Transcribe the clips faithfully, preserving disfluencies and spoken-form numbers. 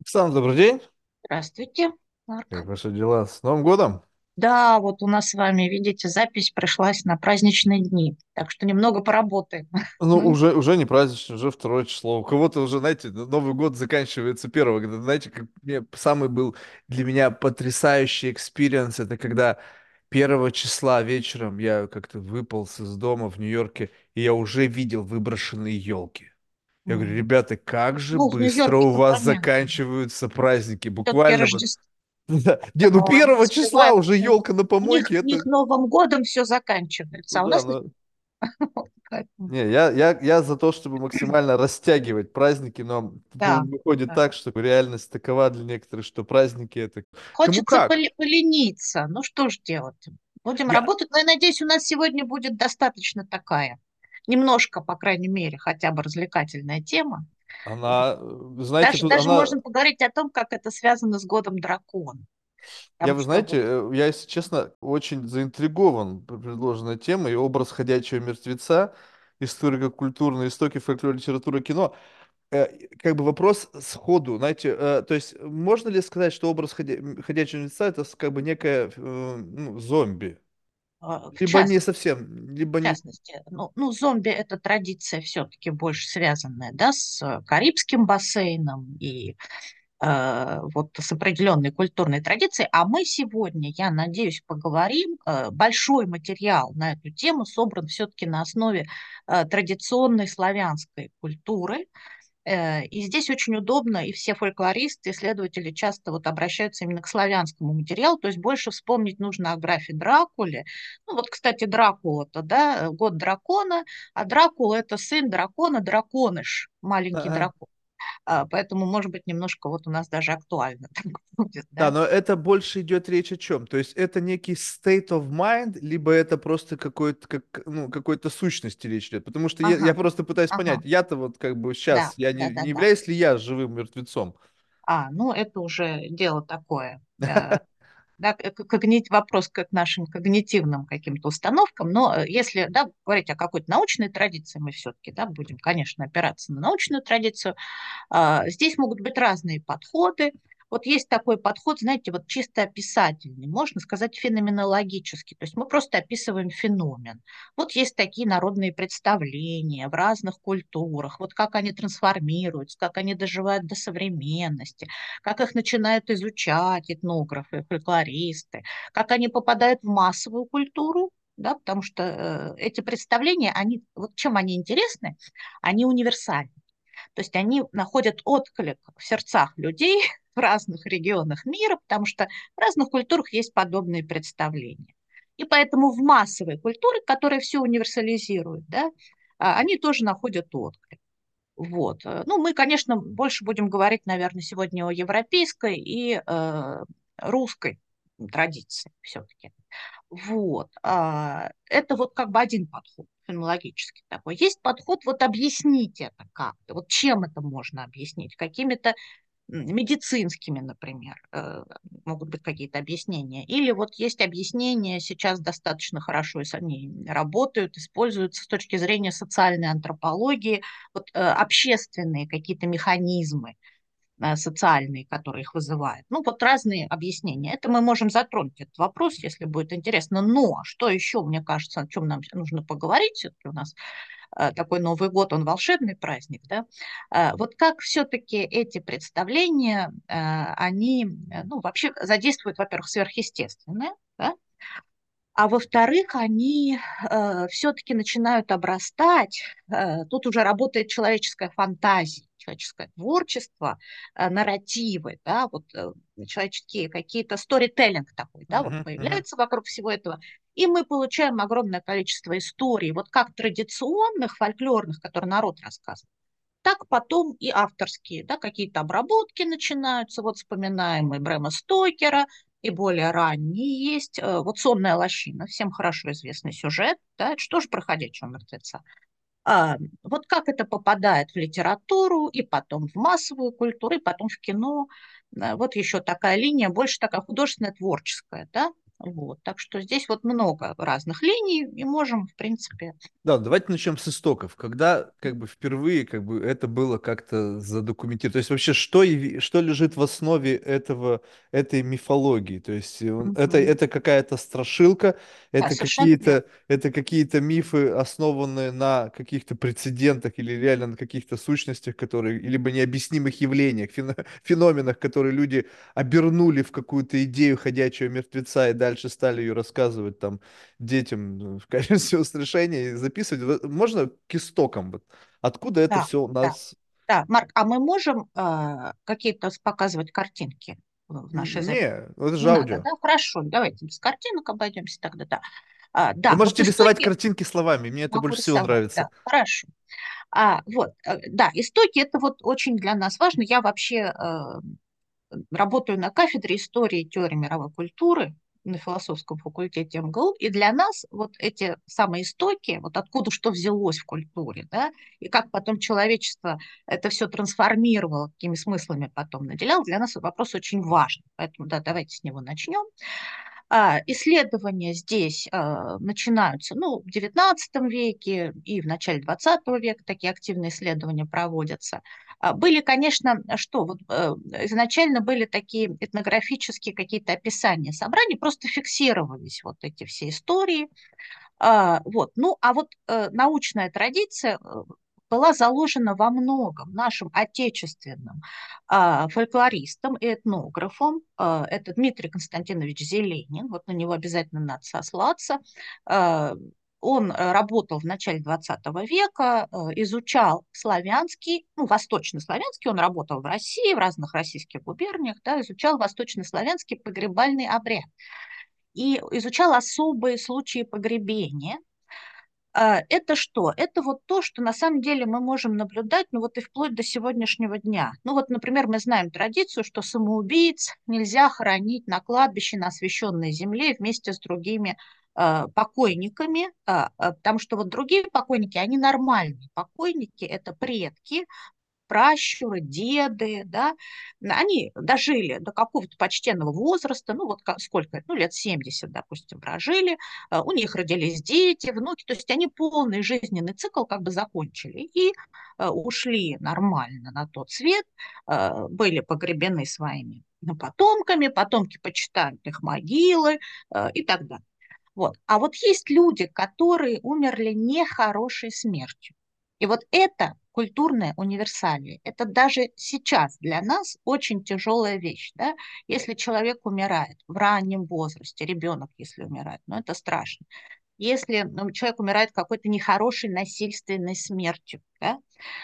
Оксана, добрый день. Здравствуйте, Как Марк. ваши дела? С Новым годом? Да, вот у нас с вами, видите, запись пришлась на праздничные дни, так что немного поработаем. Ну, Ну, уже, уже не празднично, уже второе число. У кого-то уже, знаете, Новый год заканчивается первого. Когда, знаете, как мне самый был для меня потрясающий экспириенс, это когда первого числа вечером я как-то выполз из дома в Нью-Йорке, и я уже видел выброшенные елки. Я говорю, м. ребята, как же Ну, в быстро у Нью-Йорке-то вас понятно. заканчиваются праздники. Все-таки Буквально вот. Рождество, Да. Не, ну они первого числа успевают. уже У елка на них, помойке, у них это. Новым годом все заканчивается, Ну а у да, нас не но поэтому. не, я, я, я за то, чтобы максимально растягивать праздники, но ну, Да, выходит да. так, что реальность такова для некоторых, что праздники это кому Хочется как. поли- полениться. Ну что ж делать? Будем Я, работать. Но я надеюсь, у нас сегодня будет достаточно такая, немножко, по крайней мере, хотя бы развлекательная тема. она, э, знаете, Даже, тут даже она, можем поговорить о том, как это связано с годом дракона. я, Потому вы что знаете, вот э, я, если честно, очень заинтригован п- предложенной темой, и образ ходячего мертвеца, историко-культурные истоки фольклора, литературы, кино. Э, Как бы вопрос сходу, знаете, э, то есть можно ли сказать, что образ ходя- м, ходячего мертвеца это с- как бы некое э, ну, зомби? э, в Либо не частности, совсем, либо в не... частности, ну, ну, зомби– это традиция все-таки больше связанная, да, с Карибским бассейном и э, вот с определенной культурной традицией. А мы сегодня, я надеюсь, поговорим. Э, большой материал на эту тему собран все-таки на основе э, традиционной славянской культуры. Э, И здесь очень удобно, и все фольклористы, исследователи часто вот обращаются именно к славянскому материалу, то есть больше вспомнить нужно о графе Дракуле. Ну вот, кстати, Дракула-то, да, год дракона, а Дракула– это сын дракона, драконыш, маленький Ага. дракон. А, Поэтому, может быть, немножко вот у нас даже актуально так будет, Да, да. но это больше идет речь о чем? То есть это некий state of mind, либо это просто какой-то, как, ну, какой-то сущности речь идет? Потому что я, Ага, я просто пытаюсь ага, понять, я-то вот как бы да, сейчас, я не, да, да, не да. являюсь ли я живым мертвецом? А, ну это уже дело такое. э, Да, к- к- когнит- вопрос к нашим когнитивным каким-то установкам, но э, если да, говорить о какой-то научной традиции, мы все-таки да, будем, конечно, опираться на научную традицию, а, здесь могут быть разные подходы. Вот есть такой подход, знаете, вот чисто описательный, можно сказать феноменологический, то есть мы просто описываем феномен. Вот есть такие народные представления в разных культурах, вот как они трансформируются, как они доживают до современности, как их начинают изучать этнографы, фольклористы, как они попадают в массовую культуру, да, потому что э, эти представления, они, вот чем они интересны, они универсальны. То есть они находят отклик в сердцах людей в разных регионах мира, потому что в разных культурах есть подобные представления. И поэтому в массовой культуре, которая все универсализирует, да, а, они тоже находят отклик. Вот. э, Ну, мы, конечно, больше будем говорить, наверное, сегодня о европейской и э, русской традиции все-таки. Вот. а, Это вот как бы один подход фенологический такой. Есть подход вот объяснить это как-то. Вот чем это можно объяснить? Какими-то м, медицинскими, например, э, могут быть какие-то объяснения. Или вот есть объяснения, сейчас достаточно хорошо, если они работают, используются с точки зрения социальной антропологии, вот, э, общественные какие-то механизмы э, социальные, которые их вызывают. Ну, вот разные объяснения. Это мы можем затронуть этот вопрос, если будет интересно. Но что еще, мне кажется, о чем нам нужно поговорить, все-таки у нас э, такой Новый год, он волшебный праздник, да? Э, Вот как все-таки эти представления, э, они, э, ну, вообще задействуют, во-первых, сверхъестественное, да? А во-вторых, они э, все-таки начинают обрастать, э, тут уже работает человеческая фантазия, человеческое творчество, э, нарративы, да, вот э, человеческие какие-то сторителлинг такой, да, вот Мгм, мгм. появляется вокруг всего этого, и мы получаем огромное количество историй, вот как традиционных, фольклорных, которые народ рассказывает, так потом и авторские, да, какие-то обработки начинаются. Вот вспоминаем и Брэма Стокера, и более ранние есть. Э, Вот «Сонная лощина», всем хорошо известный сюжет, да, это что же про ходячего мертвеца? А, вот как это попадает в литературу, и потом в массовую культуру, и потом в кино. Э, Вот еще такая линия, больше такая художественная, творческая, да. Вот. Так что здесь вот много разных линий, и можем, в принципе, Да, давайте начнем с истоков. Когда как бы впервые как бы это было как-то задокументировано? То есть вообще что, яви- что лежит в основе этого, этой мифологии? То есть э, он- это, мгм. это какая-то страшилка, Да, это совершенно верно. какие-то, это какие-то мифы, основанные на каких-то прецедентах или реально на каких-то сущностях, которые, либо необъяснимых явлениях, фено- феноменах, которые люди обернули в какую-то идею ходячего мертвеца и дальше стали ее рассказывать там детям ну, в качестве устрашения и записывать. Вот можно к истокам? Вот. Откуда это Да, все у да, нас? да. Марк, а мы можем э, какие-то с- показывать картинки в в нашей Н- Не, записи? это же Не надо, аудио. да? Хорошо, давайте без картинок обойдемся тогда, да. А, Вы да, вот можете рисовать истоки картинки словами, мне это могу больше всего рисовать, нравится. да, хорошо. А, вот, э, да, истоки это вот очень для нас важно. Я вообще э, работаю на кафедре истории и теории мировой культуры на философском факультете МГУ, и для нас вот эти самые истоки, вот откуда что взялось в культуре, да, и как потом человечество это все трансформировало, какими смыслами потом наделяло, для нас вопрос очень важный. Поэтому, да, давайте с него начнем. А, исследования здесь а, начинаются, ну, в девятнадцатом веке и в начале двадцатого века такие активные исследования проводятся. А, были, конечно, что вот э, изначально были такие этнографические какие-то описания собраний, просто фиксировались вот эти все истории, а, вот. Ну, а вот э, научная традиция э, была заложена во многом нашим отечественным а, фольклористом и этнографом. А, это Дмитрий Константинович Зеленин, вот на него обязательно надо сослаться. А, он э, работал в начале двадцатого века, э, изучал славянский, ну, восточнославянский, он работал в России, в разных российских губерниях, да, изучал восточнославянский погребальный обряд и изучал особые случаи погребения. А, Это что? Это вот то, что на самом деле мы можем наблюдать, ну вот и вплоть до сегодняшнего дня. Ну вот, например, мы знаем традицию, что самоубийц нельзя хоронить на кладбище, на освященной земле вместе с другими а, покойниками, а, а, потому что вот другие покойники, они нормальные. Покойники– это предки, пращуры, деды, да, они дожили до какого-то почтенного возраста, ну вот сколько, ну лет семьдесят, допустим, прожили, э, у них родились дети, внуки, то есть они полный жизненный цикл как бы закончили и э, ушли нормально на тот свет, э, были погребены своими потомками, потомки почитают их могилы э, и так далее. Вот. А вот есть люди, которые умерли нехорошей смертью. И вот это культурное универсалия. Это даже сейчас для нас очень тяжелая вещь. Да? Если человек умирает в раннем возрасте, ребенок, если умирает, ну это страшно. Если ну, человек умирает какой-то нехорошей насильственной смертью, да?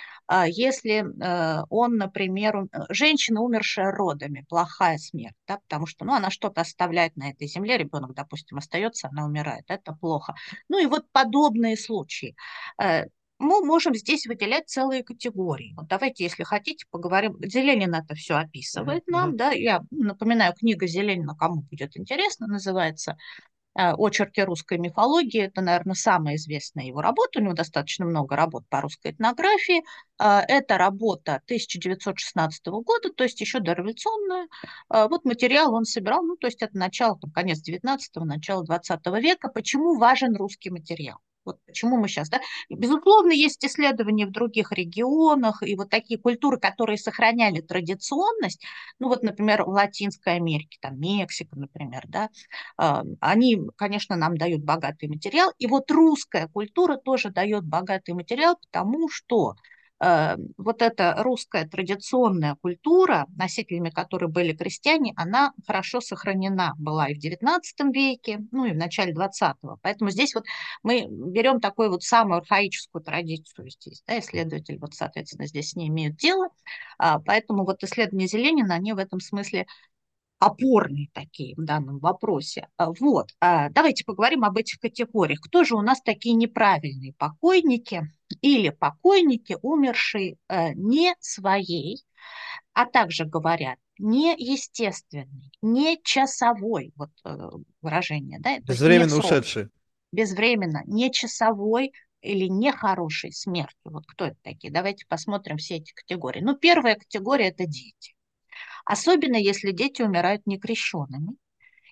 А если э, он, например, ум- э, женщина, умершая родами, плохая смерть, да, потому что ну, она что-то оставляет на этой земле, ребенок, допустим, остается, она умирает, это плохо. Ну и вот подобные случаи. Э, Мы можем здесь выделять целые категории. Вот давайте, если хотите, поговорим. Зеленин это все Мгм, описывает мгм. нам, да, я напоминаю, книга Зеленина, кому будет интересно, называется э, очерки русской мифологии. Это, наверное, самая известная его работа. У него достаточно много работ по русской этнографии. А, Это работа тысяча девятьсот шестнадцатого года, то есть еще дореволюционная. А, Вот материал он собирал, ну, то есть это начало, там, конец девятнадцатого, начало двадцатого века. Почему важен русский материал? Вот почему мы сейчас, да? Безусловно, есть исследования в других регионах, и вот такие культуры, которые сохраняли традиционность, ну вот, например, в Латинской Америке, там Мексика, например, да, а, они, конечно, нам дают богатый материал. И вот русская культура тоже дает богатый материал, потому что э, вот эта русская традиционная культура, носителями которой были крестьяне, она хорошо сохранена была и в девятнадцатом веке, ну и в начале двадцатого. Поэтому здесь вот мы берем такую вот самую архаическую традицию здесь, да, исследователи вот, соответственно, здесь с ней имеют дело. А, Поэтому вот исследования Зеленина, они в этом смысле опорные такие в данном вопросе. А, Вот, а, давайте поговорим об этих категориях. Кто же у нас такие неправильные покойники или покойники, умершие э, не своей, а также говорят неестественной, не часовой, вот э, выражение, да, то есть не в Безвременно срок, ушедшие. безвременно, не часовой или нехорошей смертью. Вот кто это такие? Давайте посмотрим все эти категории. Ну, первая категория– это дети. Особенно если дети умирают некрещенными.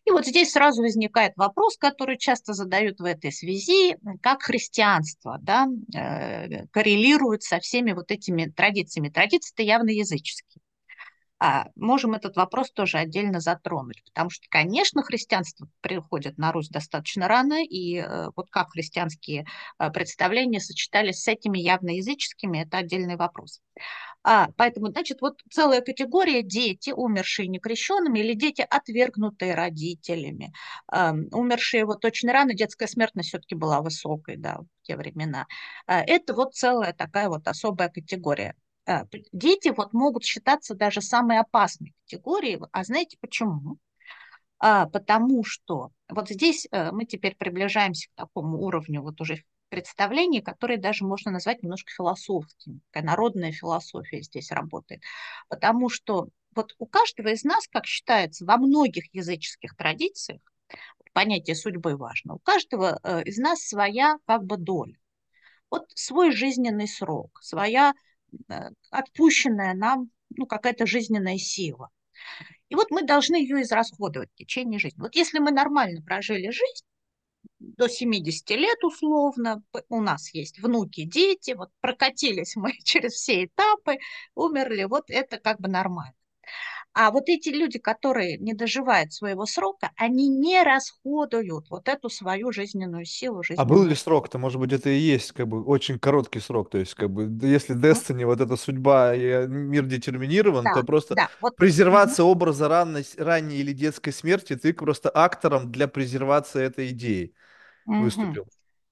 И вот здесь сразу возникает вопрос, который часто задают в этой связи, как христианство, да, э, коррелирует со всеми вот этими традициями. Традиции-то явно языческие. А, можем этот вопрос тоже отдельно затронуть, потому что, конечно, христианство приходит на Русь достаточно рано, и э, вот как христианские э, представления сочетались с этими явно языческими, это отдельный вопрос. А, поэтому, значит, вот целая категория дети, умершие некрещенными, или дети, отвергнутые родителями, а, умершие вот очень рано, детская смертность все-таки была высокой, да, в те времена. А, это вот целая такая вот особая категория. А, дети вот могут считаться даже самой опасной категорией. А знаете почему? А, потому что вот здесь э, мы теперь приближаемся к такому уровню вот уже представлений, которые даже можно назвать немножко философскими. Такая народная философия здесь работает. Потому что вот у каждого из нас, как считается, во многих языческих традициях, понятие судьбы важно, у каждого э, из нас своя как бы доля. Вот свой жизненный срок, своя э, отпущенная нам ну, какая-то жизненная сила. И вот мы должны ее израсходовать в течение жизни. Вот если мы нормально прожили жизнь, до семидесяти лет условно, у нас есть внуки, дети, вот прокатились мы через все этапы, умерли, вот это как бы нормально. А вот эти люди, которые не доживают своего срока, они не расходуют вот эту свою жизненную силу, А был ли жизненную. срок-то? Может быть, это и есть как бы очень короткий срок. То есть, как бы, да если Destiny, вот эта судьба и э, мир детерминирован, Да, то просто да, вот. Мгм. презервация образа ранней, ранней или детской смерти, ты просто актором для презервации этой идеи Мгм. выступил.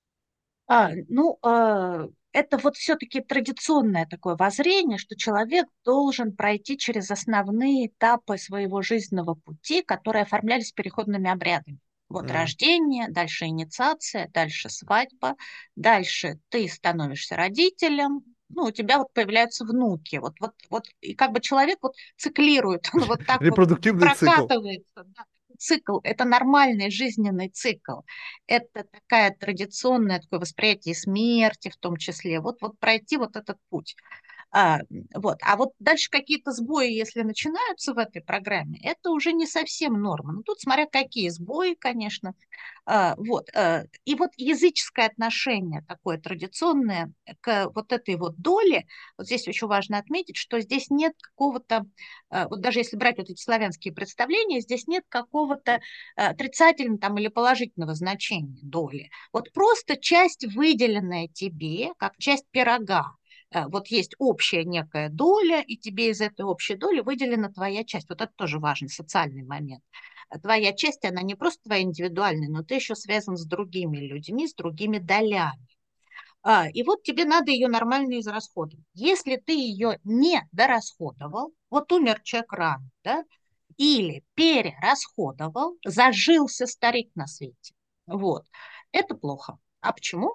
А, ну, а, это вот все-таки традиционное такое воззрение, что человек должен пройти через основные этапы своего жизненного пути, которые оформлялись переходными обрядами. Вот Мгм. рождение, дальше инициация, дальше свадьба, дальше ты становишься родителем, ну, у тебя вот появляются внуки. Вот, вот, вот, и как бы человек вот циклирует, он вот так вот Репродуктивный цикл. прокатывается. Да. Цикл, это нормальный жизненный цикл. Это такая традиционное такое восприятие смерти в том числе. Вот, вот пройти вот этот путь. А, вот. А вот дальше какие-то сбои, если начинаются в этой программе, это уже не совсем норма. Ну, тут смотря какие сбои, конечно. А, вот. а, И вот языческое отношение такое традиционное к вот этой вот доле, вот здесь очень важно отметить, что здесь нет какого-то, а, вот даже если брать вот эти славянские представления, здесь нет какого-то а, отрицательного там или положительного значения доли. Вот просто часть, выделенная тебе, как часть пирога. Э, Вот есть общая некая доля, и тебе из этой общей доли выделена твоя часть. Вот это тоже важный социальный момент. Э, Твоя часть, она не просто твоя индивидуальная, но ты еще связан с другими людьми, с другими долями. А, и вот тебе надо ее нормально израсходовать. Если ты ее не дорасходовал, вот умер человек рано, да, или перерасходовал, зажился старик на свете, вот, это плохо. А почему?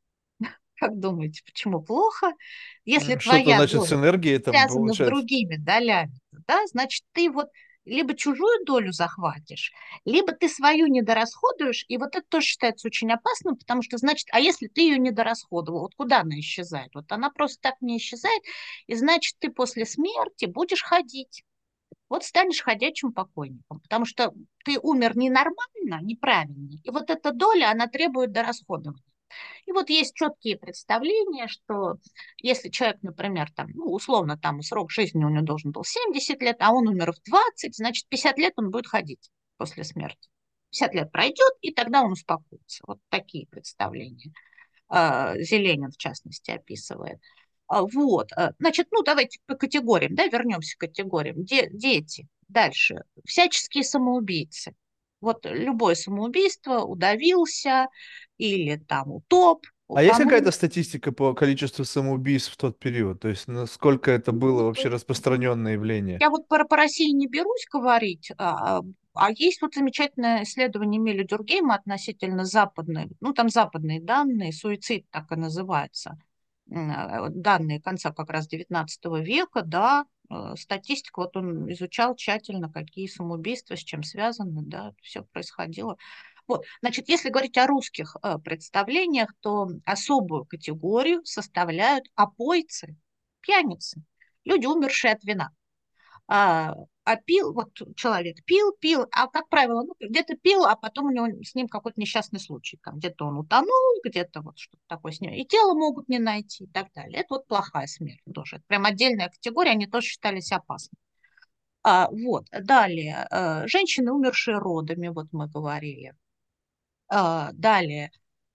Как думаете, почему плохо? Если М, Что-то, твоя значит, с доля энергией там связана с получается. другими долями, да, значит, ты вот либо чужую долю захватишь, либо ты свою не дорасходуешь, и вот это тоже считается очень опасным, потому что, значит, а если ты ее не дорасходовал, вот куда она исчезает? Вот она просто так не исчезает, и значит, ты после смерти будешь ходить. Вот станешь ходячим покойником, потому что ты умер ненормально, неправильно, и вот эта доля, она требует дорасходования. И вот есть четкие представления, что если человек, например, там, ну, условно, там срок жизни у него должен был семьдесят лет, а он умер в двадцать, значит, пятьдесят лет он будет ходить после смерти. пятьдесят лет пройдет, и тогда он успокоится. Вот такие представления. А, Зеленин, в частности, описывает. А, Вот, а, значит, ну, давайте по категориям, да, вернемся к категориям. Де- дети. Дальше. Всяческие самоубийцы. Вот любое самоубийство, удавился или там утоп, А есть утонул. какая-то статистика по количеству самоубийств в тот период? То есть, насколько это было Ну, вообще распространенное явление? я вот про, по России не берусь говорить, а, а есть вот замечательное исследование Миля Дюргейма относительно западной, ну там западные данные, суицид так и называется, М, а, данные конца как раз девятнадцатого века, да, э, статистика, вот он изучал тщательно, какие самоубийства, с чем связаны, да, все происходило. Вот, значит, если говорить о русских э, представлениях, то особую категорию составляют опойцы, пьяницы, люди, умершие от вина. А, а пил, вот человек пил, пил, а как правило, ну, где-то пил, а потом у него с ним какой-то несчастный случай, там где-то он утонул, где-то вот что-то такое с ним, и тело могут не найти и так далее. Это вот плохая смерть тоже. Это прям отдельная категория, они тоже считались опасными. А, вот, далее, э, женщины, умершие родами, вот мы говорили. А, далее,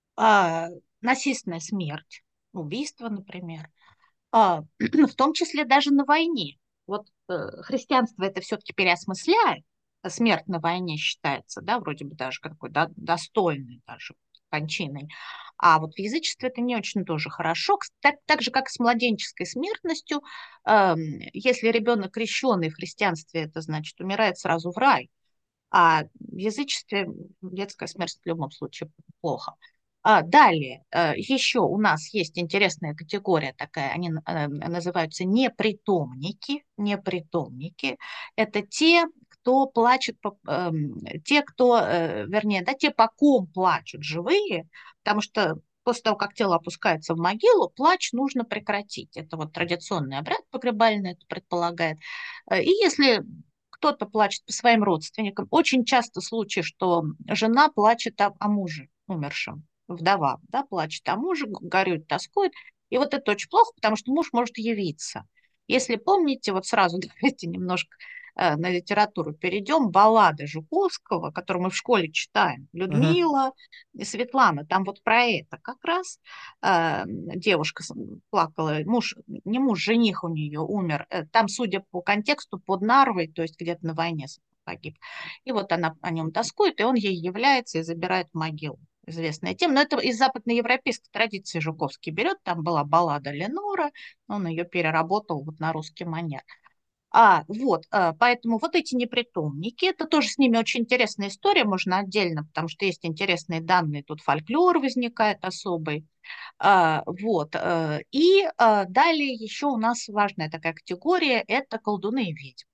а, насильственная смерть, убийство, например, а, в том числе даже на войне. Вот э, христианство это все-таки переосмысляет, а смерть на войне считается, да, вроде бы даже какой да, достойной даже кончиной. А вот в язычестве это не очень тоже хорошо. Так, так же, как и с младенческой смертностью, э, если ребенок крещенный в христианстве, это значит умирает сразу в рай. А в язычестве детская смерть в любом случае плохо. А, далее, э, еще у нас есть интересная категория такая, они э, называются непритомники. Непритомники– это те, кто плачет, по- эм, те, кто, э, вернее, да, те, по ком плачут живые, потому что после того, как тело опускается в могилу, плач нужно прекратить. Это вот традиционный обряд погребальный это предполагает. Э, И если кто-то плачет по своим родственникам. Очень часто случаи, что жена плачет о, о муже умершем, вдова, да, плачет о муже, горюет, тоскует. И вот это очень плохо, потому что муж может явиться. Если помните, вот сразу давайте немножко э, на литературу перейдем. Баллада Жуковского, которую мы в школе читаем. Мгм. Людмила и Светлана. Там вот про это как раз э, девушка с- плакала. Муж, не муж, жених у нее умер. Э, Там, судя по контексту, под Нарвой, то есть где-то на войне с- погиб. И вот она о нем тоскует, и он ей является и забирает в могилу. Известная тема. Но это из западноевропейской традиции Жуковский берет. Там была баллада Ленора, он ее переработал вот на русский манер. А, вот, а, поэтому вот эти непритомники, это тоже с ними очень интересная история, можно отдельно, потому что есть интересные данные, тут фольклор возникает особый. А, вот, э, и а, далее еще у нас важная такая категория– это колдуны и ведьмы.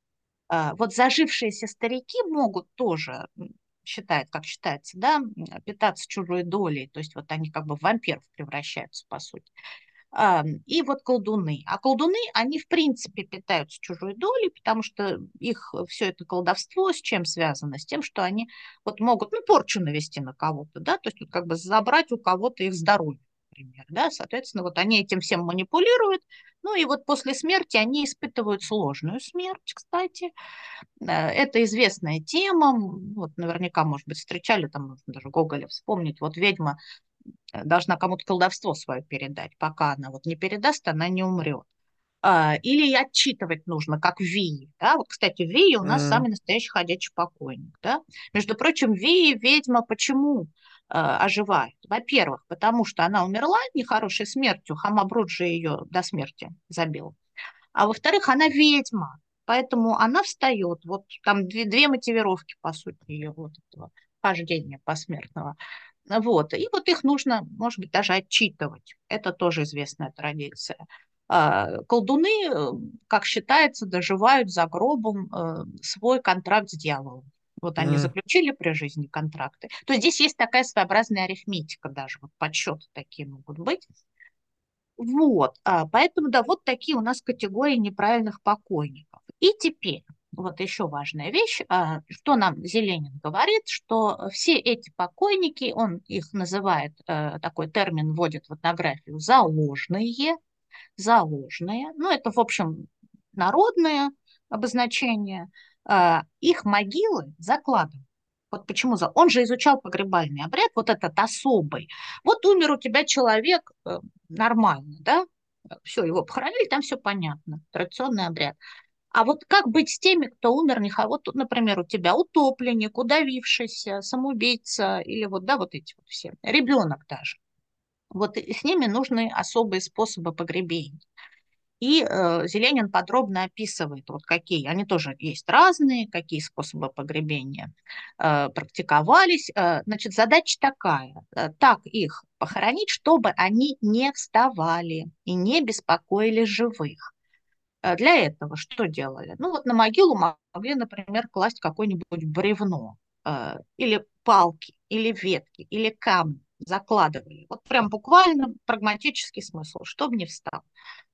А, вот зажившиеся старики могут тоже, м, считают, как считается, да, м, питаться чужой долей, то есть вот они как бы в вампиров превращаются, по сути. А, и вот колдуны. А колдуны, они в принципе питаются чужой долей, потому что их все это колдовство с чем связано? С тем, что они вот могут, ну, порчу навести на кого-то, да, то есть вот как бы забрать у кого-то их здоровье, например, да, соответственно, вот они этим всем манипулируют, ну и вот после смерти они испытывают сложную смерть, кстати. Э, Это известная тема, м, вот наверняка, может быть, встречали, там можно даже Гоголя вспомнить, вот ведьма э, должна кому-то колдовство свое передать. Пока она вот не передаст, она не умрет. А, или отчитывать нужно, как в Вии. Да? Вот, кстати, в Вии у нас М. самый настоящий ходячий покойник. Да? Между прочим, в Вии ведьма почему э, оживает? Во-первых, потому что она умерла нехорошей смертью, Хамабруджи ее до смерти забил. А во-вторых, она ведьма, поэтому она встает. Вот там две, две мотивировки, по сути, ее вот этого хождения посмертного. Вот. И вот их нужно, может быть, даже отчитывать. Это тоже известная традиция. А, Колдуны, э, как считается, доживают за гробом э, свой контракт с дьяволом. Вот они М. заключили при жизни контракты. То есть здесь есть такая своеобразная арифметика даже, вот подсчеты такие могут быть. Вот, а, поэтому, да, вот такие у нас категории неправильных покойников. И теперь, вот еще важная вещь, а, что нам Зеленин говорит, что все эти покойники, он их называет, э, такой термин вводит в этнографию, заложные, заложные, ну, это, в общем, народное обозначение, а, их могилы закладывают. Вот почему за... Он же изучал погребальный обряд, вот этот особый. Вот умер у тебя человек э, нормально, да? Все, его похоронили, там все понятно, традиционный обряд. А вот как быть с теми, кто умер, не хо- вот, например, у тебя утопленник, удавившийся, самоубийца, или вот, да, вот эти вот все, ребенок даже. Вот и с ними нужны особые способы погребения. И э, Зеленин подробно описывает, вот какие, они тоже есть разные, какие способы погребения э, практиковались. Э, значит, задача такая, э, так их похоронить, чтобы они не вставали и не беспокоили живых. Э, Для этого что делали? Ну вот на могилу могли, например, класть какое-нибудь бревно, э, или палки, или ветки, или камни закладывали. Вот прям буквально прагматический смысл, чтобы не встал.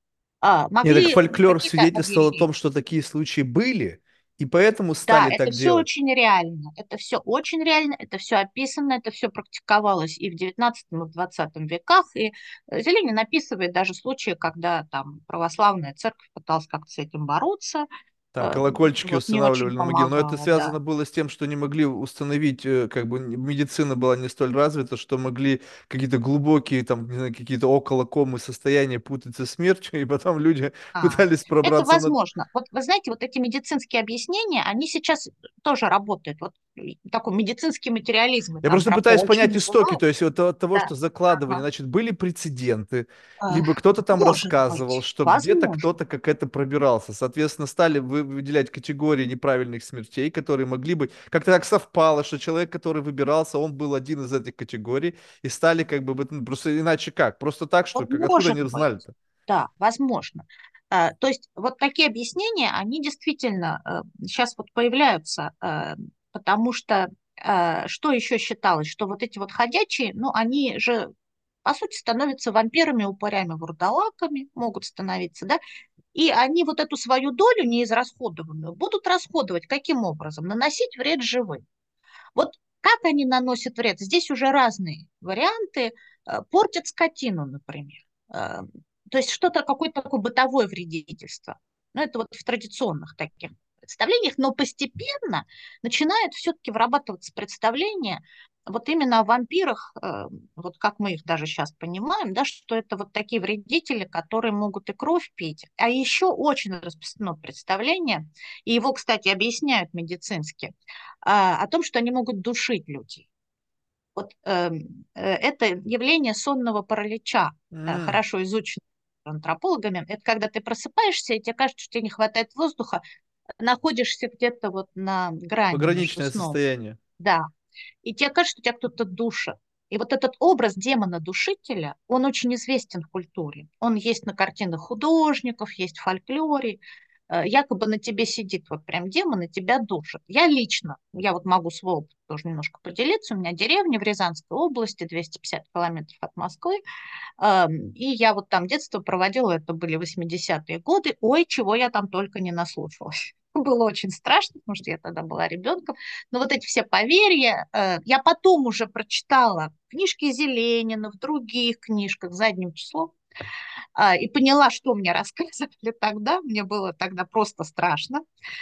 Нет, так Могли фольклор какие-то свидетельствовал о объявления. том, что такие случаи были, и поэтому Да, стали это так все делать. очень реально. Это все очень реально, это все описано, это все практиковалось и в девятнадцатом, и в двадцатом веках. И э, Зеленин описывает даже случаи, когда там православная церковь пыталась как-то с этим бороться, Там э, колокольчики вот, не очень устанавливали на могилу, но это помогало, связано да. было с тем, что не могли установить, э, как бы н- медицина была не столь развита, что могли какие-то глубокие, там, не знаю, какие-то около комы состояния путать со смертью, и потом люди А, пытались это пробраться на... возможно. Вот вы знаете, вот эти медицинские объяснения, они сейчас тоже работают. Вот и такой медицинский материализм их Я просто пытаюсь антропологи понять истоки, называют. то есть вот от того, Да. что закладывали, Ага. значит, были прецеденты, А, либо кто-то там Может рассказывал, быть, что где-то возможно. кто-то как это пробирался. Соответственно, стали вы- выделять категории неправильных смертей, которые могли быть... Как-то так совпало, что человек, который выбирался, он был один из этих категорий, и стали как бы... вот, ну, просто иначе как? Просто так, что Вот как откуда может они быть, знали-то? да, возможно. А, То есть вот такие объяснения, они действительно сейчас вот появляются, э, потому что э, что еще считалось, что вот эти вот ходячие, ну, они же, по сути, становятся вампирами, упырями, вурдалаками, могут становиться, да, и они вот эту свою долю неизрасходованную будут расходовать каким образом? Наносить вред живым. Вот как они наносят вред? Здесь уже разные варианты. Э, Портят скотину, например. Э, То есть что-то, какое-то такое бытовое вредительство. Ну, это вот в традиционных таких представлениях, но постепенно начинает все-таки вырабатываться представление вот именно о вампирах, э, вот как мы их даже сейчас понимаем, да, что это вот такие вредители, которые могут и кровь пить. А еще очень распространено представление, и его, кстати, объясняют медицински, а, о том, что они могут душить людей. Вот эм, э, это явление сонного паралича, э, М, хорошо изучено антропологами. Это когда ты просыпаешься, и тебе кажется, что тебе не хватает воздуха, находишься где-то вот на грани между Пограничное сном. состояние. Да, и тебе кажется, что тебя кто-то душит. И вот этот образ демона-душителя, он очень известен в культуре. Он есть на картинах художников, есть в фольклоре. Э, Якобы на тебе сидит вот прям демон и тебя душит. Я лично, я вот могу свой опыт тоже немножко поделиться. У меня деревня в Рязанской области, двести пятьдесят километров от Москвы. Эм, И я вот там детство проводила, это были восьмидесятые годы. Ой, чего я там только не наслушалась. Было очень страшно, потому что я тогда была ребенком. Но вот эти все поверья, э, я потом уже прочитала в книжке Зеленина, в других книжках задним числом, а, и поняла, что мне рассказывали тогда. Мне было тогда просто страшно.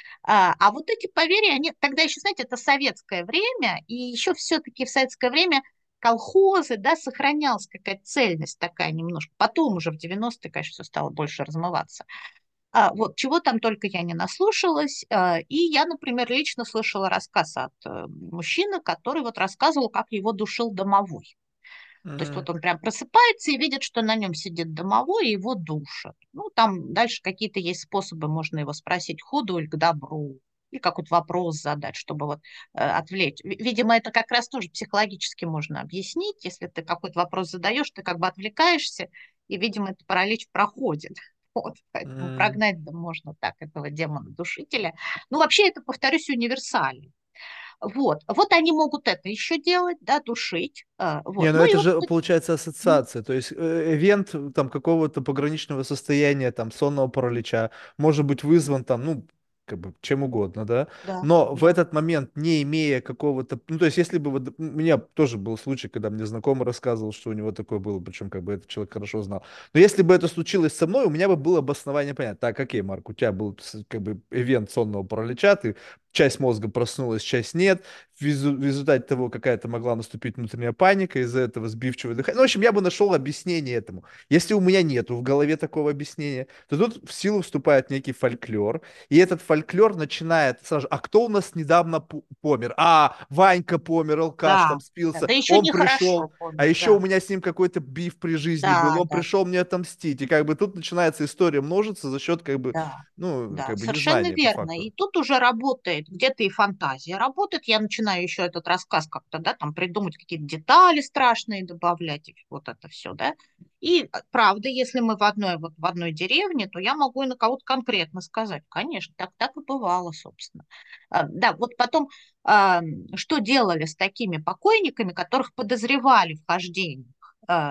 А, а вот эти поверья, они тогда еще, знаете, это советское время, и еще все-таки в советское время колхозы, да, сохранялась какая-то цельность такая немножко. Потом уже в девяностые, конечно, все стало больше размываться. А, вот, чего там только я не наслушалась. А, и я, например, лично слышала рассказ от э, мужчины, который вот рассказывал, как его душил домовой. То есть Мгм. вот он прям просыпается и видит, что на нем сидит домовой, и его душат. Ну, там дальше какие-то есть способы, можно его спросить, к худу или к добру, или какой-то вопрос задать, чтобы вот э, отвлечь. Ви- Видимо, это как раз тоже психологически можно объяснить. Если ты какой-то вопрос задаешь, ты как бы отвлекаешься, и, видимо, этот паралич проходит. Вот, поэтому М. прогнать да можно так этого демона-душителя. Ну, вообще, это, повторюсь, универсально. Вот, вот они могут это еще делать, да, душить. э, Не, Вот. ну Ну и это вот же получается М, ассоциация, то есть э, ивент э, там какого-то пограничного состояния, там сонного паралича, может быть вызван там, ну, как бы чем угодно, да, Да, но в да, этот момент, не имея какого-то, ну, то есть если бы вот, у меня тоже был случай, когда мне знакомый рассказывал, что у него такое было, причем как бы этот человек хорошо знал, но если бы это случилось со мной, у меня бы было обоснование понятно, так, окей, Марк, у тебя был с- как бы ивент сонного паралича, ты часть мозга проснулась, часть нет, в резу- в результате того какая-то могла наступить внутренняя паника, из-за этого сбивчивое дыхание. Ну, в общем, я бы нашел объяснение этому. Если у меня нету в голове такого объяснения, то тут в силу вступает некий фольклор, и этот фольклор начинает сразу, а кто у нас недавно пу- помер? А, Ванька помер, алкаш там да, да, спился, да еще он пришел, нехорошо а помер, еще у да, меня с ним какой-то биф при жизни был, да, он да, пришел мне отомстить, и как бы тут начинается история множиться за счет как бы, да, ну, да, как бы совершенно незнания по верно. факту. И тут уже работает, где-то и фантазия работает. Я начинаю еще этот рассказ как-то, да, там придумать какие-то детали страшные добавлять, и вот это все, да. И а, правда, если мы в одной, вот в одной деревне, то я могу и на кого-то конкретно сказать. Конечно, так, так и бывало, собственно. А, Да, вот потом, а, что делали с такими покойниками, которых подозревали в хождениях? А,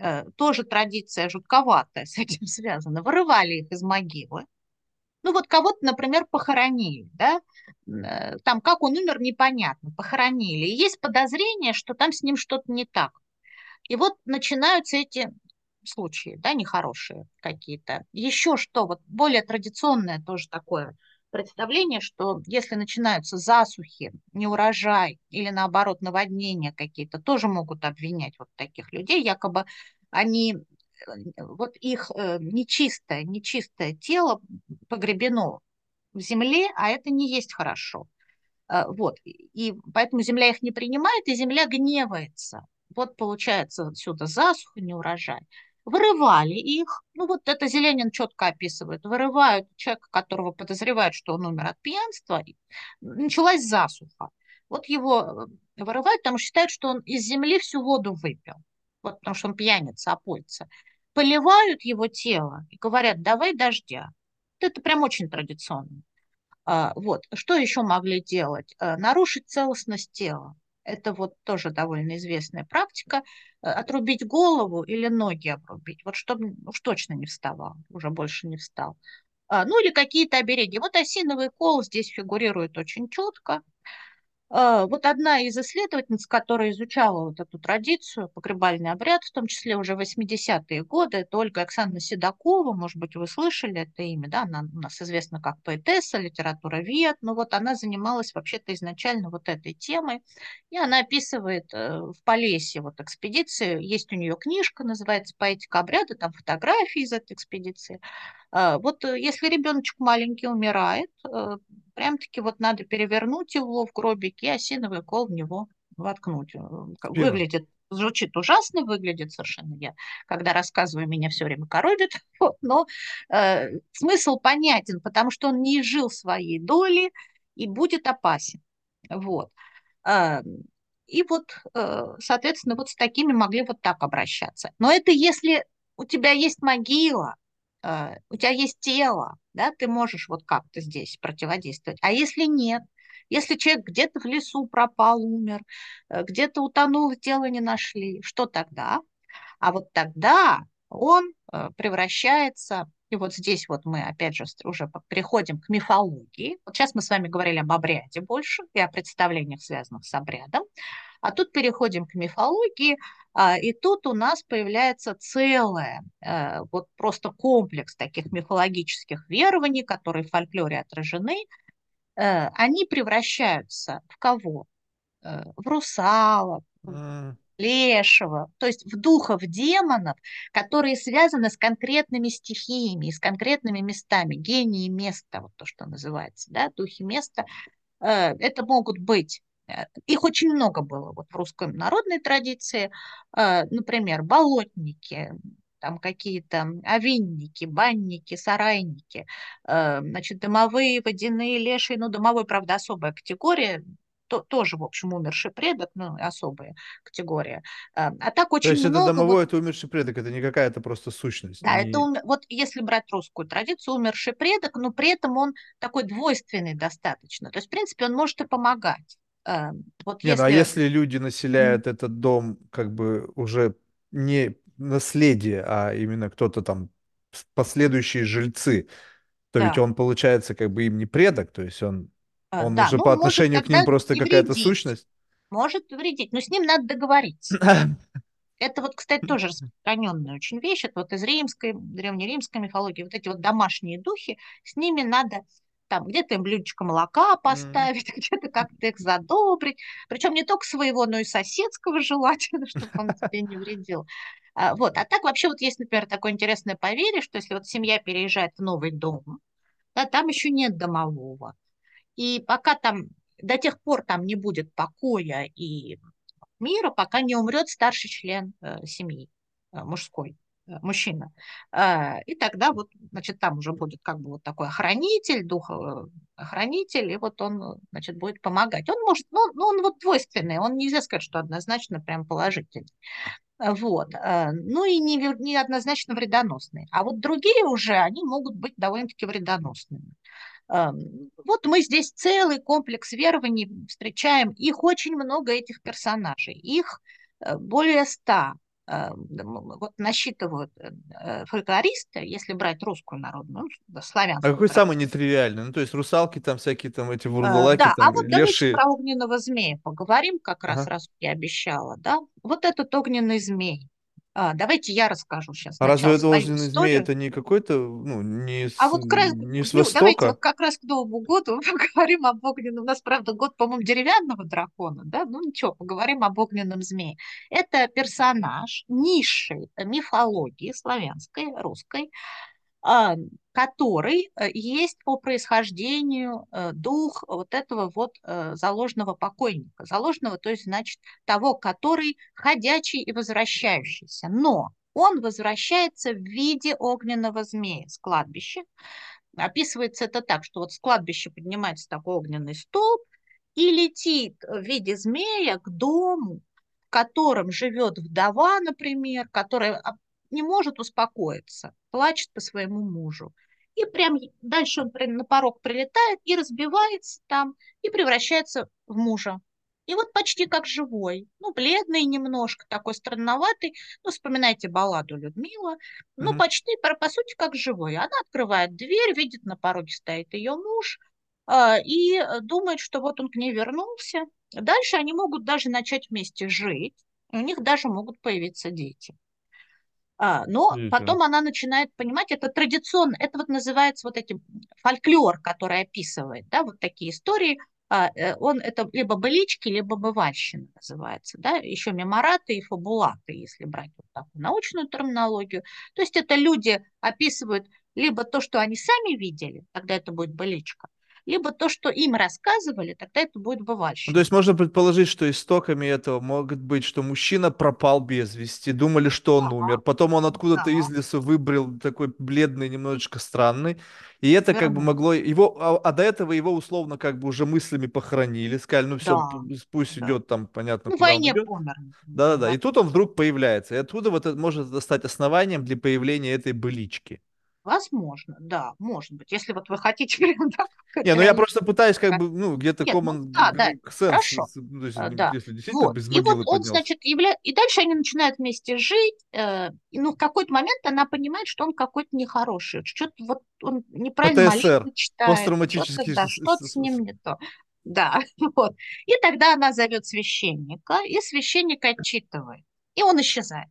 э, тоже традиция жутковатая с этим связана, вырывали их из могилы. Ну вот кого-то, например, похоронили, да, э, там как он умер, непонятно, похоронили. И есть подозрение, что там с ним что-то не так. И вот начинаются эти случаи, да, нехорошие какие-то. Еще что, вот более традиционное тоже такое представление, что если начинаются засухи, неурожай или наоборот наводнения какие-то, тоже могут обвинять вот таких людей, якобы они, э, вот их э, нечистое, нечистое тело погребено в земле, а это не есть хорошо. А, Вот. И поэтому земля их не принимает, и земля гневается. Вот получается отсюда засуха, неурожай. Вырывали их, ну вот это Зеленин четко описывает, вырывают человека, которого подозревают, что он умер от пьянства, и началась засуха. Вот его э, вырывают, потому что считают, что он из земли всю воду выпил, вот потому что он пьяница, опоится. Поливают его тело и говорят, давай дождя. Это прям очень традиционно. А, Вот. Что еще могли делать? Э, Нарушить целостность тела. Это вот тоже довольно известная практика. Э, Отрубить голову или ноги обрубить. Вот чтобы уж точно не вставал, уже больше не встал. А, Ну или какие-то обереги. Вот осиновый кол здесь фигурирует очень четко. А, Вот одна из исследовательниц, которая изучала вот эту традицию, погребальный обряд, в том числе уже восьмидесятые годы, это Ольга Оксановна Седокова, может быть, вы слышали это имя, да, она у нас известна как поэтесса, литературовед, но вот она занималась вообще-то изначально вот этой темой, и она описывает э, в Полесье вот экспедиции, есть у нее книжка, называется «Поэтика обряда», там фотографии из этой экспедиции. А, Вот э, если ребеночек маленький умирает, э, прям-таки вот надо перевернуть его в гробик и осиновый кол в него воткнуть. Э, как- Спину. Выглядит, звучит ужасно, выглядит совершенно. Я, когда рассказываю, меня все время коробит, вот, но э, смысл понятен, потому что он не изжил своей доли и будет опасен. Вот. А, И вот, э, соответственно, вот с такими могли вот так обращаться. Но это если у тебя есть могила, э, у тебя есть тело, да, ты можешь вот как-то здесь противодействовать. А если нет, если человек где-то в лесу пропал, умер, э, где-то утонул, тело не нашли, что тогда? А вот тогда он э, превращается, и вот здесь вот мы опять же уже переходим к мифологии. Вот сейчас мы с вами говорили об обряде больше и о представлениях, связанных с обрядом. А тут переходим к мифологии, а, и тут у нас появляется целое, э, вот просто комплекс таких мифологических верований, которые в фольклоре отражены. Э, Они превращаются в кого? Э, В русалок, М. лешего, то есть в духов демонов, которые связаны с конкретными стихиями и с конкретными местами, гении места, вот то, что называется, да, духи места. Э, Это могут быть, э, их очень много было вот в русской народной традиции, Э, например, болотники, там какие-то овинники, банники, сарайники, э, значит, домовые, водяные, лешие, ну, домовой, правда, особая категория, то, тоже, в общем, умерший предок, ну, особая категория. Э, А так То очень есть это много вот, домовой, это умерший предок, это не какая-то просто сущность. да, это Не... уме- вот если брать русскую традицию, умерший предок, но при этом он такой двойственный достаточно. То есть, в принципе, он может и помогать. Э, Вот Не, ну а если... если люди населяют этот дом, как бы уже не наследие, а именно кто-то там, с- последующие жильцы, то ведь Да, он, получается, как бы им не предок, то есть он, э, он да, уже ну по он может отношению к тогда ним просто и какая-то вредить. сущность. Может вредить, но с ним надо договориться. Это вот, кстати, тоже распространенная очень вещь. Это вот из римской, древнеримской мифологии. Вот эти вот домашние духи, с ними надо там где-то им блюдечко молока М. поставить, где-то как-то их задобрить. Причем не только своего, но и соседского желательно, чтобы он тебе не вредил. А, Вот. А так вообще вот есть, например, такое интересное поверье, что если вот семья переезжает в новый дом, да, там еще нет домового. И пока там, до тех пор там не будет покоя и мира, пока не умрет старший член э, семьи, э, мужской, э, мужчина. Э, и тогда вот, значит, там уже будет как бы вот такой охранитель, дух э, охранитель, и вот он, э, значит, будет помогать. Он может, ну, ну, он вот двойственный, он нельзя сказать, что однозначно прям положительный. Э, Вот. э, Ну и не, вер- не однозначно вредоносный. А вот другие уже, они могут быть довольно-таки вредоносными. Ам, Вот мы здесь целый комплекс верований встречаем. Их очень много, этих персонажей. Их э, более ста. э, вот насчитывают э, фольклористы, если брать русскую народную, ну, А славянскую какой самый традицию. нетривиальный? Ну, то есть русалки там всякие, там эти Э, вурдалаки, Да, а там вот давайте лешие. про огненного змея поговорим, как раз, Ага. раз я обещала, да. Вот этот огненный змей. А, давайте я расскажу сейчас А разве сначала это свою огненный змей, историю. это не какой-то, ну, не А с, вот как раз, не с ну, давайте вот Востока? как раз к Новому году поговорим об огненном. У нас, правда, год, по-моему, деревянного дракона, да? Ну ничего, поговорим об огненном змее. Это персонаж низшей мифологии славянской, русской, а, который э, есть по происхождению э, дух вот этого вот э, заложного покойника. Заложного, то есть, значит, того, который ходячий и возвращающийся. Но он возвращается в виде огненного змея с кладбища. Описывается это так, что вот с кладбища поднимается такой огненный столб и летит в виде змея к дому, в котором живет вдова, например, которая а, не может успокоиться, плачет по своему мужу. И прям дальше он на порог прилетает и разбивается там, и превращается в мужа. И вот почти как живой, ну, бледный немножко, такой странноватый. Ну, вспоминайте балладу Людмила, ну, Мгм. почти, по, по сути, как живой. Она открывает дверь, видит, на пороге стоит ее муж, а, и э, думает, что вот он к ней вернулся. Дальше они могут даже начать вместе жить, и у них даже могут появиться дети. А, но Удивительно. потом она начинает понимать, это традиционно, это вот называется вот этим фольклор, который описывает, да, вот такие истории. А, э, он это либо былички, либо бывальщина называется, да, еще мемораты и фабулаты, если брать вот такую научную терминологию. То есть это люди описывают либо то, что они сами видели, тогда это будет быличка, либо то, что им рассказывали, тогда это будет Ну, то бывальщина. есть можно предположить, что истоками этого может быть, что мужчина пропал без вести, думали, что он Да, умер. Потом он откуда-то из да, лесу выбрал такой бледный, немножечко странный. И это как бы могло вернулся. его, а, а до этого его условно как бы уже мыслями похоронили, сказали, ну все, Да, пусть да. идет там, понятно, Ну, в куда он войне идет. помер, например, Да-да-да. да. И тут он вдруг появляется. И оттуда вот это может это стать основанием для появления этой былички. Возможно, да, может быть. Если вот вы хотите прям так, как Не, это ну я реально. просто пытаюсь как бы, ну, где-то Нет, ну common да, да, sense, хорошо, ну, то есть, э, да, если действительно вот. без И вот могилы он, поднялся. значит, явля... и дальше они начинают вместе жить, э, и, ну, в какой-то момент она понимает, что он какой-то нехороший, что-то вот он неправильно П Т С Р, молитвы читает, что-то, посттравматический. да, с- что-то с- с с- с- ним не то. Да, вот. И тогда она зовет священника, и священник отчитывает, и он исчезает.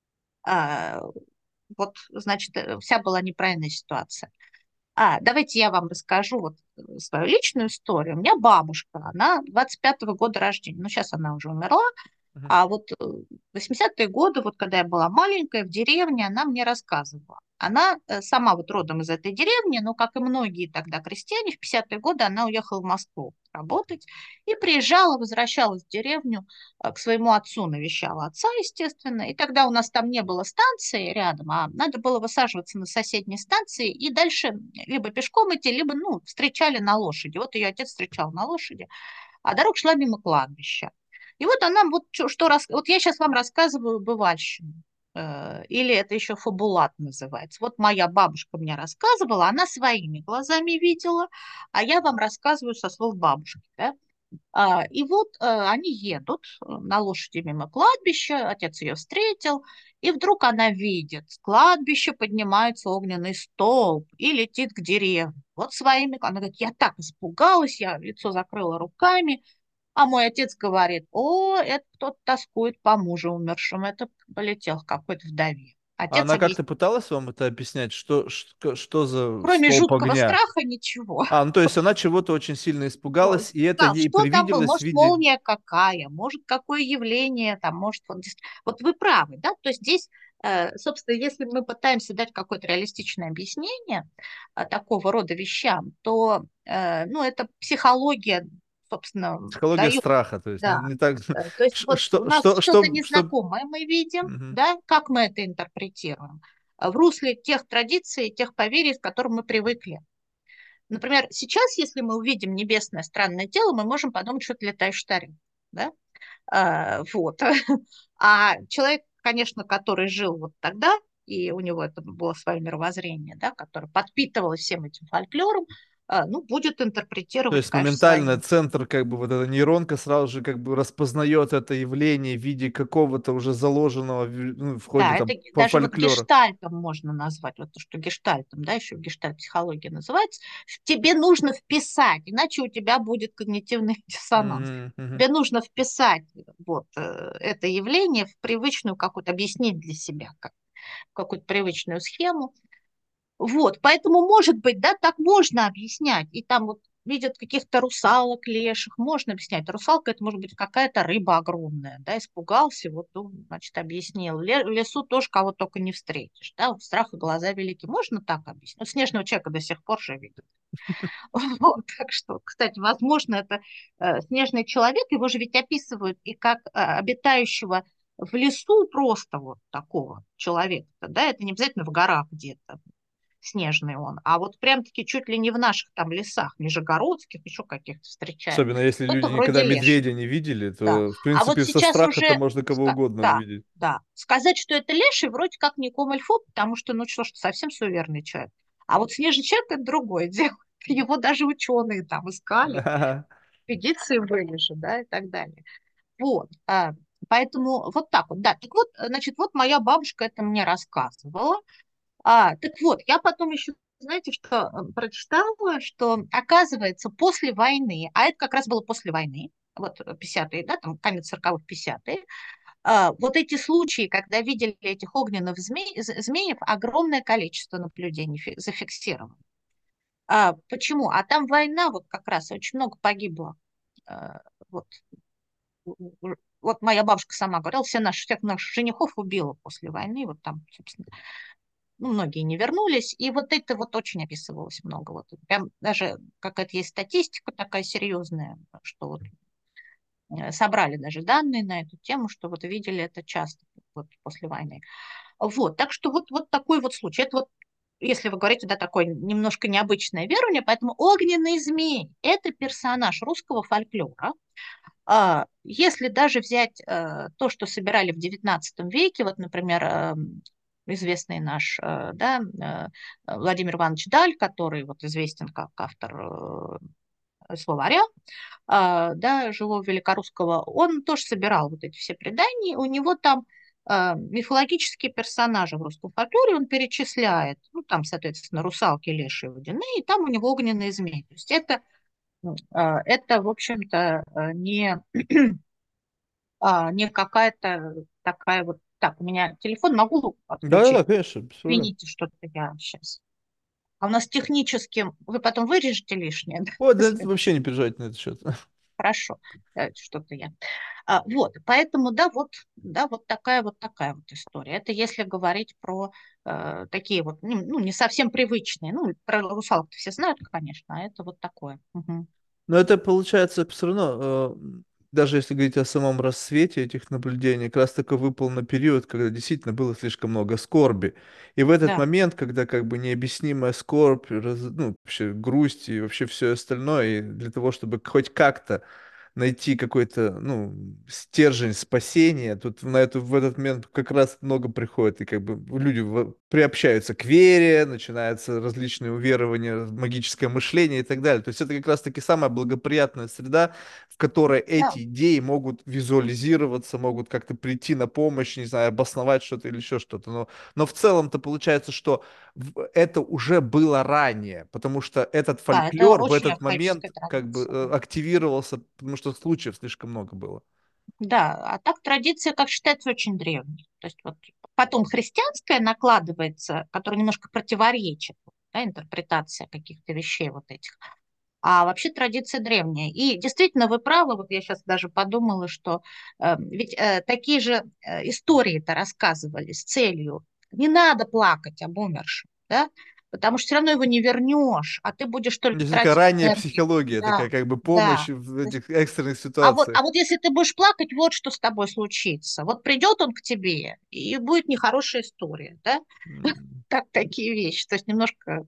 А, вот, значит, э, вся была неправильная ситуация. А, давайте я вам расскажу вот э, свою личную историю. У меня бабушка, она двадцать пятого года рождения, ну, сейчас она уже умерла, Мгм. а вот э, в восьмидесятые годы, вот когда я была маленькая, в деревне, она мне рассказывала. Она э, сама вот родом из этой деревни, но, как и многие тогда крестьяне, в пятидесятые годы она уехала в Москву работать и приезжала, возвращалась в деревню э, к своему отцу, навещала отца, естественно. И тогда у нас там не было станции рядом, а надо было высаживаться на соседней станции и дальше либо пешком идти, либо, ну, встречали на лошади. Вот ее отец встречал на лошади, а дорога шла мимо кладбища. И вот она, вот что, что рас... вот я сейчас вам рассказываю бывальщину, э, или это еще фабулат называется. Вот моя бабушка мне рассказывала, она своими глазами видела, а я вам рассказываю со слов бабушки, да? А, и вот э, они едут э, на лошади мимо кладбища, отец ее встретил, и вдруг она видит, с кладбища поднимается огненный столб и летит к деревне. Вот своими, она говорит, я так испугалась, я лицо закрыла руками, а мой отец говорит, о, это кто-то тоскует по мужу умершему, это полетел к какой-то вдове. А Отец она как-то объяснил, пыталась вам это объяснять, что, что, что за кроме столб жуткого огня? страха ничего. А, ну то есть она чего-то очень сильно Вот. испугалась, и это Сказал, ей что там было, привиделось в может, виде... молния какая, может, какое явление там, может, вот, здесь- вот вы правы, да, то есть здесь, э, собственно, если мы пытаемся дать какое-то реалистичное объяснение э, такого рода вещам, то, э, ну, это психология, собственно, Психология дает, страха, то есть не, да. не так... Э, То есть Ш- вот у Что, нас что, что-то что, что... незнакомое мы видим, Мгм. да, как мы это интерпретируем? А в русле тех традиций, тех поверий, к которым мы привыкли. Например, сейчас, если мы увидим небесное странное тело, мы можем подумать, что это летающий тарелка, да? А, вот. А человек, конечно, который жил вот тогда, и у него это было свое мировоззрение, да, которое подпитывалось всем этим фольклором, а, ну, будет То интерпретировать, есть конечно, моментально своим. центр, как бы вот эта нейронка сразу же как бы распознает это явление в виде какого-то уже заложенного в, ну, в ходе Да, там это по даже вот фольклора. гештальтом можно назвать, вот то, что гештальтом, да, еще гештальт-психология называется. Тебе нужно вписать, иначе у тебя будет когнитивный диссонанс. Мгм, мгм. Тебе нужно вписать вот э, это явление в привычную какую-то, объяснить для себя, как, какую-то привычную схему. Вот, поэтому, может быть, да, так можно объяснять. И там вот видят каких-то русалок, леших, можно объяснять. Русалка это может быть какая-то рыба огромная, да, испугался, вот, ну, значит, объяснил. В ле- в лесу тоже кого только не встретишь, да, вот страх и глаза велики. Можно так объяснить? Вот снежного человека до сих пор же видят. Вот, так что, кстати, возможно, это э, снежный человек, его же ведь описывают и как э, обитающего в лесу просто вот такого человека, да, это не обязательно в горах где-то, снежный он, а вот прям-таки чуть ли не в наших там лесах, нижегородских, еще каких-то встречаем. Особенно если люди Кто-то никогда вроде леший, медведя не видели, да. то, в А вот принципе, со сейчас страха-то уже, можно кого ска- угодно да, увидеть. да, сказать, что это леший, вроде как не комильфо, потому что, ну что ж, совсем суеверный человек. А вот снежный человек– это другое дело. Его даже ученые там искали, экспедиции были же, да, и так далее. Вот, а, поэтому вот так вот, да. Так вот, значит, вот моя бабушка это мне рассказывала. А, так вот, я потом еще, знаете, что э, прочитала, что, оказывается, после войны, а это как раз было после войны, вот э, пятидесятые, да, там конец сороковых, пятидесятые, а, вот эти случаи, когда видели этих огненных змей, з- змеев, огромное количество наблюдений фи- зафиксировано. А, почему? А там война, вот как раз очень много погибло. А, вот, вот моя бабушка сама говорила, все наши, всех наших женихов убила после войны, вот там, собственно, ну, многие не вернулись, и вот это вот очень описывалось много. Вот прям даже какая-то есть статистика такая серьезная, что вот э, собрали даже данные на эту тему, что вот видели это часто вот после войны. Вот, так что вот, вот такой вот случай. Это вот, если вы говорите, да, такое немножко необычное верование, поэтому огненный змей– это персонаж русского фольклора. А, Если даже взять э, то, что собирали в девятнадцатом веке, вот, например, э, известный наш э, да, э, Владимир Иванович Даль, который вот известен как автор э, словаря, а, да, живого великорусского, он тоже собирал вот эти все предания, у него там э, мифологические персонажи в русском фольклоре он перечисляет, ну, там, соответственно, русалки, леши, водяные, и там у него огненные змеи. То есть это, э, это в общем-то, э, не а, не какая-то такая вот... Так, у меня телефон, могу Да-да-да, отключить? конечно, без проблем. Извините, что-то я сейчас... А у нас технически... Вы потом вырежете лишнее, да, Ой, да, если... вообще не переживайте на этот счет. Хорошо, э, что-то я... А, вот, поэтому, да, вот, да, вот такая вот такая вот история. Это если говорить про э, такие вот, ну, ну, не совсем привычные. Ну, про русалок все знают, конечно, а это вот такое. Мгм. Но это получается все равно, э, даже если говорить о самом рассвете этих наблюдений, как раз таки выпал на период, когда действительно было слишком много скорби. И в этот Да, момент, когда как бы необъяснимая скорбь, раз- ну, вообще грусть и вообще все остальное, и для того, чтобы хоть как-то найти какой-то, ну, стержень спасения. Тут на эту, в этот момент как раз много приходит, и как бы люди в- приобщаются к вере, начинаются различные уверования, магическое мышление и так далее. То есть это как раз-таки самая благоприятная среда, в которой да, эти идеи могут визуализироваться, могут как-то прийти на помощь, не знаю, обосновать что-то или еще что-то. Но, но в целом-то получается, что в- это уже было ранее, потому что этот да, это фольклор в очень этот момент архаическая как бы традиция. э, активировался, потому что случаев слишком много было. Да, а так традиция, как считается, очень древней. То есть вот потом христианская накладывается, которая немножко противоречит, да, интерпретация каких-то вещей вот этих. А вообще традиция древняя. И действительно, вы правы, вот я сейчас даже подумала, что э, ведь э, такие же э, истории-то рассказывали с целью, не надо плакать об умершем, да, потому что все равно его не вернешь, а ты будешь только Есть такая тратить ранняя энергию. психология, такая Да, как бы помощь да. в этих экстренных А вот, ситуациях. а вот если ты будешь плакать, вот что с тобой случится. Вот придет он к тебе, и будет нехорошая история, да? М. Так, такие вещи. То есть немножко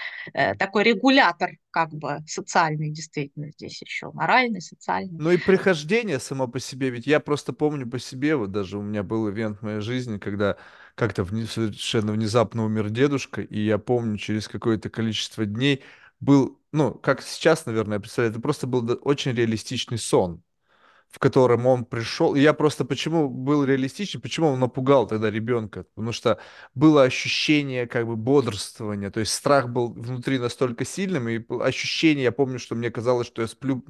э, такой регулятор как бы социальный действительно здесь еще, моральный, социальный. Ну и прихождение само по себе, ведь я просто помню по себе, вот даже у меня был ивент в моей жизни, когда как-то вне- совершенно внезапно умер дедушка, и я помню, через какое-то количество дней был ну, как сейчас, наверное, я представляю, это просто был д- очень реалистичный сон, в котором он пришел. И я просто почему был реалистичен, почему он напугал тогда ребенка? Потому что было ощущение как бы бодрствования, то есть страх был внутри настолько сильным, и было ощущение, я помню, что мне казалось, что я сплю,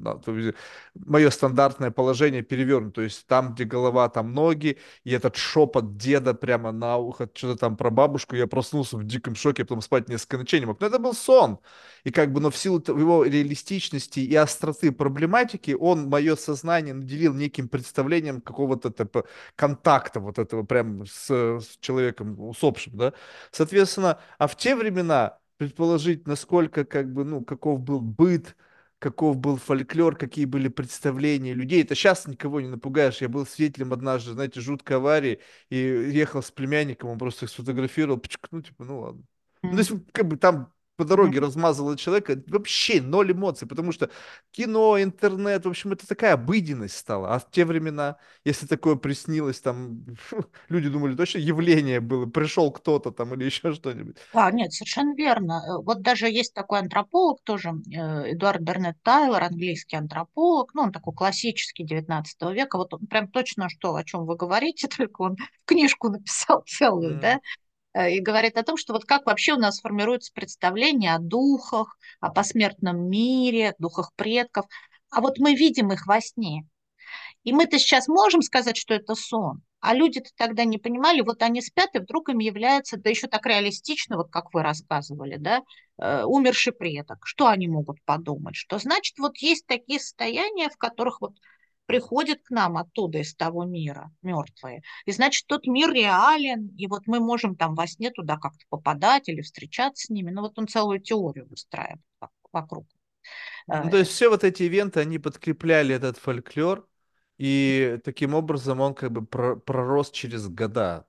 мое стандартное положение перевернуто, то есть там, где голова, там ноги, и этот шепот деда прямо на ухо, что-то там про бабушку, я проснулся в диком шоке, потом спать несколько ночей не мог. Но это был сон. И как бы, но в силу т- его реалистичности и остроты проблематики, он мое сознание наделил неким представлением какого-то типа контакта вот этого прям с, с человеком усопшим, да. Соответственно, а в те времена предположить, насколько как бы, ну, каков был быт, каков был фольклор, какие были представления людей. Это сейчас никого не напугаешь. Я был свидетелем однажды, знаете, жуткой аварии и ехал с племянником, он просто их сфотографировал, пчк, ну, типа, ну ладно. Ну, то М, есть, как бы там по мгм. дороге размазывало человека, вообще ноль эмоций, потому что кино, интернет, в общем, это такая обыденность стала. А в те времена, если такое приснилось, там, люди думали, точно явление было, пришел кто-то там или еще что-нибудь. Да, нет, совершенно верно. Э, Вот даже есть такой антрополог тоже, э, Эдуард Бернет Тайлор, английский антрополог, ну, он такой классический девятнадцатого века, вот он прям точно что, о чем вы говорите, только он книжку написал целую, да, М, э, и говорит о том, что вот как вообще у нас формируется представление о духах, о посмертном мире, духах предков, а вот мы видим их во сне. И мы-то сейчас можем сказать, что это сон, а люди-то тогда не понимали, вот они спят, и вдруг им является, да еще так реалистично, вот как вы рассказывали, да, э, умерший предок. Что они могут подумать? Что значит, вот есть такие состояния, в которых вот приходят к нам оттуда, из того мира, мертвые. И значит, тот мир реален, и вот мы можем там во сне туда как-то попадать или встречаться с ними. Ну вот он целую теорию выстраивает вокруг. Ну, то Э, есть все вот эти ивенты, они подкрепляли этот фольклор, и таким образом он как бы про- пророс через года.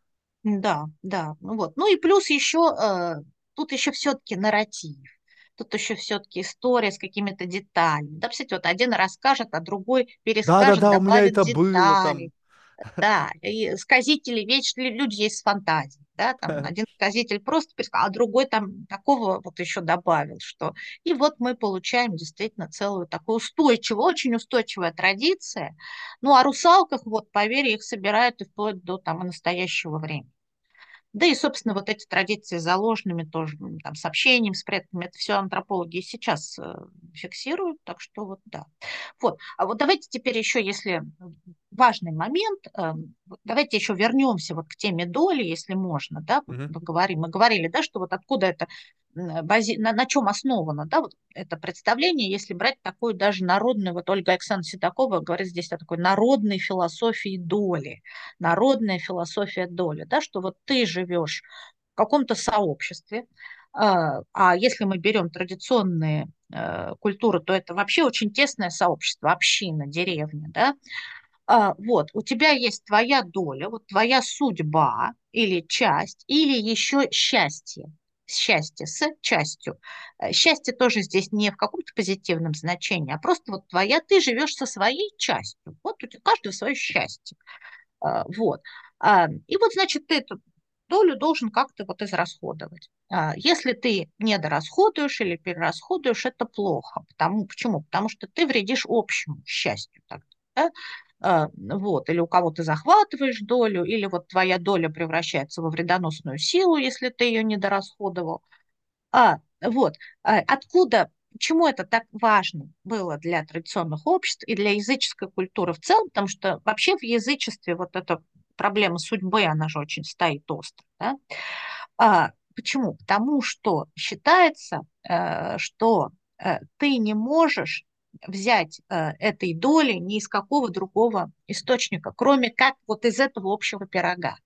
Да, да, ну вот. Ну и плюс еще, э, тут еще все-таки нарратив, тут еще все-таки история с какими-то деталями. Да, кстати, вот один расскажет, а другой перескажет, Да-да-да, у меня добавит это было деталей. там. Да, и сказители, ведь лю- люди есть с фантазией, да, там один сказитель просто пересказал, а другой там такого вот еще добавил, что... И вот мы получаем действительно целую такую устойчивую, очень устойчивая традиция. Ну, о русалках, вот, поверь, их собирают и вплоть до там и настоящего времени. Да и, собственно, вот эти традиции с заложенными тоже, м, там, с общением, с предками, это все антропологи и сейчас э, фиксируют, так что вот да. Вот, а вот давайте теперь еще, если важный момент, э, вот давайте еще вернемся вот к теме доли, если можно, да, вот Мгм. поговорим. Мы говорили, да, что вот откуда это, м, бази... на, на чем основано, да, вот это представление, если брать такую даже народную, вот Ольга Александровна Седокова говорит здесь о такой народной философии доли, народная философия доли, да, что вот ты живешь в каком-то сообществе, а а если мы берем традиционные э, культуры, то это вообще очень тесное сообщество, община, деревня, да, а, вот, у тебя есть твоя доля, вот твоя судьба или часть, или еще счастье. Счастье с частью. Э, Счастье тоже здесь не в каком-то позитивном значении, а просто вот твоя, ты живешь со своей частью. Вот у тебя каждого свое счастье. А, Вот. А, И вот, значит, ты эту долю должен как-то вот израсходовать. А, Если ты недорасходуешь или перерасходуешь, это плохо. Потому, почему? Потому что ты вредишь общему счастью тогда. Да? А, Вот. Или у кого ты захватываешь долю, или вот твоя доля превращается во вредоносную силу, если ты ее недорасходовал. А, вот. А, Откуда, почему это так важно было для традиционных обществ и для языческой культуры в целом? Потому что вообще в язычестве вот эта проблема судьбы, она же очень стоит остро. Да? А, почему? Потому что считается, э, что э, ты не можешь взять э, этой доли ни из какого другого источника, кроме как вот из этого общего пирога.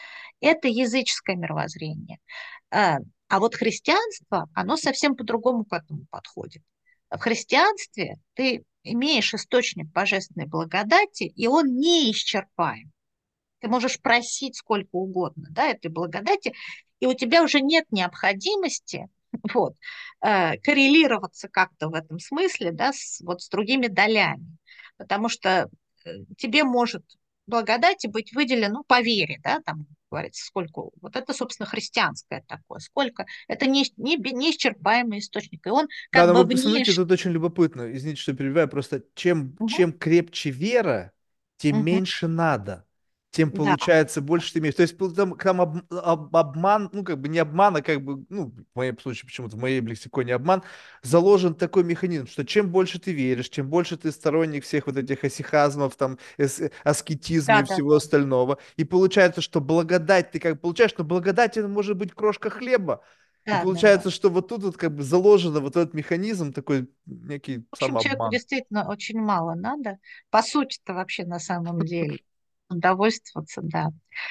Это языческое мировоззрение. А а вот христианство, оно совсем по-другому к этому подходит. В христианстве ты имеешь источник божественной благодати, и он неисчерпаем. Ты можешь просить сколько угодно, да, этой благодати, и у тебя уже нет необходимости вот, э, коррелироваться как-то в этом смысле, да, с, вот с другими долями, потому что э, тебе может благодати быть выделено, ну, по вере, да, там, говорится, сколько, вот это, собственно, христианское такое, сколько, это не, не, бе- неисчерпаемый источник, и он Да, как но бы вы посмотрите, внешне. тут очень любопытно. Извините, что перебиваю. Просто чем, Мгм, чем крепче вера, тем мгм. меньше надо. Тем Да, получается больше ты имеешь. То есть пол- там, там об- об- обман, ну как бы не обман, а как бы, ну в моем случае почему-то в моей лексиконе обман, заложен такой механизм, что чем больше ты веришь, чем больше ты сторонник всех вот этих асихазмов, там, эс- э, аскетизма да, и да, всего да, остального, и получается, что благодать ты как получаешь, но благодать это может быть крошка хлеба. И да, да, да. получается, что вот тут вот как бы заложено вот этот механизм, такой некий В общем, человеку самообман. действительно очень мало надо. По сути-то вообще на самом деле удовольствоваться, да.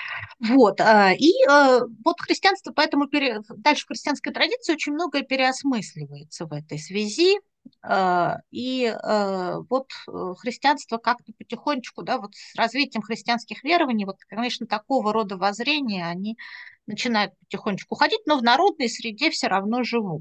Вот, а, и э, вот христианство, поэтому пере- дальше в христианской традиции очень многое переосмысливается в этой связи. А, И э, вот э, христианство как-то потихонечку, да, вот с развитием христианских верований, вот, конечно, такого рода воззрения, они начинают потихонечку уходить, но в народной среде все равно живут.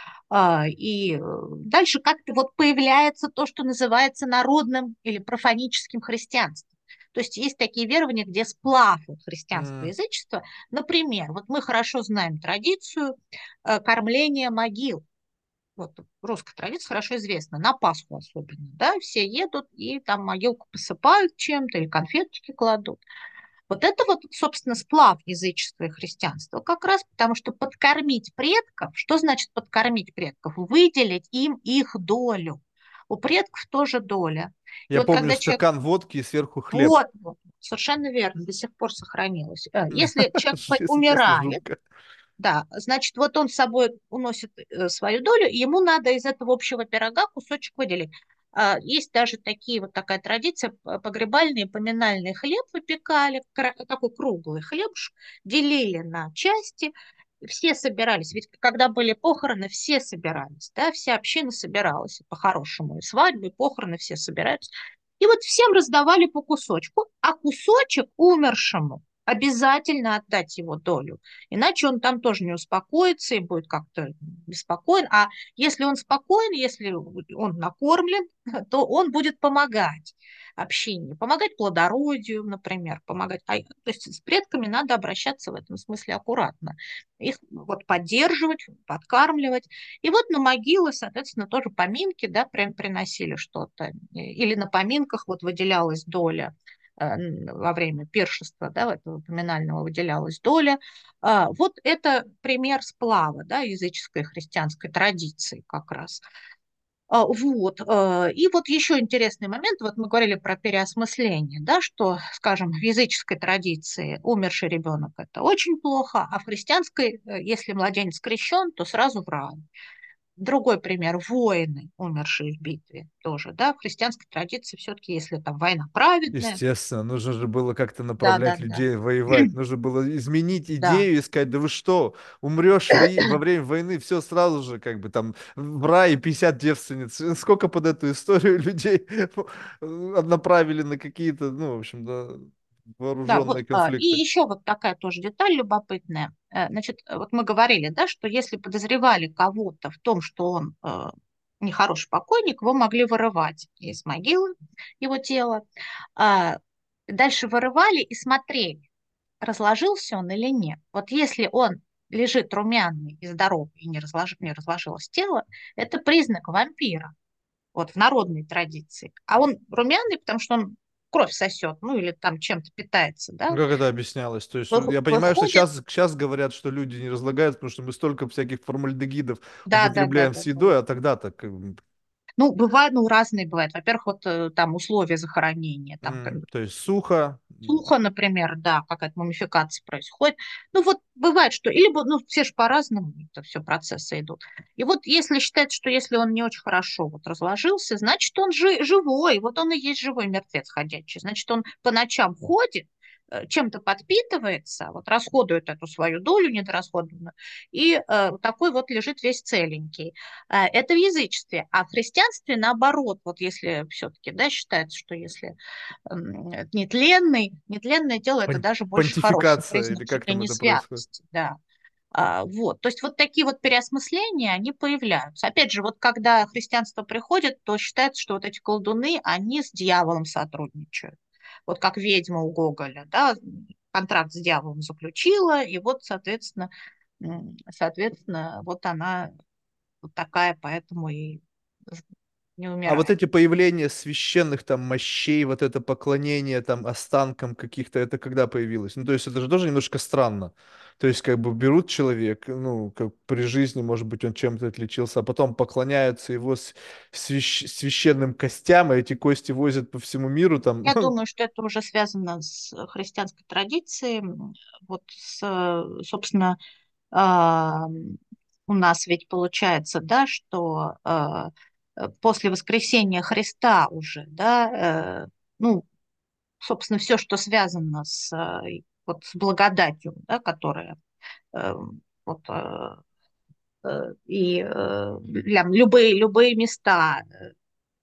А, И э, дальше как-то вот появляется то, что называется народным или профаническим христианством. То есть есть такие верования, где сплав вот христианства и М, язычества. Например, вот мы хорошо знаем традицию э, кормления могил. Вот русская традиция хорошо известна, на Пасху особенно, да, все едут и там могилку посыпают чем-то или конфеточки кладут. Вот это вот, собственно, сплав язычества и христианства, как раз потому, что подкормить предков, что значит подкормить предков? Выделить им их долю. У предков тоже доля. И Я вот помню когда человек, стакан водки и сверху хлеб. вот, вот, совершенно верно, до сих пор сохранилось. Э, Если человек по- Если честно, умирает, жутко. да, значит, вот он с собой уносит э, свою долю, и ему надо из этого общего пирога кусочек выделить. А, Есть даже такие, вот такая традиция, п- погребальный и поминальный хлеб выпекали, кра- такой круглый хлебушек, делили на части, и все собирались. Ведь когда были похороны, все собирались, да, вся община собиралась по-хорошему, и свадьбы, и похороны все собираются. И вот всем раздавали по кусочку, а кусочек умершему обязательно отдать его долю. Иначе он там тоже не успокоится и будет как-то беспокоен. А если он спокоен, если он накормлен, то он будет помогать общению, помогать плодородию, например, помогать. А, то есть с предками надо обращаться в этом смысле аккуратно. Их вот поддерживать, подкармливать. И вот на могилы, соответственно, тоже поминки, да, приносили что-то. Или на поминках вот выделялась доля э, во время пиршества, да, этого поминального выделялась доля. А, Вот это пример сплава, да, языческой христианской традиции как раз. А, Вот. э, И вот еще интересный момент, вот мы говорили про переосмысление, да, что, скажем, в языческой традиции умерший ребенок– это очень плохо, а в христианской, э, если младенец крещен, то сразу в рай. Другой пример– воины, умершие в битве тоже, да, в христианской традиции все-таки, если там война праведная, Естественно, нужно же было как-то да, да, направлять да, людей воевать. Нужно было изменить да, идею и сказать, да вы что, умрешь во, во время войны, все сразу же, как бы там в рай и пятьдесят девственниц. Сколько под эту историю людей направили на какие-то, ну, в общем, да, да, вот, вооруженные а, и конфликты. еще вот такая тоже деталь любопытная. Э, Значит, э, вот мы говорили, да, что если подозревали кого-то в том, что он э, нехороший покойник, его могли вырывать из могилы, его тело. А, Дальше вырывали и смотрели, разложился он или нет. Вот если он лежит румяный и здоровый, и не, разлож... не разложилось тело, это признак вампира, вот в народной традиции. А он румяный, потому что он кровь сосет, ну или там чем-то питается, Ну, да, как это объяснялось? То есть Вы- я понимаю, что выходит, сейчас, сейчас говорят, что люди не разлагают, потому что мы столько всяких формальдегидов да, да, да, употребляем да, с да. едой, а тогда-то как бы, Ну, бывает, ну, разные бывают. Во-первых, вот э, там условия захоронения, там как м, бы то есть сухо. сухо, например, да, какая-то мумификация происходит. Ну, вот бывает, что, или, бу- ну, все же по-разному, это все процессы идут. И вот если считать, что если он не очень хорошо вот разложился, значит, он жи- живой, вот он и есть живой мертвец ходячий. Значит, он по ночам ходит, э, чем-то подпитывается, вот расходует эту свою долю недорасходованную, и э, такой вот лежит весь целенький. Э, Это в язычестве. А в христианстве наоборот, вот если все-таки, да, считается, что если м, нетленный, нетленное тело это Пон- даже больше хороший Понтификация, признак или чуть как ли там не это происходит? святости, да. А, вот, то есть вот такие вот переосмысления, они появляются. Опять же, вот когда христианство приходит, то считается, что вот эти колдуны, они с дьяволом сотрудничают. Вот как ведьма у Гоголя, да, контракт с дьяволом заключила, и вот, соответственно, м, соответственно, вот она вот такая, поэтому и не А вот умирает. эти появления священных там мощей, вот это поклонение там останкам каких-то, это когда появилось? Ну, то есть это же тоже немножко странно. То есть как бы берут человека, ну, как при жизни, может быть, он чем-то отличился, а потом поклоняются его с- свящ- священным костям, а эти кости возят по всему миру там. Я думаю, что это уже связано с христианской традицией. М, Вот, с, э, собственно, а, у нас ведь получается, да, что а, э, после воскресения Христа уже, да, э, ну, собственно, все, что связано с, э, вот, с благодатью, да, которая э, вот, э, э, и э, для- любые, любые места, э,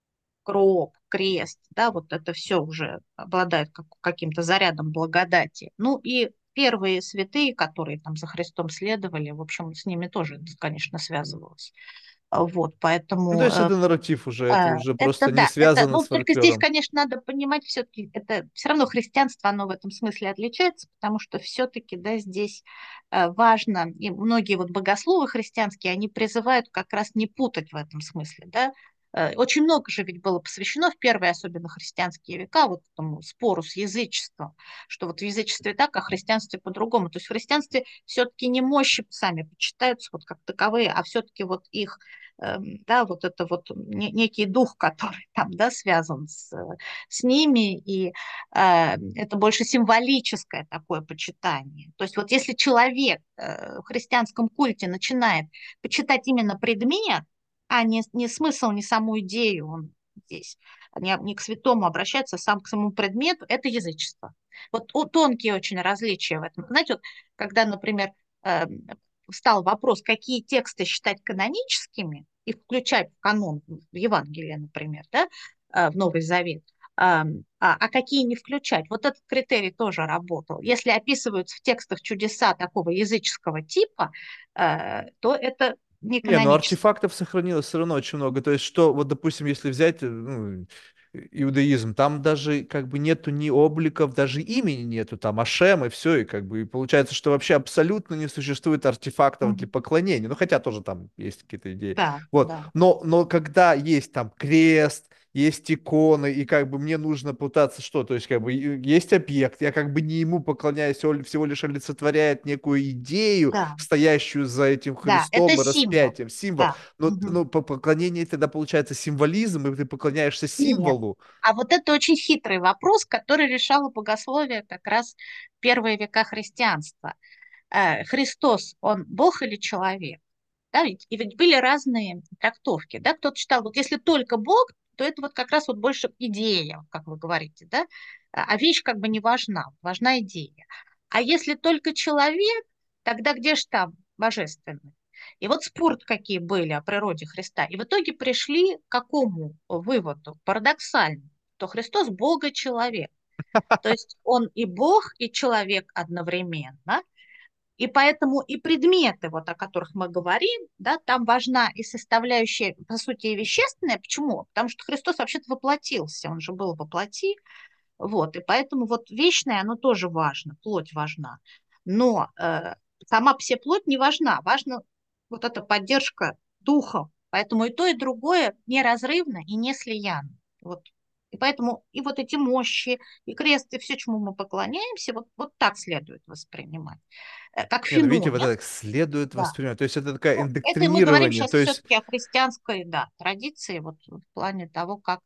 гроб, крест, да, вот это все уже обладает как- каким-то зарядом благодати. Ну и первые святые, которые там за Христом следовали, в общем, с ними тоже, это, конечно, связывалось. А Вот, Ну, то поэтому есть э, это нарратив уже, это э, уже это просто не да, это, связано ну, с только здесь, фольклором. конечно, надо понимать все-таки, это все равно христианство, оно в этом смысле отличается, потому что все-таки, да, здесь э, важно, и многие вот богословы христианские, они призывают как раз не путать в этом смысле, да. Э, Очень много же ведь было посвящено в первые, особенно христианские века, вот этому спору с язычеством, что вот в язычестве так, а в христианстве по-другому. То есть в христианстве все-таки не мощи сами почитаются вот как таковые, а все-таки вот их эм, да, вот это вот не- некий дух, который там, да, связан с, э, с ними, и э, это больше символическое такое почитание. То есть вот если человек э, в христианском культе начинает почитать именно предмет, а не, не смысл, не саму идею, он здесь не, не к святому обращается, а сам к самому предмету, это язычество. Вот о- тонкие очень различия в этом. Знаете, вот когда, например, э, встал вопрос, какие тексты считать каноническими и включать в канон, в Евангелие, например, да, э, в Новый Завет, а, а а какие не включать. Вот этот критерий тоже работал. Если описываются в текстах чудеса такого языческого типа, э, то это не Не, ну канонически. артефактов сохранилось все равно очень много. То есть, что, вот, допустим, если взять, э, ну, иудаизм, там даже как бы нету ни обликов, даже имени нету, там Ашем и все, и как бы и получается, что вообще абсолютно не существует артефактов для Мгм. поклонения. Ну, хотя тоже там есть какие-то идеи. Да, Вот. да, Но, но когда есть там крест, есть иконы, и как бы мне нужно пытаться что? То есть как бы и- есть объект, я как бы не ему поклоняюсь, он всего лишь олицетворяет некую идею, да, стоящую за этим да, это Христом и символ. распятием, символ. Да. Но, Мгм. ну, по поклонение тогда получается символизм, и ты поклоняешься Нет. символу. А вот это очень хитрый вопрос, который решало богословие как раз в первые века христианства. Э, Христос, он Бог или человек? Да, ведь, и ведь были разные трактовки. Да? Кто-то считал, вот если только Бог, то это вот как раз вот больше идея, как вы говорите, да? А а вещь как бы не важна, важна идея. А если только человек, тогда где же там божественный? И вот спорт какие были о природе Христа. И в итоге пришли к какому выводу? Парадоксально, что Христос Бог и человек. То есть он и Бог, и человек одновременно. И поэтому и предметы, вот о которых мы говорим, да, там важна и составляющая, по сути, и вещественная. Почему? Потому что Христос вообще-то воплотился, он же был во плоти, вот, и поэтому вот вечное, оно тоже важно, плоть важна. Но э, сама все плоть не важна, важна вот эта поддержка духа. Поэтому и то, и другое неразрывно и не слиянно. Вот. И поэтому и вот эти мощи, и крест, и все, чему мы поклоняемся, вот, вот так следует воспринимать. Э, Как Не, ну видите, вот феномен, это следует да. воспринимать. То есть это такое Ну, это мы говорим индоктринирование. сейчас То есть, все-таки о христианской, да, традиции, вот в плане того, как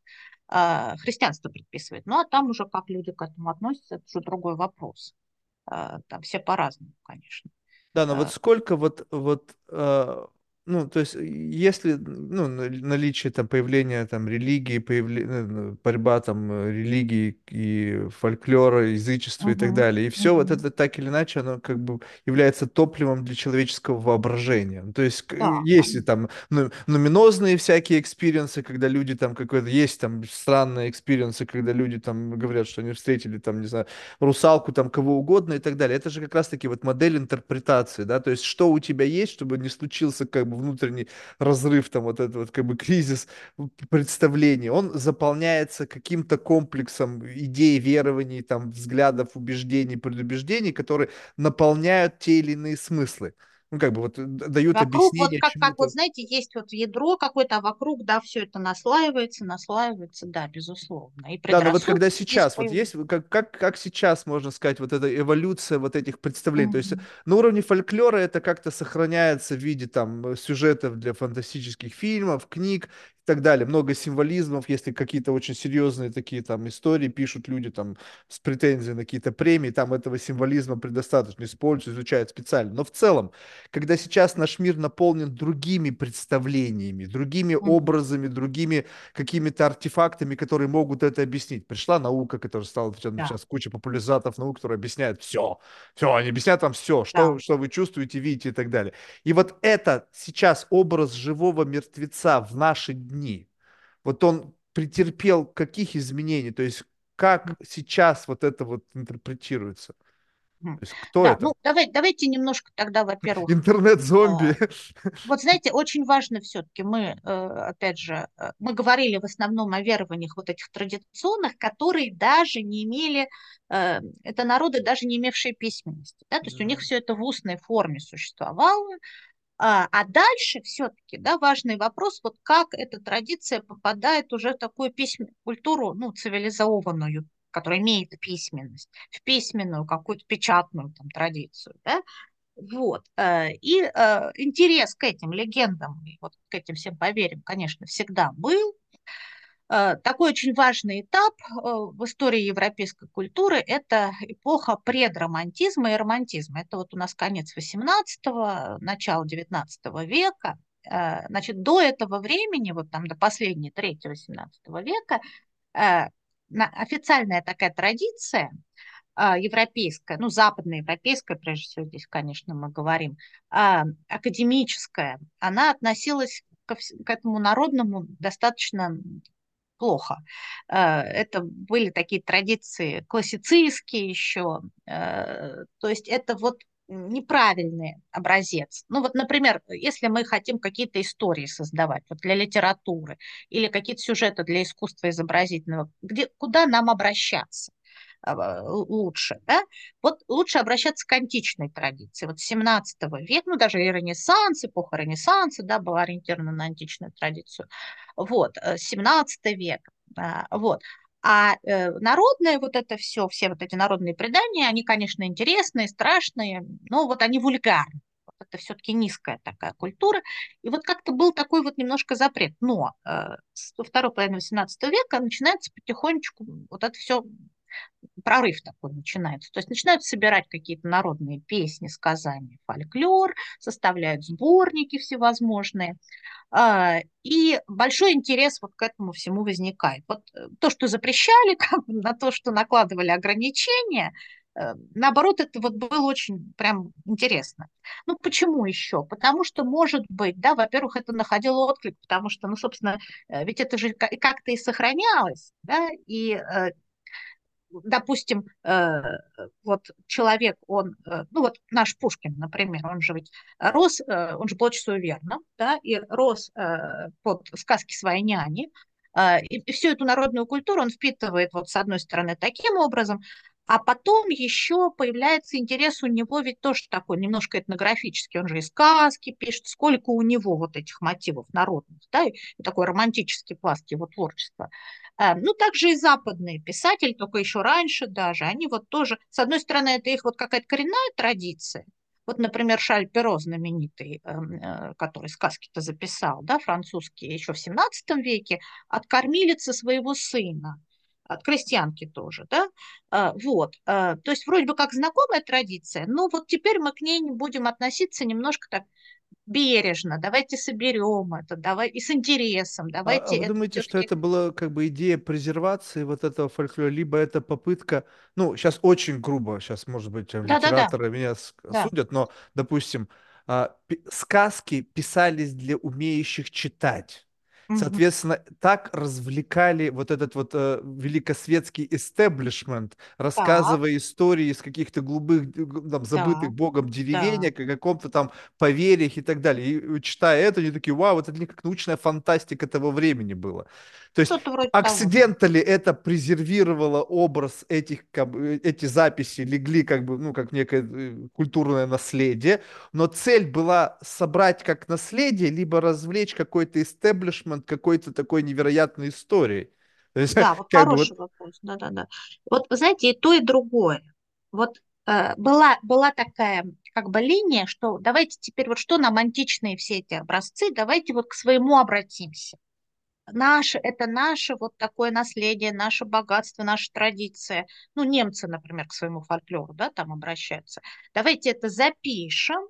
э, христианство предписывает. Ну, а там уже как люди к этому относятся, это уже другой вопрос. Э, там все по-разному, конечно. да, но вот Э, сколько вот, вот, э, ну, то есть, если, ну, на- наличие там появления там религии, появление, борьба там э, религии и фольклора, язычества и так мгм, далее, и все вот мгм. это так или иначе, оно как бы является топливом для человеческого воображения. Ну, то есть, к- Да, да, есть и там ну, нуминозные всякие экспириенсы, когда люди там какой-то, есть там странные экспириенсы, когда люди там говорят, что они встретили там, не знаю, русалку, там кого угодно и так далее. Это же как раз-таки вот модель интерпретации, да, то есть что у тебя есть, чтобы не случился как бы бы внутренний разрыв, там вот этот вот как бы кризис представлений, он заполняется каким-то комплексом идей, верований, там, взглядов, убеждений, предубеждений, которые наполняют те или иные смыслы. Ну, как бы вот д- дают Вокруг, вот объяснение как, как вот, чему-то. знаете, есть вот ядро какое-то, а вокруг, да, все это наслаивается, наслаивается, да, безусловно. И Да, но вот когда предрассудки здесь сейчас, вот есть, появляются. как, как, как сейчас можно сказать, вот эта эволюция вот этих представлений, то есть Мгм. на уровне фольклора это как-то сохраняется в виде там э, сюжетов для фантастических фильмов, книг и так далее, много символизмов, если какие-то очень серьезные такие там истории пишут люди там с претензией на какие-то премии, там этого символизма предостаточно используют, изучают специально, но в целом, когда сейчас наш мир наполнен другими представлениями, другими Мгм. образами, другими какими-то артефактами, которые могут это объяснить. Пришла наука, которая стала Да, сейчас куча популяризаторов наук, которые объясняют все. Все, они объясняют вам все, что, да. что вы чувствуете, видите и так далее. И вот это сейчас образ живого мертвеца в наши дни. Вот он претерпел каких изменений? То есть как сейчас вот это вот интерпретируется? Мгм. То есть кто Да, это? ну давай, давайте немножко тогда, во-первых, Интернет-зомби? а, вот знаете, очень важно все-таки, мы, э, опять же, э, мы говорили в основном о верованиях вот этих традиционных, которые даже не имели, э, это народы, даже не имевшие письменности, да, то есть у них все это в устной форме существовало, а, а дальше все-таки, да, важный вопрос, вот как эта традиция попадает уже в такую письменную культуру, ну, цивилизованную, которая имеет письменность, в письменную какую-то печатную там традицию, да, вот. э, И э, интерес к этим легендам, и вот к этим всем поверьям, конечно, всегда был. Э, Такой очень важный этап э, в истории европейской культуры – это эпоха предромантизма и романтизма. Это вот у нас конец восемнадцатого, начало девятнадцатого века. Э, Значит, до этого времени, вот там до последней трети восемнадцатого века, э, на- официальная такая традиция а, европейская, ну, западноевропейская, прежде всего, здесь, конечно, мы говорим, а, академическая, она относилась ко вс- к этому народному достаточно плохо. Э, Это были такие традиции классицистские еще. э, То есть это вот неправильный образец. Ну вот, например, если мы хотим какие-то истории создавать вот для литературы или какие-то сюжеты для искусства изобразительного, где, куда нам обращаться? а, лучше, да? Вот лучше обращаться к античной традиции. Вот семнадцатого века, ну даже и Ренессанс, эпоха Ренессанса, да, была ориентирована на античную традицию. Вот, э, семнадцатый век, а, вот. А э, народное вот это все, все вот эти народные предания, они, конечно, интересные, страшные, но вот они вульгарны. Вот это все-таки низкая такая культура. И вот как-то был такой вот немножко запрет. Но э, с второй половины восемнадцатого века начинается потихонечку вот это все прорыв такой начинается. То есть начинают собирать какие-то народные песни, сказания, фольклор, составляют сборники всевозможные. А, И большой интерес вот к этому всему возникает. Вот э, то, что запрещали, как бы, на то, что накладывали ограничения, э, наоборот, это вот было очень прям интересно. Ну, почему еще? Потому что, может быть, да, во-первых, это находило отклик, потому что, ну, собственно, э, ведь это же ка- как-то и сохранялось, да, и э, допустим, э, вот человек, он, э, ну вот наш Пушкин, например, он же ведь рос, э, он же был очень суеверным, да, и рос э, под сказки своей няни, э, и, и всю эту народную культуру он впитывает вот с одной стороны таким образом, а потом еще появляется интерес у него ведь тоже такой немножко этнографический, он же и сказки пишет, сколько у него вот этих мотивов народных, да, и такой романтический пласт его творчества. Э, Ну, также и западные писатели, только еще раньше даже, они вот тоже, с одной стороны, это их вот какая-то коренная традиция. Вот, например, Шарль Перро знаменитый, эм, э, который сказки-то записал, да, французские, еще в семнадцатом веке, от кормилицы своего сына, от крестьянки тоже, да, Э, вот, э, то есть вроде бы как знакомая традиция, но вот теперь мы к ней будем относиться немножко так бережно, давайте соберем это, давай и с интересом, А, а давайте вы это думаете, что все-таки. это была как бы идея презервации вот этого фольклора, либо это попытка, ну, сейчас очень грубо, сейчас, может быть, э, Да-да-да, литераторы меня с- да. осудят, но, допустим, а, пи- сказки писались для умеющих читать. Мгм. Соответственно, так развлекали вот этот вот э, великосветский истеблишмент, Так, рассказывая истории из каких-то глубых, г- г- там, забытых да, богом да. деревенек, о каком-то там поверьях и так далее. И э, читая это, они такие, вау, это для как научная фантастика того времени было. То есть Что-то вроде того, да. акцидентали это презервировало образ этих, как бы, эти записи легли как бы, ну, как некое э, культурное наследие, но цель была собрать как наследие, либо развлечь какой-то истеблишмент какой-то такой невероятной историей. То есть, Да, вот как бы вот хороший вопрос. Да-да-да. Вот, вы знаете, и то, и другое. Вот э, была, была такая как бы линия, что давайте теперь вот что нам античные все эти образцы, давайте вот к своему обратимся. Наше, это наше вот такое наследие, наше богатство, наша традиция. Ну, немцы, например, к своему фольклору, да, там обращаются. Давайте это запишем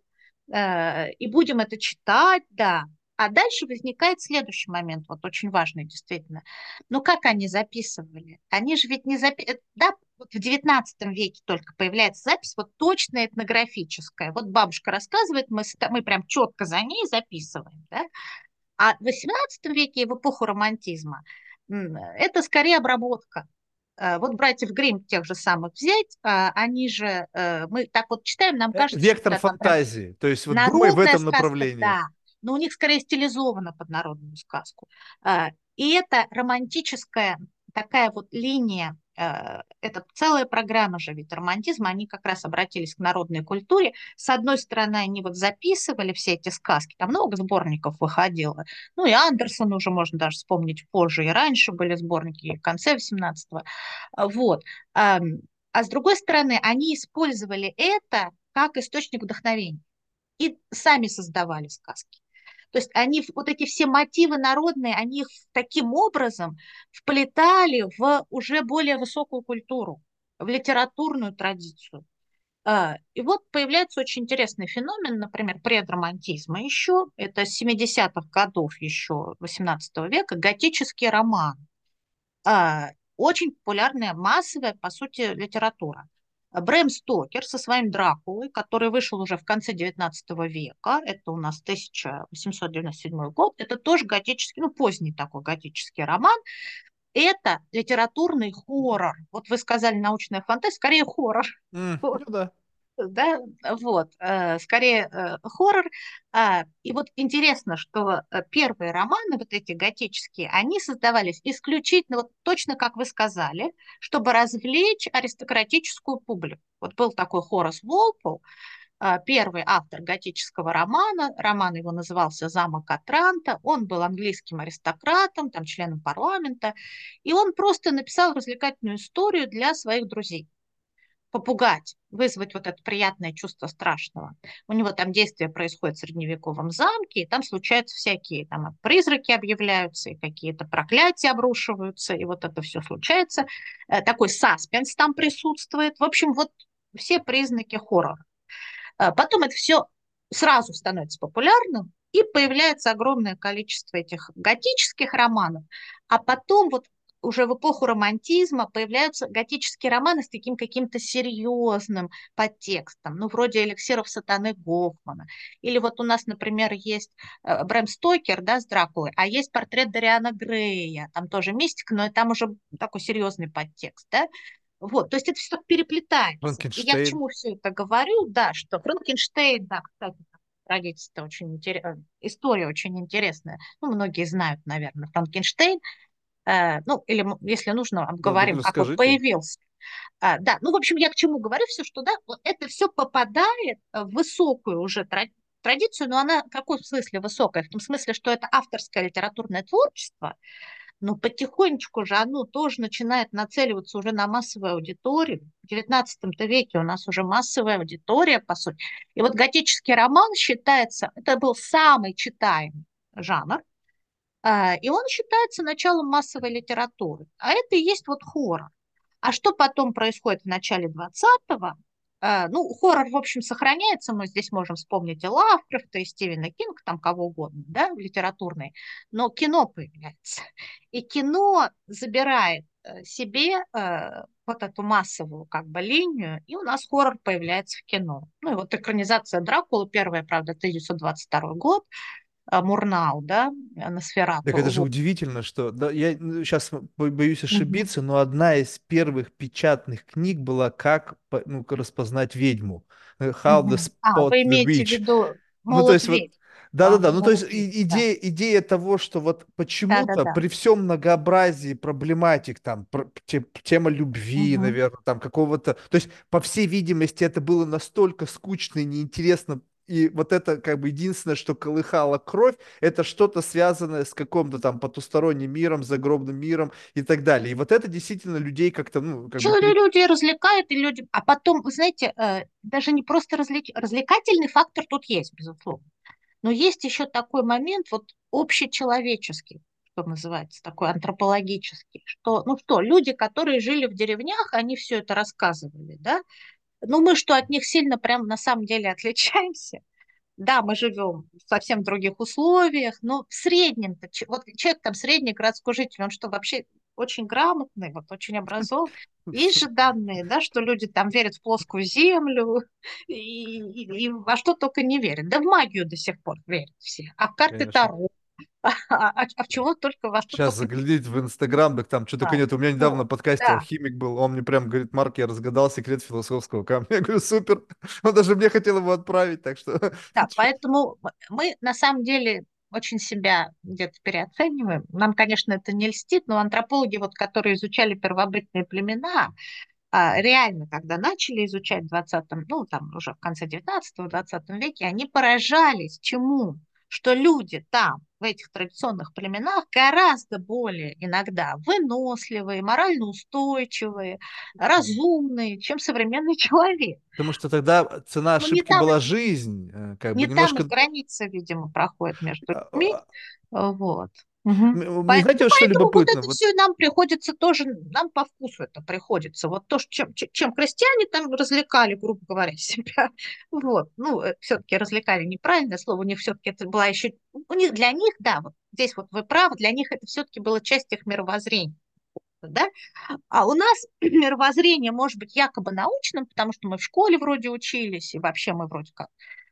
э, и будем это читать, да. А дальше возникает следующий момент, вот очень важный действительно. Ну, как они записывали? Они же ведь не записывали, да, вот в девятнадцатом веке только появляется запись, вот точно этнографическая. Вот бабушка рассказывает, мы, ста- мы прям четко за ней записываем, да. А в восемнадцатом веке и в эпоху романтизма м, это скорее обработка. Э, Вот братьев Гримм тех же самых взять, а, они же, э, мы так вот читаем, нам э, кажется, что вектор да, там прям фантазии. То есть вот думай в народная этом сказка, направлении. да, но у них скорее стилизовано под народную сказку. А, И это романтическая такая вот линия, э, это целая программа же, ведь романтизма, они как раз обратились к народной культуре. С одной стороны, они вот записывали все эти сказки, там много сборников выходило. Ну и Андерсон уже можно даже вспомнить позже, и раньше были сборники, и в конце восемнадцатого. А, Вот. Ам, А с другой стороны, они использовали это как источник вдохновения и сами создавали сказки. То есть они вот эти все мотивы народные, они их таким образом вплетали в уже более высокую культуру, в литературную традицию. А, И вот появляется очень интересный феномен, например, предромантизма еще, это с семидесятых годов еще восемнадцатого века, готический роман. А, Очень популярная, массовая, по сути, литература. Брэм Стокер со своим Дракулой, который вышел уже в конце девятнадцатого века, это у нас тысяча восемьсот девяносто седьмой год, это тоже готический, ну, поздний такой готический роман, это литературный хоррор. Вот вы сказали научная фантастика, скорее хоррор. М, ну да. Да, вот, э, скорее э, хоррор. А, И вот интересно, что э, первые романы, вот эти готические, они создавались исключительно, вот точно как вы сказали, чтобы развлечь аристократическую публику. Вот был такой Хорас Волпол, э, первый автор готического романа, роман его назывался «Замок Атранта», он был английским аристократом, там, членом парламента, и он просто написал развлекательную историю для своих друзей попугать, вызвать вот это приятное чувство страшного. У него там действие происходит в средневековом замке, и там случаются всякие, там призраки объявляются, и какие-то проклятия обрушиваются, и вот это все случается. Э, Такой саспенс там присутствует. В общем, вот все признаки хоррора. Э, Потом это все сразу становится популярным, и появляется огромное количество этих готических романов, а потом вот уже в эпоху романтизма появляются готические романы с таким каким-то серьезным подтекстом, ну, вроде «Эликсиров сатаны» Гофмана. Или вот у нас, например, есть э, Брэм Стокер, да, с Дракулой, а есть портрет Дориана Грея, там тоже мистика, но там уже такой серьезный подтекст, да. Вот, то есть это все переплетается. И я к Франкенштейн. чему все это говорю, да, что Франкенштейн, да, кстати, традиция очень интересная, история очень интересная. Ну, многие знают, наверное, Франкенштейн. Э, ну, или м- если нужно, Ну, так обговорим, как он расскажите. появился. А, да, ну, в общем, я к чему говорю все, что, да, вот это все попадает в высокую уже тра- традицию, но она в каком смысле высокая? В том смысле, что это авторское литературное творчество, но потихонечку же оно тоже начинает нацеливаться уже на массовую аудиторию. В девятнадцатом-то веке у нас уже массовая аудитория, по сути. И вот готический роман считается, это был самый читаемый жанр, а, и он считается началом массовой литературы. А это и есть вот хоррор. А что потом происходит в начале двадцатого? Э, Ну, хоррор, в общем, сохраняется. Мы здесь можем вспомнить и Лавкрафта, и Стивена Кинга, там кого угодно, да, литературный. Но кино появляется. И кино забирает э, себе э, вот эту массовую как бы линию, и у нас хоррор появляется в кино. Ну и вот экранизация Дракулы, первая, правда, тысяча девятьсот двадцать второй год, а, Мурнау, да, а, Так Носферату. это же Вот. удивительно, что да, я сейчас боюсь Мгм. ошибиться, но одна из первых печатных книг была «Как по- ну, распознать ведьму». э, How to Мгм. А, spot вы the имеете в witch. виду Ну, то «Молот есть вот, ведьм». А, да-да-да, ну, то есть «Молот ведьм», и- да. идея, идея того, что вот почему-то Да-да-да. при всем многообразии проблематик, там, про- те- тема любви, Мгм. наверное, там, какого-то, то есть, по всей видимости, это было настолько скучно и неинтересно, и вот это, как бы, единственное, что колыхало кровь, это что-то связанное с каким-то там потусторонним миром, загробным миром и так далее. И вот это действительно людей как-то, ну, как бы, Человек при... людей развлекает, и люди... А потом, вы знаете, э, даже не просто развлек... развлекательный фактор тут есть, безусловно. Но есть еще такой момент, вот общечеловеческий, что называется, такой антропологический, что, ну что, люди, которые жили в деревнях, они все это рассказывали, да? Ну мы что, от них сильно прям на самом деле отличаемся? Да, мы живем в совсем других условиях, но в среднем-то, че- вот человек там средний городской житель, он что, вообще очень грамотный, вот очень образован. Есть же данные, да, что люди там верят в плоскую землю и, и- и во что только не верят. Да в магию до сих пор верят все. А в карты Конечно. Таро, а, а- а в чего только, во что Сейчас только не заглянуть в Инстаграм, так там что-то знают. нет. У меня недавно на Вот, подкасте да. алхимик был, он мне прям говорит: Марк, я разгадал секрет философского камня. Я говорю: супер. Он даже мне хотел его отправить, так что... Да, поэтому мы на самом деле очень себя где-то переоцениваем. Нам, конечно, это не льстит, но антропологи, вот, которые изучали первобытные племена, а, реально, когда начали изучать в двадцатом, ну, там уже в конце девятнадцатого двадцатом веке, они поражались чему? Что люди там, в этих традиционных племенах, гораздо более иногда выносливые, морально устойчивые, разумные, чем современный человек. Потому что тогда цена Ну, не ошибки там была жизнь. э, Как бы не там их немножко... граница, видимо, проходит между а, людьми. а, А, Вот. Мгм. м- Мне Поэтому, знаете, ну, вот что поэтому вот любопытно? это Вот все нам приходится тоже, нам по вкусу это приходится. Вот то, что- чем, чем чем крестьяне там развлекали, грубо говоря, себя. Вот. Ну, все-таки развлекали неправильное слово, у них все-таки это была еще... У них, для них, да, вот здесь вот вы правы, для них это все-таки была часть их мировоззрения. Да? А у нас мировоззрение может быть якобы научным, потому что мы в школе вроде учились, и вообще мы вроде как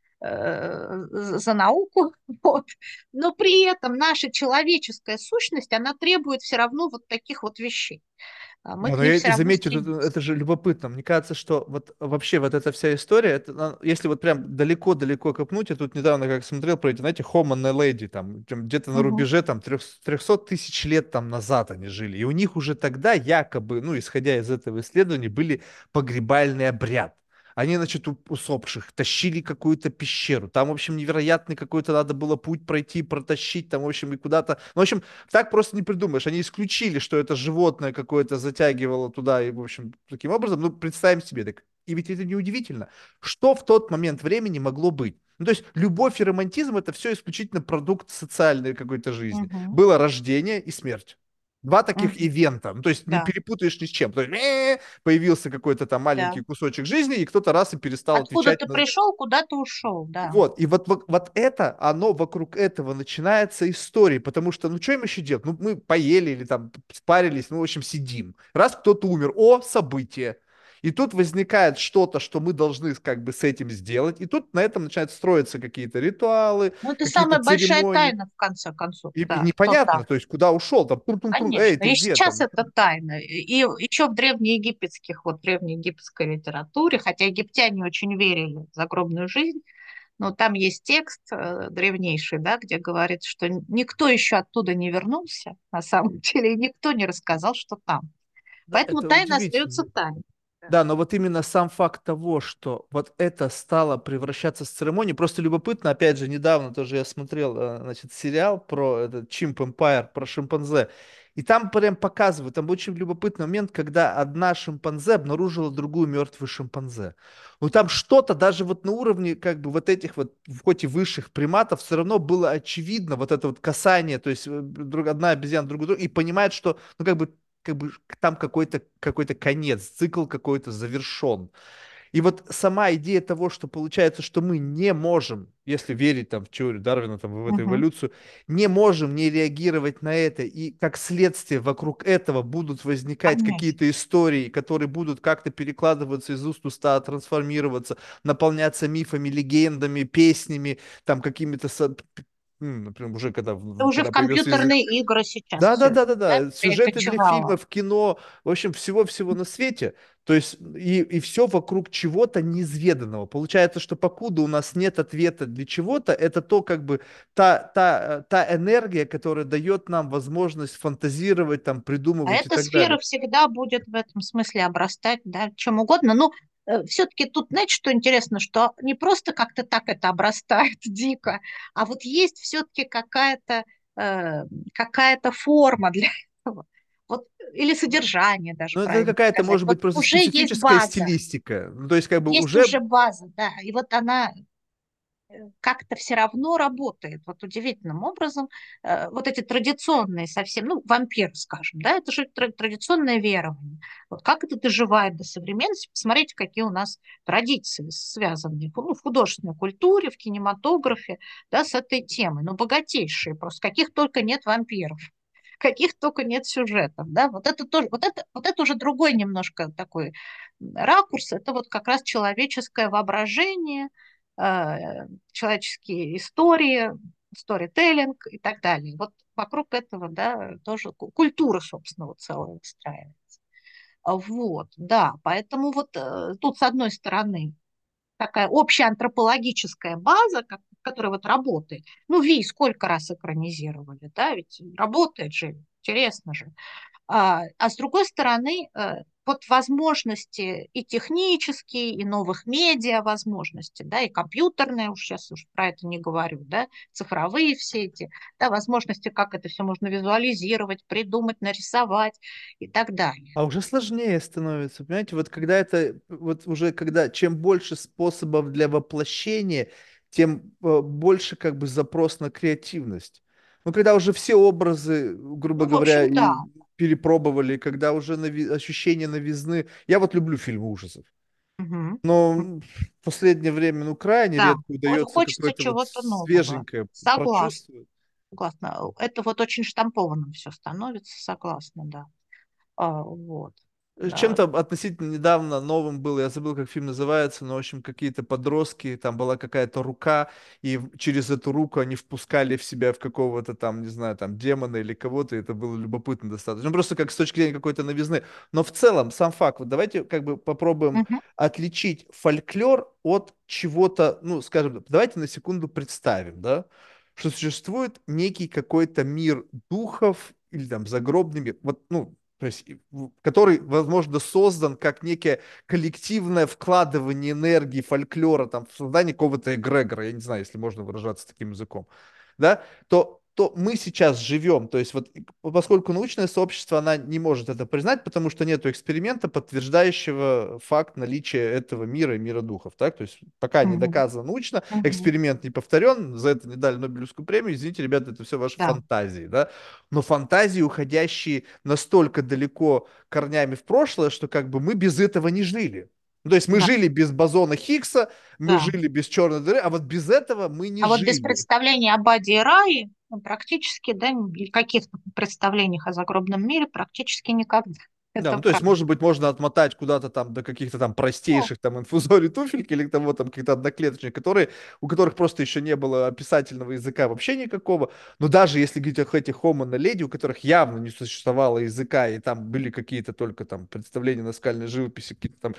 э, за науку, вот. Но при этом наша человеческая сущность, она требует все равно вот таких вот вещей. А мы Да, к но ним я, все и равно заметьте, тут, э, стремимся. это же любопытно. Мне кажется, что вот вообще вот эта вся история, это, а, если вот прям далеко-далеко копнуть, я тут недавно как смотрел про эти, знаете, Homo naledi, там, там где-то на Мгм. рубеже там трехсот тысяч лет там назад они жили. И у них уже тогда якобы, ну, исходя из этого исследования, были погребальный обряд. Они, значит, у усопших тащили какую-то пещеру. Там, в общем, невероятный какой-то надо было путь пройти, протащить, там, в общем, и куда-то. Ну, в общем, так просто не придумаешь. Они исключили, что это животное какое-то затягивало туда, и, в общем, таким образом, ну, представим себе, так, и ведь это неудивительно. Что в тот момент времени могло быть? Ну, то есть любовь и романтизм — это все исключительно продукт социальной какой-то жизни. Мгм. Было рождение и смерть. Два таких Мгм. ивента. Ну, то есть не Да, перепутаешь ни с чем. То есть э, появился какой-то там маленький да. кусочек жизни, и кто-то раз и перестал Откуда отвечать ты на... пришел, куда ты ушел, да. Вот, и вот, вот, вот это, оно вокруг этого начинается история, потому что, ну, что им еще делать? Ну, мы поели или там спарились, ну, в общем, сидим. Раз кто-то умер, о, событие. И тут возникает что-то, что мы должны как бы с этим сделать, и тут на этом начинают строиться какие-то ритуалы, Ну, это какие-то самая большая церемонии, тайна, в конце концов, и, и да, кто непонятно, там. то есть, куда ушел, там, тур-тур-тур, эй, Конечно. ты И где сейчас там? это тайна. И еще в древнеегипетских, вот древнеегипетской литературе, хотя египтяне очень верили в загробную жизнь, но там есть текст э, древнейший, да, где говорится, что никто еще оттуда не вернулся, на самом деле, и никто не рассказал, что там. Да, Поэтому это тайна остается удивительно. тайной. Да. Да, но вот именно сам факт того, что вот это стало превращаться в церемонию, просто любопытно, опять же, недавно тоже я смотрел, э, значит, сериал про этот Chimp Empire, про шимпанзе, и там прям показывают, там очень любопытный момент, когда одна шимпанзе обнаружила другую мертвую шимпанзе. Ну там что-то даже вот на уровне как бы вот этих вот, в хоть и высших приматов, все равно было очевидно, вот это вот касание, то есть э, друг, одна обезьяна другую, друг- и понимает, что, ну как бы как бы там какой-то какой-то конец, цикл какой-то завершен. И вот сама идея того, что получается, что мы не можем, если верить там в теорию Дарвина, там, в эту Мгм. эволюцию, не можем не реагировать на это, и как следствие вокруг этого будут возникать Конечно. какие-то истории, которые будут как-то перекладываться из уст в уста, трансформироваться, наполняться мифами, легендами, песнями, там какими-то со- м, например, уже когда, Это в- уже когда в появился язык. компьютерные игры сейчас Да, да, все да, это, да, да, да. Сюжеты для перекочевало. фильмов, кино, в общем, всего-всего на свете. То есть и, и все вокруг чего-то неизведанного. Получается, что покуда у нас нет ответа для чего-то, это то, как бы, та, та, э, та энергия, которая дает нам возможность фантазировать, там, А придумывать и эта так сфера далее. всегда будет в этом смысле обрастать, да, чем угодно. Но все-таки тут, знаете, что интересно, что не просто как-то так это обрастает дико, а вот есть все-таки какая-то э, какая-то форма для этого. Вот, или Ну, содержание даже, ну, это правильно какая-то, сказать. может Вот быть, просто уже есть специфическая база, стилистика. Ну, то есть, как бы есть уже. уже база, да, и вот она как-то все равно работает вот удивительным образом. Э, Вот эти традиционные совсем, ну, вампир, скажем, да, это же тра- традиционное верование. Вот как это доживает до современности? Посмотрите, какие у нас традиции связанные ну, в художественной культуре, в кинематографе, да, с этой темой. Ну, богатейшие просто, каких только нет вампиров. Каких только нет сюжетов, да, вот это тоже, вот это, вот это уже другой немножко такой ракурс, это вот как раз человеческое воображение, э, человеческие истории, сторителлинг и так далее. Вот вокруг этого, да, тоже культура, собственно, вот целая выстраивается. А Вот, да, поэтому вот э, тут с одной стороны такая общая антропологическая база, как, которая вот работает. Ну, Ви сколько раз экранизировали, да, ведь работает же, интересно же. А, а с другой стороны, э, вот возможности и технические, и новых медиа возможности, да, и компьютерные, уж сейчас уж про это не говорю, да, цифровые все эти, да, возможности, как это все можно визуализировать, придумать, нарисовать и так далее. А уже сложнее становится, понимаете, вот когда это, вот уже когда, чем больше способов для воплощения, тем э, больше как бы запрос на креативность. Ну, когда уже все образы, грубо Ну, в говоря, общем, да. и перепробовали, когда уже нови- ощущение новизны. Я вот люблю фильмы ужасов, Мгм. но м, в последнее время, ну, крайне Да, редко хо- удается хочется какое-то вот чего-то нового. свеженькое Согласна, прочувствовать. согласна. Это вот очень штампованным все становится, согласна, да. А, вот, да. Чем-то относительно недавно новым был, я забыл, как фильм называется, но, в общем, какие-то подростки, там была какая-то рука, и в- через эту руку они впускали в себя в какого-то там, не знаю, там, демона или кого-то, и это было любопытно достаточно. Ну, просто как с точки зрения какой-то новизны. Но в целом, сам факт, вот давайте как бы попробуем Мгм, отличить фольклор от чего-то, ну, скажем, давайте на секунду представим, да, что существует некий какой-то мир духов или там загробный мир. Вот, ну, то есть, и в- который, возможно, создан как некое коллективное вкладывание энергии, фольклора, там, в создание какого-то эгрегора, я не знаю, если можно выражаться таким языком, да, то, то мы сейчас живем, то есть вот и поскольку научное сообщество, она не может это признать, потому что нет эксперимента, подтверждающего факт наличия этого мира и мира духов, так, то есть пока не мгм, доказано научно, мгм. эксперимент не повторен, за это не дали Нобелевскую премию, извините, ребята, это все ваши Да, фантазии, да, но фантазии, уходящие настолько далеко корнями в прошлое, что как бы мы без этого не жили. Ну, то есть мы да, жили без бозона Хиггса, мы да. жили без черной дыры, а вот без этого мы не А вот без жили. представления об Аде и Рае, ну, практически, да, или каких-то представлениях о загробном мире практически никогда. Да, Это ну то есть, правда. может быть, можно отмотать куда-то там до каких-то там Ну, простейших там инфузорий туфельки или того там каких-то одноклеточных, которые, у которых просто еще не было описательного языка вообще никакого. Но даже если говорить о этих homo naledi, у которых явно не существовало языка, и там были какие-то только там представления на скальной живописи, какие-то там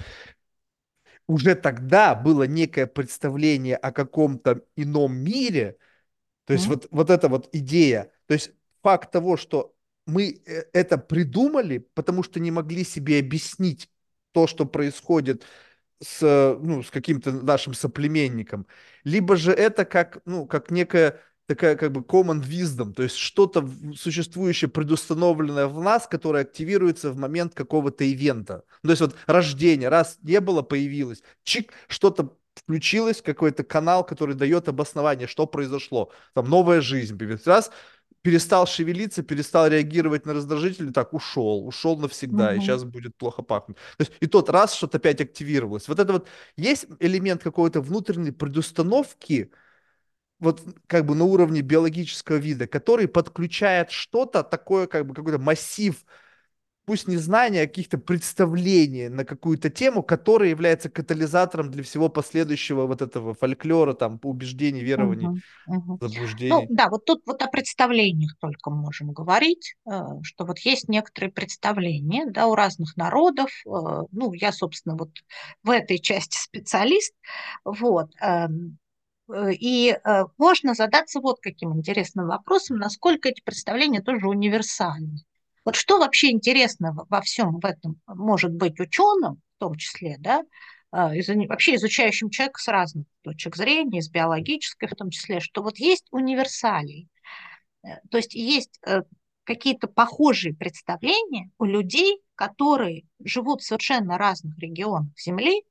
уже тогда было некое представление о каком-то ином мире, то есть м, вот, вот эта вот идея, то есть факт того, что мы э, это придумали, потому что не могли себе объяснить то, что происходит с, э, ну, с каким-то нашим соплеменником, либо же это как, ну, как некая такая как бы common wisdom, то есть что-то в- существующее, предустановленное в нас, которое активируется в момент какого-то ивента. Ну, то есть вот рождение, раз не было, появилось, чик, что-то включилось, какой-то канал, который дает обоснование, что произошло. Там новая жизнь появилась. Раз, перестал шевелиться, перестал реагировать на раздражители, так, ушел, ушел навсегда, и мгм, сейчас будет плохо пахнуть. То есть и тот раз что-то опять активировалось. Вот это вот есть элемент какой-то внутренней предустановки, вот как бы на уровне биологического вида, который подключает что-то такое, как бы какой-то массив пусть не знания, а каких-то представлений на какую-то тему, которая является катализатором для всего последующего вот этого фольклора, там, убеждений, верований, Мгм, мгм. Ну заблуждений. да, вот тут вот о представлениях только можем говорить, э, что вот есть некоторые представления, да, у разных народов. э, Ну, я, собственно, вот в этой части специалист. Вот. эм, э, И э, можно задаться вот каким интересным вопросом, насколько эти представления тоже универсальны. Вот что вообще интересно во во всем в этом может быть ученым, в том числе, да, а, изу- вообще изучающим человека с разных точек зрения, с биологической в том числе, что вот есть универсалии, э, то есть есть э, какие-то похожие представления у людей, которые живут в совершенно разных регионах Земли,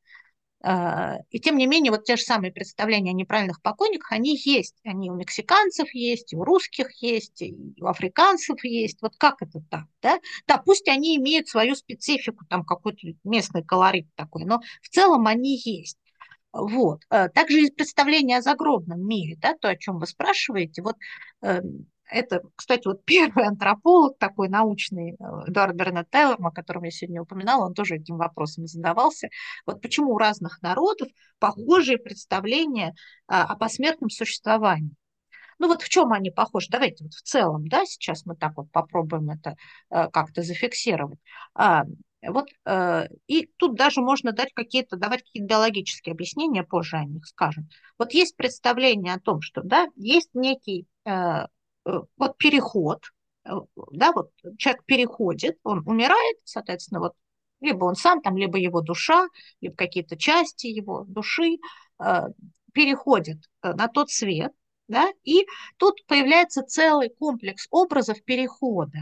а, и тем не менее, вот те же самые представления о неправильных покойниках, они есть. Они у мексиканцев есть, и у русских есть, и у африканцев есть. Вот как это так, да? Да, пусть они имеют свою специфику, там какой-то местный колорит такой, но в целом они есть. Вот. Э, Также есть представление о загробном мире, да, то, о чем вы спрашиваете. Вот э, это, кстати, вот первый антрополог такой научный, э, Эдуард Бернет Тейлор, о котором я сегодня упоминала, он тоже этим вопросом задавался. Вот почему у разных народов похожие представления а, о посмертном существовании. Ну вот в чем они похожи? Давайте вот в целом, да, сейчас мы так вот попробуем это э, как-то зафиксировать. А, вот, э, и тут даже можно дать какие-то, давать какие-то биологические объяснения, позже о них скажем. Вот есть представление о том, что, да, есть некий э, э, вот переход, э, да, вот человек переходит, он умирает, соответственно, вот либо он сам там, либо его душа, либо какие-то части его души э, переходят э, на тот свет, да, и тут появляется целый комплекс образов перехода.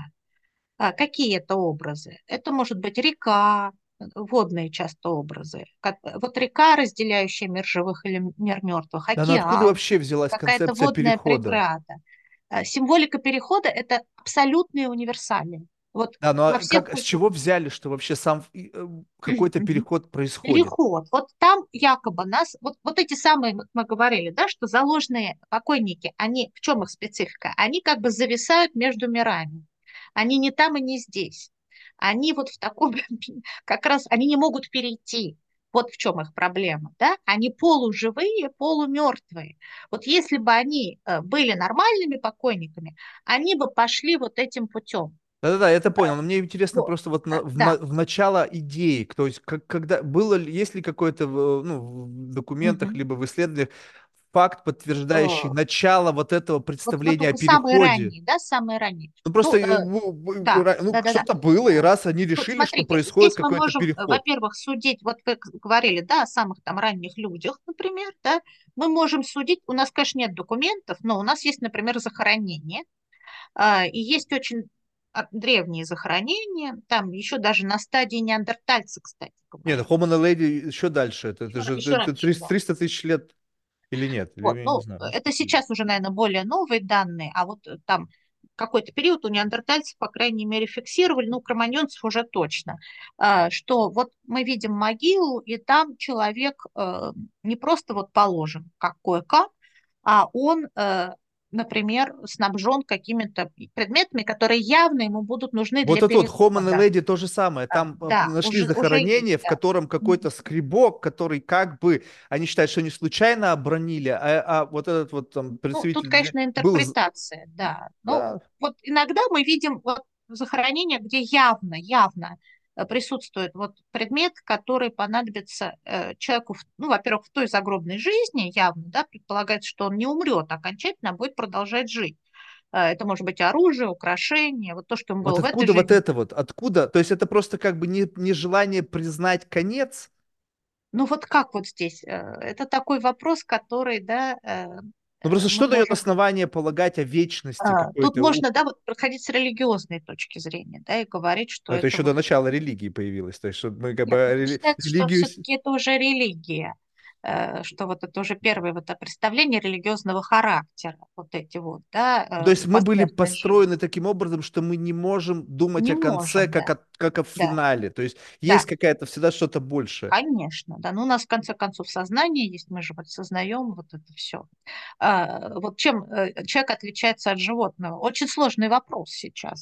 А какие это образы? Это может быть река, водные часто образы. Как- Вот река, разделяющая мир живых или мир мертвых, Да, но откуда океан, вообще взялась какая-то концепция водная перехода? преграда. А Символика перехода – это абсолютные универсалии. Вот Да, но во а всех как, с культурах. чего взяли, что вообще сам и, э, какой-то переход происходит? Переход. Вот там якобы нас, вот, вот эти самые, вот мы говорили, да, что заложенные покойники, они, в чем их специфика? Они как бы зависают между мирами. Они не там и не здесь. Они вот в таком, как раз, они не могут перейти. Вот в чем их проблема, да? Они полуживые, полумертвые. Вот если бы они э, были нормальными покойниками, они бы пошли вот этим путем. Да-да-да, я это понял. Но мне интересно Вот. просто вот Э, на- в, на- Да. в начало идеи, то есть как, когда было ли, есть ли какой-то в, ну, в документах Мгм. либо в исследованиях факт, подтверждающий Э, начало вот этого Вот, вот представления о самые переходе? ранние, да, самые ранние. Ну просто Ну, э, э, в- в- да, ра- ну, да, да, да. что-то было, и Э, раз они Тут решили, что смотрите, происходит здесь мы какой-то можем, э, переход. во-первых, судить, вот вы к- говорили, да, о самых там ранних людях, например, да, мы можем судить, у нас, конечно, нет документов, но у нас есть, например, захоронение, а, и есть очень а, древние захоронения, там еще даже на стадии неандертальца, кстати Нет, говоря, Homo naledi еще дальше. Это, это еще, же еще это раньше, триста да. триста тысяч лет или нет? Или Вот, я не ну, знаю. это Насколько. сейчас уже, наверное, более новые данные, а вот э, там какой-то период у неандертальцев, по крайней мере, фиксировали, ну, кроманьонцев уже точно, а, что вот мы видим могилу, и там человек э, не просто вот положен, как кое-как, а он, э, например, снабжен какими-то предметами, которые явно ему будут нужны Вот для это вот Homo перехода. naledi то же самое. А, Там а, Да, нашли уже, уже есть, захоронение, в да. котором какой-то скребок, который как бы, они считают, что не случайно обронили, а, а вот этот вот там Ну, тут, представитель дж- конечно, был... з- интерпретация, да. Ну, Да. вот иногда мы видим вот захоронения, где явно, явно э, присутствует вот предмет, который понадобится э, человеку, в- ну, во-первых, в той загробной жизни, явно, да, предполагается, что он не умрет окончательно, а будет продолжать жить. Э, Это может быть оружие, украшение, вот то, что ему Вот было в этой откуда вот жизни. это вот? Откуда? То есть это просто как бы не, нежелание признать конец. Ну, вот как вот здесь? Э, Это такой вопрос, который, да, э, Ну э, просто мы что дает можем. основание полагать о вечности А, Тут какой-то? У- можно, да, вот проходить с религиозной точки зрения, да, и говорить, что Ну, это это еще до вот. начала религии появилось. То есть что мы как бы Нет, ну, рели- считается, что религию... с- все-таки это уже религия, э, что вот это уже первое вот это представление религиозного характера, вот эти вот, Ну, то да, есть э, мы были посмертной жизни. построены таким образом, что мы не можем думать Не о конце, можем, как да, о, как о да, финале. То есть есть да. какая-то всегда что-то большее. Конечно, да. Ну, у нас в конце концов сознание есть, мы же вот сознаем вот это все. Вот чем э, человек отличается от животного? Очень сложный вопрос сейчас, да?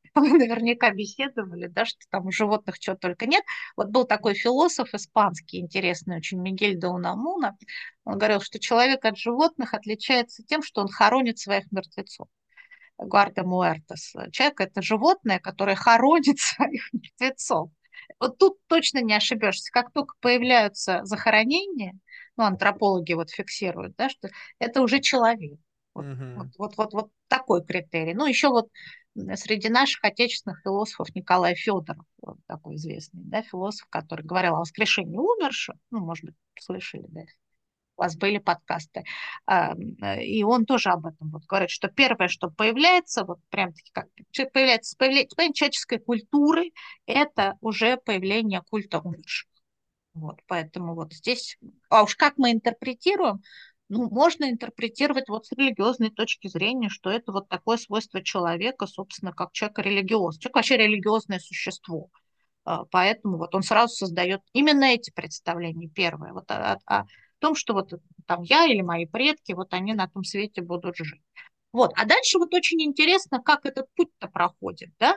Вы наверняка беседовали, да, что там у животных чего только нет. Вот был такой философ испанский, интересный очень, Мигель де Унамуна. Он говорил, что человек от животных отличается тем, что он хоронит своих мертвецов. Гуарда Муэртес. Человек– это животное, которое хоронит своих мертвецов. Вот тут точно не ошибешься. Как только появляются захоронения, ну, антропологи вот фиксируют, да, что это уже человек. Вот, вот, Мгм. вот, вот, вот такой критерий. Ну, еще вот среди наших отечественных философов Николай Федоров, вот такой известный, да, философ, который говорил о воскрешении умерших, ну, может быть, слышали, да, у вас были подкасты, а, э, и он тоже об этом вот говорит, что первое, что появляется, вот прям таки как появляется, появляется, появление человеческой культуры, это уже появление культа умерших. Вот, поэтому вот здесь, а уж как мы интерпретируем, ну, можно интерпретировать вот с религиозной точки зрения, что это вот такое свойство человека, собственно, как человека религиозный. Человек вообще религиозное существо. А, Поэтому вот он сразу создает именно эти представления. Первое, вот о, о- о том, что вот там я или мои предки, вот они на том свете будут жить. Вот. А дальше вот очень интересно, как этот путь-то проходит, да?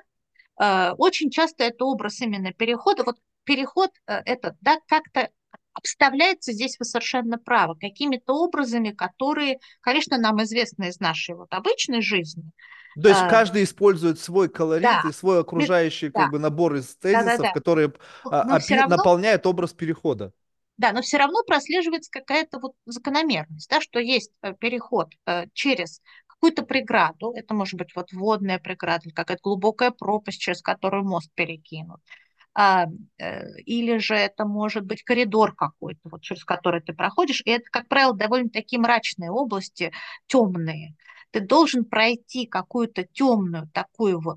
Э, Очень часто это образ именно перехода. Вот переход э, этот, да, как-то обставляется, здесь вы совершенно правы, какими-то образами, которые, конечно, нам известны из нашей вот обычной жизни. То есть Э, каждый использует свой колорит Да, и свой без- окружающий как да, бы набор из тезисов, да-да-да. которые а, Но все опи- равно наполняют образ перехода. Да, но все равно прослеживается какая-то вот закономерность, да, что есть э, переход э, через какую-то преграду, это может быть вот водная преграда, или какая-то глубокая пропасть, через которую мост перекинут, а, э, или же это может быть коридор какой-то, вот через который ты проходишь, и это, как правило, довольно такие мрачные области, темные. Ты должен пройти какую-то темную такую вот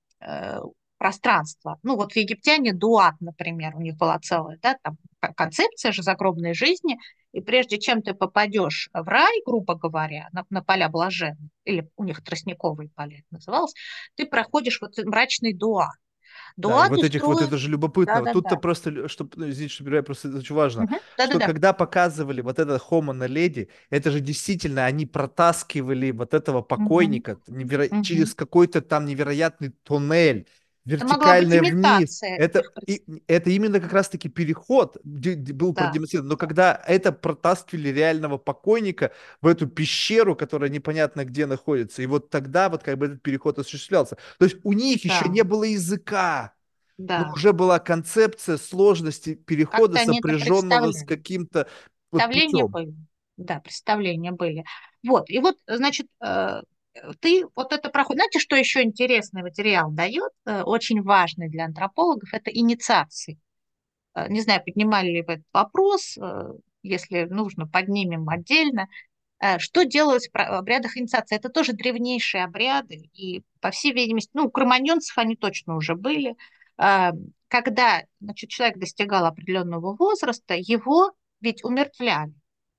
э, пространство. Ну, вот в египтяне дуат, например, у них была целая, да, там концепция же загробной жизни, и прежде чем ты попадешь в рай, грубо говоря, на, на поля блаженных, или у них тростниковые поля это называлось, ты проходишь вот мрачный дуат. Да, и Дуат вот этих вот устроен, это же любопытно. Вот тут-то да-да-да, просто, чтобы, извините, что перебиваю, просто это очень важно, Мгм. что Да-да-да. когда показывали вот это Homo на леди, это же действительно они протаскивали вот этого Мгм. покойника неверо- через Мгм. какой-то там невероятный туннель, Это могла быть вертикально вниз. имитация Это, их представ- и, это именно как раз-таки переход где- где был Да, продемонстрирован. Но да, когда это протаскивали реального покойника в эту пещеру, которая непонятно где находится, и вот тогда вот как бы этот переход осуществлялся. То есть у них еще да, не было языка, но да. уже была концепция сложности перехода, Как-то они это сопряженного с представляли. каким-то вот Представления путем. были. Да, представления были. Вот, и вот, значит, э, ты вот это проходит. Знаете, что еще интересный материал дает, э, очень важный для антропологов, это инициации. Э, Не знаю, поднимали ли вы этот вопрос, э, если нужно, поднимем отдельно. Э, Что делают в про- обрядах инициации? Это тоже древнейшие обряды, и, по всей видимости, ну, у кроманьонцев они точно уже были. Э, Когда, значит, человек достигал определенного возраста, его ведь умертвляли.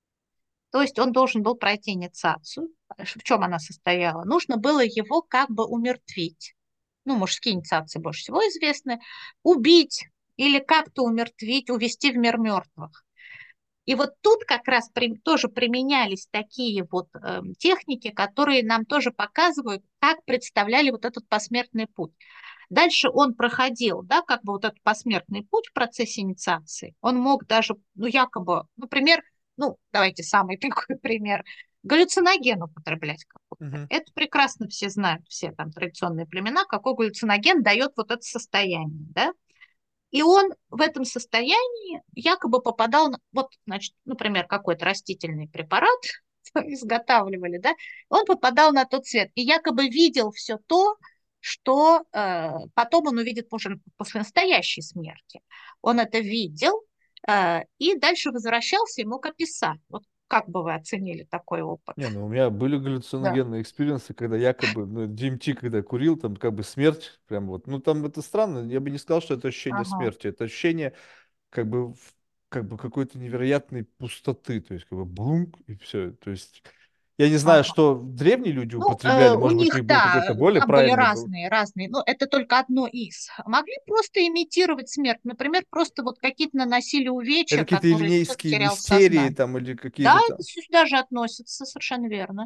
То есть он должен был пройти инициацию. В чем она состояла? Нужно было его как бы умертвить. Ну, мужские инициации больше всего известны. Убить или как-то умертвить, увести в мир мертвых. И вот тут как раз при, тоже применялись такие вот э, техники, которые нам тоже показывают, как представляли вот этот посмертный путь. Дальше он проходил, да, как бы вот этот посмертный путь в процессе инициации. Он мог даже, ну, якобы, например, ну, давайте самый такой пример, галлюциноген употреблять какой-то. Мгм. Это прекрасно все знают, все там традиционные племена, какой галлюциноген дает вот это состояние, да. И он в этом состоянии якобы попадал, на, вот, значит, например, какой-то растительный препарат изготавливали, да, он попадал на тот свет и якобы видел все то, что э, потом он увидит уже после настоящей смерти. Он это видел э, и дальше возвращался и мог описать. Вот как бы вы оценили такой опыт? Не, ну у меня были Да. галлюциногенные экспириенсы, когда якобы, ну, ди эм ти, когда курил, там как бы смерть, прям вот, ну там это странно, я бы не сказал, что это ощущение Ага. смерти, это ощущение как бы, в- как бы какой-то невероятной пустоты, то есть как бы бунк и все, то есть я не знаю, Ага. что древние люди Ну, э, употребляли, у может быть, у них, них был да, какой-то более там были правильный был. разные, разные, но это только одно из. Могли просто имитировать смерть, например, просто вот какие-то наносили Это увечья, какие-то которые человек ильнейские терял мистерии сознание. там или Да, какие-то это там. сюда же относится, совершенно верно.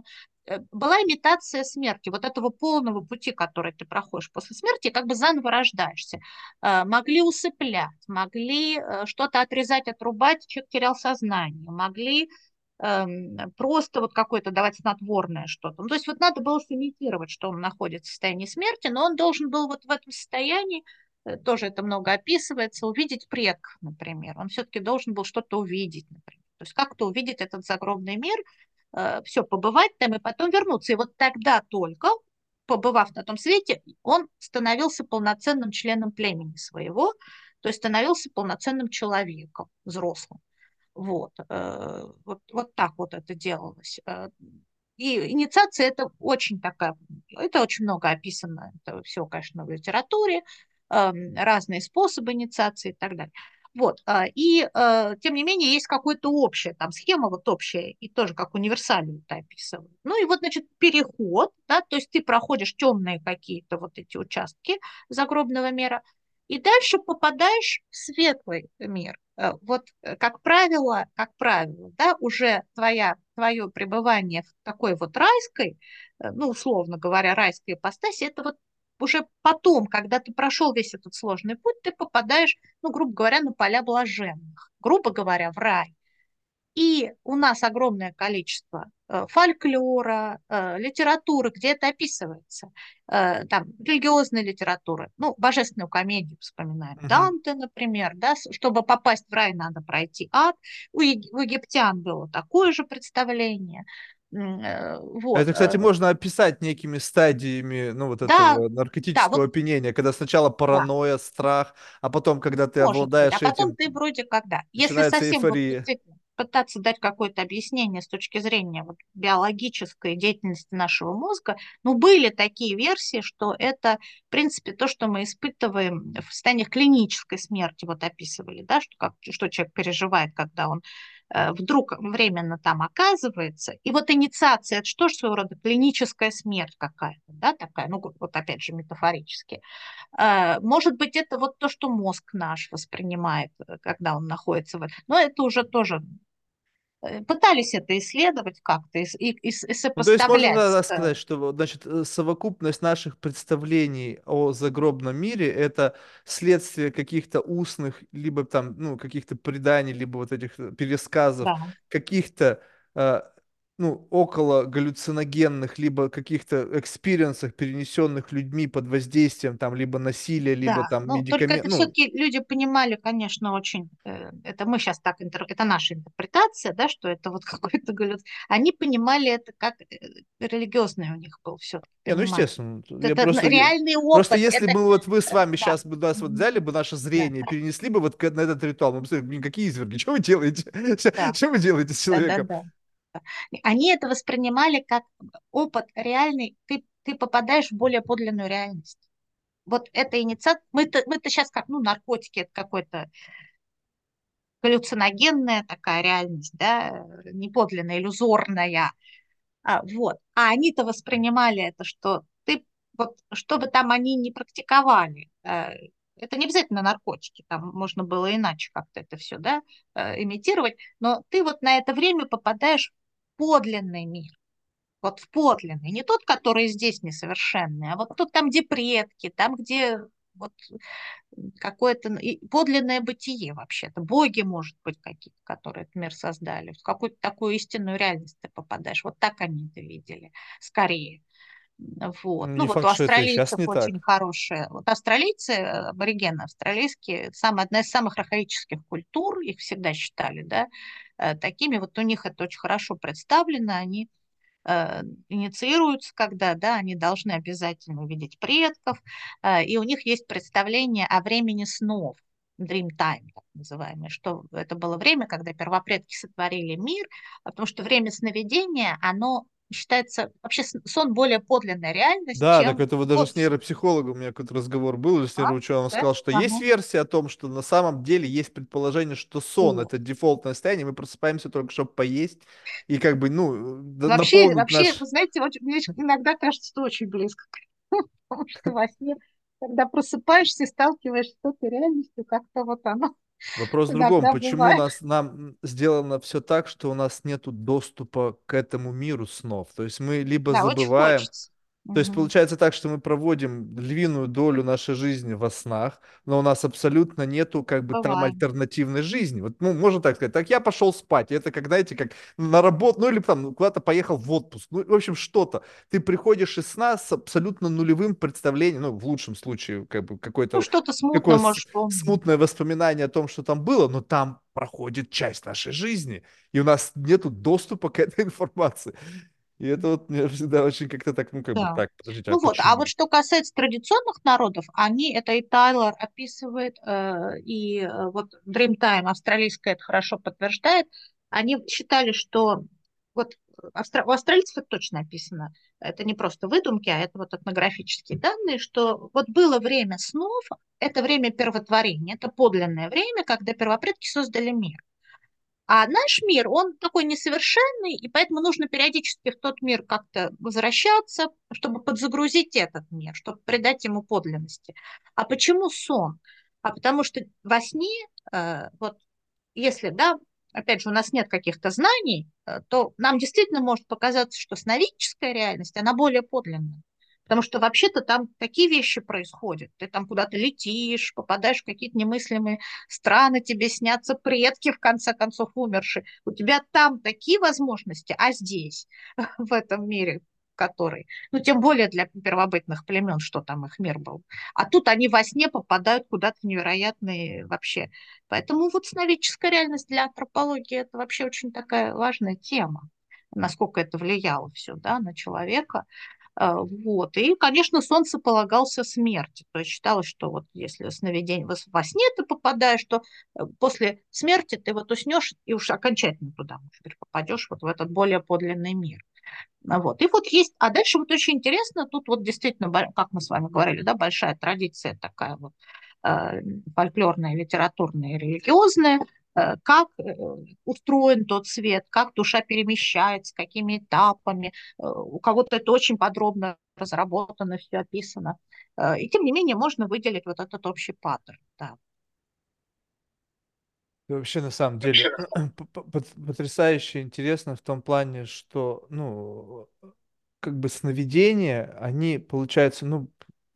э, была имитация смерти, вот этого полного пути, который ты проходишь после смерти, как бы заново рождаешься. Э, Могли усыплять, могли э, что-то отрезать, отрубать, человек терял сознание, могли эм, просто вот какое-то давать снотворное что-то. Ну, то есть вот надо было сымитировать, что он находится в состоянии смерти, но он должен был вот в этом состоянии, э, тоже это много описывается, увидеть предков, например. Он все-таки должен был что-то увидеть, например. То есть как-то увидеть этот загробный мир, э, все, побывать там и потом вернуться. И вот тогда только, побывав на том свете, он становился полноценным членом племени своего, то есть становился полноценным человеком, взрослым. Вот, э, вот, вот так вот это делалось. Э, И инициация это очень такая, это очень много описано, это все, конечно, в литературе, эм, разные способы инициации и так далее. Вот, а, и э, тем не менее есть какая-то общая там схема, вот общая, и тоже как универсальную это описывают. Ну и вот, значит, переход, да, то есть ты проходишь темные какие-то вот эти участки загробного мира, и дальше попадаешь в светлый мир. Э, Вот, э, как правило, как правило, да, уже твоя, твое пребывание в такой вот райской, э, ну, условно говоря, райской ипостаси, это вот уже потом, когда ты прошел весь этот сложный путь, ты попадаешь, ну, грубо говоря, на поля блаженных, грубо говоря, в рай. И у нас огромное количество э, фольклора, э, литературы, где это описывается. Э, там религиозной литературы, ну, божественную комедию вспоминаем. Мгм. Данте, например, да, с- чтобы попасть в рай, надо пройти ад. У, ег- у египтян было такое же представление. М, э, Вот. Это, кстати, э, можно описать некими стадиями, ну, вот Да, этого да, наркотического вот, опьянения, когда сначала да. паранойя, страх, а потом, когда ты Может быть. А обладаешь потом этим, ты вроде как, да. Если начинается совсем вот эйфория. действительно пытаться дать какое-то объяснение с точки зрения вот биологической деятельности нашего мозга, ну, были такие версии, что это, в принципе, то, что мы испытываем в состояниях клинической смерти, вот описывали, да, что, как, что человек переживает, когда он э, вдруг временно там оказывается. И вот инициация, это что же своего рода клиническая смерть какая-то, да, такая, ну, вот опять же метафорически. Э, Может быть, это вот то, что мозг наш воспринимает, э, когда он находится в... Но это уже тоже... э, Пытались это исследовать как-то и, с- и- и с- и Ну, то есть можно сопоставлять. да, Э, сказать, что вот, значит, э, совокупность наших представлений о загробном мире — это следствие каких-то устных, либо там, ну, каких-то преданий, либо вот этих э, пересказов, Да, каких-то, э, ну, около галлюциногенных, либо каких-то экспириенсах, перенесенных людьми под воздействием, там, либо насилия, либо да. там Ну, только медикамент, это ну, все-таки люди понимали, конечно, очень... э, Это мы сейчас так... интер- Это наша интерпретация, да, что это вот какой-то галлюц... Они понимали это как... э, Религиозный у них был все-таки не, ну, понимание. естественно. Я Это н- просто, я- реальный просто опыт. если Это... мы вот вы с э, вами Да. сейчас бы нас вот Мгм. взяли бы наше Да, зрение, перенесли бы вот к- на этот ритуал, мы бы сказали, блин, какие изверги, что вы делаете? да, Что вы делаете с да, да, человеком? да. Они это воспринимали как опыт реальный. Ты, ты попадаешь в более подлинную реальность. Вот это инициация. Мы-то, мы-то сейчас как, ну, наркотики, это какой-то галлюциногенная такая реальность, да, неподлинная, иллюзорная. А, вот. А они-то воспринимали это, что ты, вот, что бы там они ни практиковали, э, это не обязательно наркотики, там можно было иначе как-то это все, да, э, имитировать, но ты вот на это время попадаешь в подлинный мир. Вот в подлинный, не тот, который здесь несовершенный, а вот тот там, где предки, там, где вот какое-то н- и подлинное бытие вообще-то. Боги, может быть, какие-то, которые этот мир создали. В какую-то такую истинную реальность ты попадаешь. Вот так они это видели, скорее. Вот. Ну Не вот у факт, что это и сейчас австралийцев не очень так. хорошие. Вот австралийцы, э, аборигены австралийские, самая, одна из самых архаических культур, их всегда считали, да, э, такими. Вот у них это очень хорошо представлено. Они э, инициируются, когда, да, они должны обязательно увидеть предков, э, и у них есть представление о времени снов, dream time, так называемое, что это было время, когда первопредки сотворили мир, а потому что время сновидения, оно считается, вообще с- сон более подлинная реальность, Да, так чем это вот даже вот с сон. нейропсихологом у меня какой-то разговор был, или с А? нейроученым, он Да? сказал, что есть Ага. версия о том, что на самом деле есть предположение, что сон — Вот. это дефолтное состояние, мы просыпаемся только чтобы поесть и как бы, ну, д- Вообще, наполнить вообще, наш... вы знаете, очень- мне иногда кажется, что очень близко к этому, потому что во сне, когда просыпаешься и сталкиваешься с этой реальностью, как-то вот оно. Вопрос в другом. Иногда Почему бывает. нас, нам сделано все так, что у нас нету доступа к этому миру снов? То есть мы либо Да, очень забываем. хочется. То есть Мгм. получается так, что мы проводим львиную долю нашей жизни во снах, но у нас абсолютно нету как бы там Бывает. альтернативной жизни. Вот, ну, можно так сказать. Так я пошел спать. И это как, знаете, как на работу, ну или там ну, куда-то поехал в отпуск. Ну, в общем, что-то. Ты приходишь из сна с абсолютно нулевым представлением, ну, в лучшем случае, как бы Ну, какой-то что-то смутно какое с- можешь помнить. смутное воспоминание о том, что там было, но там проходит часть нашей жизни, и у нас нету доступа к этой информации. И это вот мне всегда очень как-то так, ну, как бы, Да. так, подождите, а Ну вот, а вот почему? что касается традиционных народов, они, это и Тайлор описывает, э, и э, вот Dreamtime австралийская это хорошо подтверждает, они считали, что вот австра- у австралийцев это точно описано, это не просто выдумки, а это вот этнографические данные, что вот было время снов, это время первотворения, это подлинное время, когда первопредки создали мир. А наш мир, он такой несовершенный, и поэтому нужно периодически в тот мир как-то возвращаться, чтобы подзагрузить этот мир, чтобы придать ему подлинности. А почему сон? А потому что во сне, э, вот если, да, опять же, у нас нет каких-то знаний, э, то нам действительно может показаться, что сновидческая реальность, она более подлинная. Потому что вообще-то там такие вещи происходят. Ты там куда-то летишь, попадаешь в какие-то немыслимые страны, тебе снятся предки, в конце концов, умершие. У тебя там такие возможности, а здесь, в этом мире, который, ну, тем более для первобытных племен, что там их мир был. А тут они во сне попадают куда-то в невероятные вообще. Поэтому вот сновидческая реальность для антропологии – это вообще очень такая важная тема, насколько это влияло все, да, на человека. А, Вот. И, конечно, солнце полагался смерти. То есть считалось, что вот если сновидение во во сне ты попадаешь, то э, после смерти ты вот уснешь и уж окончательно туда, может быть, попадешь вот в этот более подлинный мир. А Вот. И вот есть, а дальше вот очень интересно, тут вот действительно, бо- как мы с вами говорили, да, большая традиция такая вот э, фольклорная, литературная и религиозная, э, как э, устроен тот свет, как душа перемещается, какими этапами. Э, У кого-то это очень подробно разработано, все описано. Э, И тем не менее можно выделить вот этот общий паттерн. Да. И вообще, на самом деле, п- п- пот- потрясающе интересно в том плане, что, ну, как бы сновидения, они, получается, ну,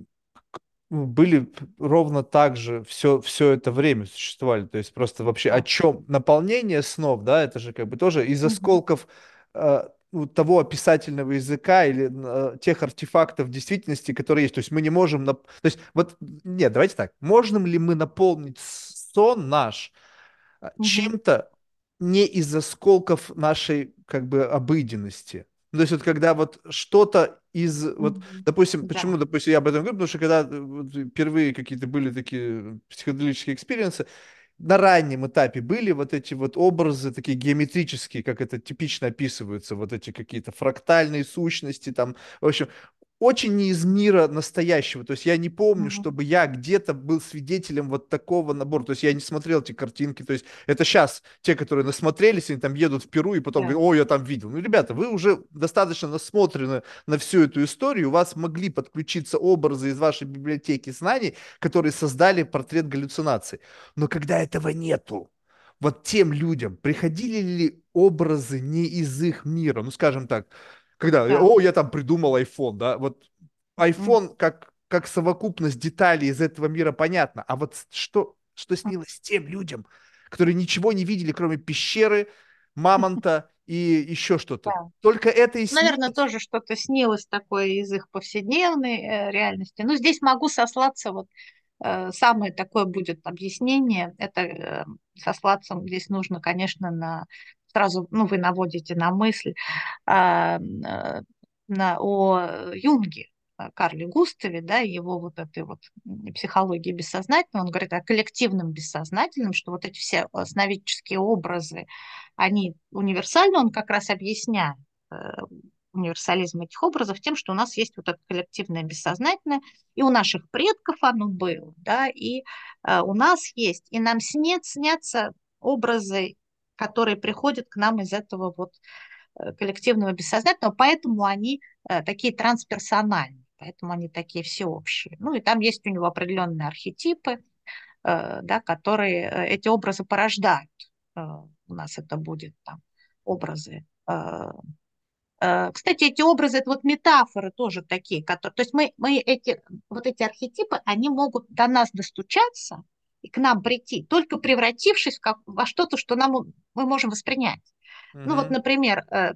ну, были п- ровно так же все, все это время существовали. То есть просто вообще о Да. чем? Наполнение снов, да, это же как бы тоже из Мгм. осколков э, ну, того описательного языка или э, тех артефактов действительности, которые есть. То есть мы не можем... нап- То есть вот, нет, давайте так. Можем ли мы наполнить сон наш а, Мгм. чем-то не из осколков нашей как бы обыденности? Ну, то есть вот когда вот что-то из, вот, Мгм. допустим, почему, Да. допустим, я об этом говорю, потому что когда э, вот впервые какие-то были такие психоделические экспириенсы, на раннем этапе были вот эти вот образы такие геометрические, как это типично описываются, вот эти какие-то фрактальные сущности, там, в общем, очень не из мира настоящего. То есть я не помню, Мгм. чтобы я где-то был свидетелем вот такого набора. То есть я не смотрел эти картинки. То есть это сейчас те, которые насмотрелись, они там едут в Перу и потом Да. говорят, о, я там видел. Ну, ребята, вы уже достаточно насмотрены на всю эту историю, у вас могли подключиться образы из вашей библиотеки знаний, которые создали портрет галлюцинаций. Но когда этого нету, вот тем людям приходили ли образы не из их мира? Ну, скажем так, когда, Да. о, я там придумал iPhone, да, вот Мгм. iPhone как, как совокупность деталей из этого мира понятно, а вот что, что снилось тем людям, которые ничего не видели, кроме пещеры, мамонта и еще что-то. Да. Только это и Наверное, снилось. тоже что-то снилось такое из их повседневной э, реальности. Но здесь могу сослаться, вот э, самое такое будет объяснение, это э, сослаться здесь нужно, конечно, на сразу, ну, вы наводите на мысль а, э, на, о Юнге, о Карле Густаве, да, его вот этой вот м, психологии бессознательного, он говорит о коллективном бессознательном, что вот эти все э, сновидческие образы, они универсальны, он как раз объясняет э, универсализм этих образов тем, что у нас есть вот это коллективное бессознательное, и у наших предков оно было, да, и э, у нас есть, и нам снят, снятся образы, которые приходят к нам из этого вот э, коллективного бессознательного, поэтому они э, такие трансперсональные, поэтому они такие всеобщие. Ну и там есть у него определенные архетипы, э, да, которые э, эти образы порождают. Э, у нас это будет там образы. Э, э, кстати, эти образы, это вот метафоры тоже такие, которые, то есть мы, мы эти, вот эти архетипы, они могут до нас достучаться и к нам прийти, только превратившись в как, во что-то, что нам мы можем воспринять. Ну вот, Мгм. например, э,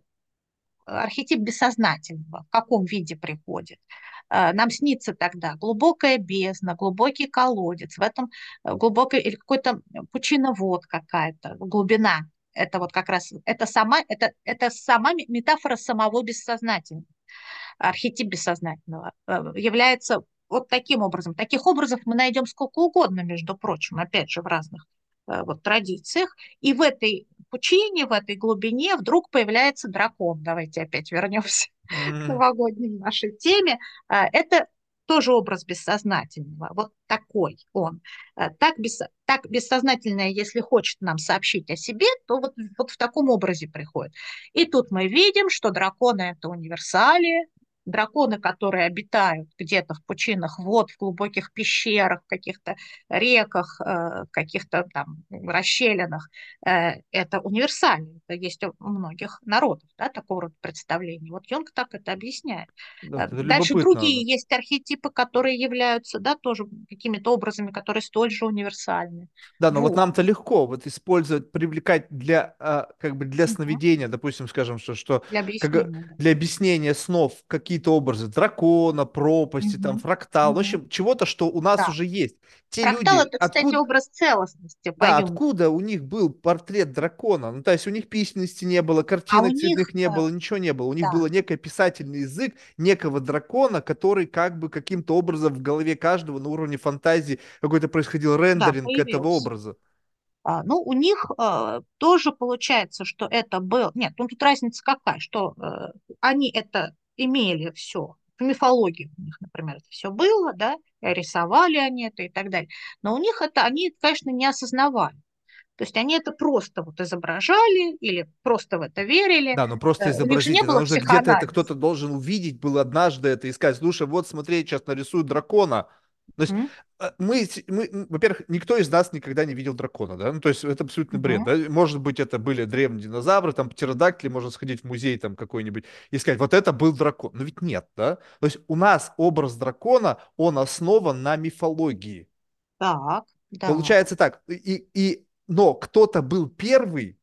архетип бессознательного, в каком виде приходит. Э, Нам снится тогда глубокая бездна, глубокий колодец, в этом э, глубокой или какой-то пучиновод какая-то, глубина. Это вот как раз, это сама, это, это сама метафора самого бессознательного. Архетип бессознательного э, является вот таким образом. Таких образов мы найдем сколько угодно, между прочим, опять же, в разных э, вот традициях. И в этой пучине, в этой глубине вдруг появляется дракон. Давайте опять вернемся к Мгм. новогодней нашей теме. Э, Это тоже образ бессознательного. Вот такой он. Э, Так, бес, так бессознательное, если хочет нам сообщить о себе, то вот, вот в таком образе приходит. И тут мы видим, что драконы – это универсалии, драконы, которые обитают где-то в пучинах вод, в глубоких пещерах, в каких-то реках, э, каких-то там расщелинах, э, это универсально. Это есть у многих народов, да, такого рода представления. Вот Юнг так это объясняет. Да, Э, это Дальше любопытно, да. другие есть архетипы, которые являются, да, тоже какими-то образами, которые столь же универсальны. Да, но вот Вот. нам-то легко вот использовать, привлекать для, а, как бы для Мгм. сновидения, допустим, скажем, что, что Для как, бы объяснения, да. для объяснения снов какие-то образы дракона, пропасти, там, Мгм. фрактал, в Мгм. общем, чего-то, что у нас Да. уже есть. Те Фрактал – люди, это, кстати, откуда, образ целостности по да, Юнгу. откуда у них был портрет дракона? Ну, то есть у них письменности не было, А у картинок них, цветных не э, было, ничего не было. У них да, было некий писательный язык некого дракона, который как бы каким-то образом в голове каждого на уровне фантазии какой-то происходил да, рендеринг этого появился. образа. А, ну, у них э, тоже получается, что это был... Нет, ну тут разница какая, что э, они это имели все. В мифологии у них, например, это все было, да, рисовали они это и так далее. Но у них это они, конечно, не осознавали. То есть они это просто вот изображали или просто в это верили. Да, ну просто Э, У них же изобразить. не Это было нужно где-то это психоанализа. кто-то должен увидеть, был однажды это искать. Слушай, вот смотри, сейчас нарисую дракона. То есть Мгм. э, мы, с- мы, м, во-первых, никто из нас никогда не видел дракона, да? Ну, то есть это абсолютный бред, Мгм. да? Может быть, это были древние динозавры, там, птеродактили, можно сходить в музей там какой-нибудь и сказать, вот это был дракон. Но ведь нет, да? То есть у нас образ дракона, он основан на мифологии. Так, да, Получается так, и, и, но кто-то был первый,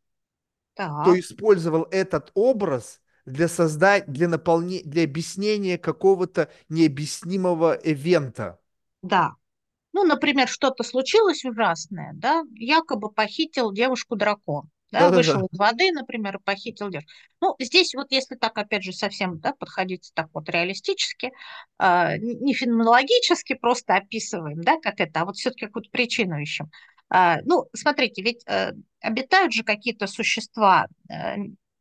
кто так, использовал этот образ для создания, для наполнения, для объяснения какого-то необъяснимого эвента. да. Ну, например, что-то случилось ужасное, да, якобы похитил девушку дракон, да, Да-да-да. вышел из воды, например, и похитил девушку. Ну, здесь вот если так, опять же, совсем, да, подходить так вот реалистически, а, не феноменологически просто описываем, да, как это, а вот все-таки какую-то причину ищем. А, ну, смотрите, ведь э, обитают же какие-то существа, э,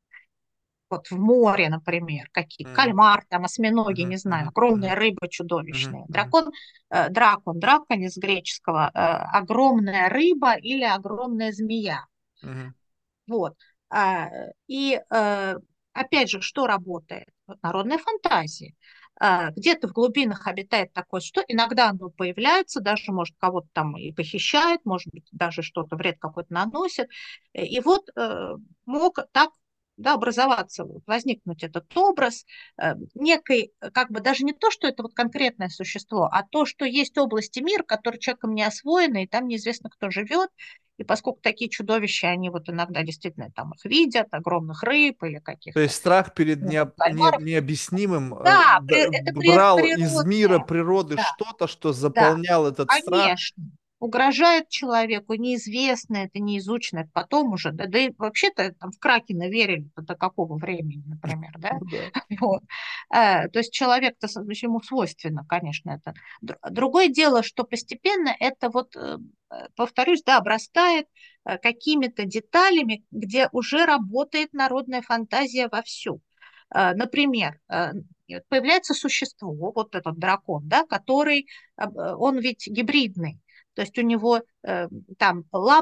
вот в море, например, какие Мгм, кальмар, там, осьминоги, мгм, не знаю, мгм, огромные мгм, рыбы мгм, чудовищные. мгм, Дракон, э, дракон, дракон из греческого, э, огромная рыба или огромная змея. мгм. Вот. А, и э, опять же, что работает? Вот народная фантазия. А, где-то в глубинах обитает такое, что иногда оно появляется, даже может кого-то там и похищает, может быть, даже что-то вред какой-то наносит. И вот э, мог так, да, образоваться, вот возникнуть этот образ э, некой, э, как бы даже не то, что это вот конкретное существо, а то, что есть области мира, которые человеком не освоены, и там неизвестно, кто живет, и поскольку такие чудовища, они вот иногда действительно там их видят, огромных рыб или То каких-то есть страх перед ну, необ- не- кальмаров. необъяснимым э, Да, при- д- это при- брал из мира природное. природы Да, что-то, что да, заполнял этот страх. конечно. Угрожает человеку неизвестно, это неизучено, это потом уже. Да, да и вообще-то там в Кракена верили до какого времени, например, да? Ну да. Вот. Э, То есть человек-то с- ему свойственно, конечно, это. Др- Другое дело, что постепенно это вот, э, э, повторюсь, да, обрастает э, какими-то деталями, где уже работает народная фантазия вовсю. Э, Например, э, появляется существо, вот этот дракон, да, который, э, он ведь гибридный, то есть у него э, там лапы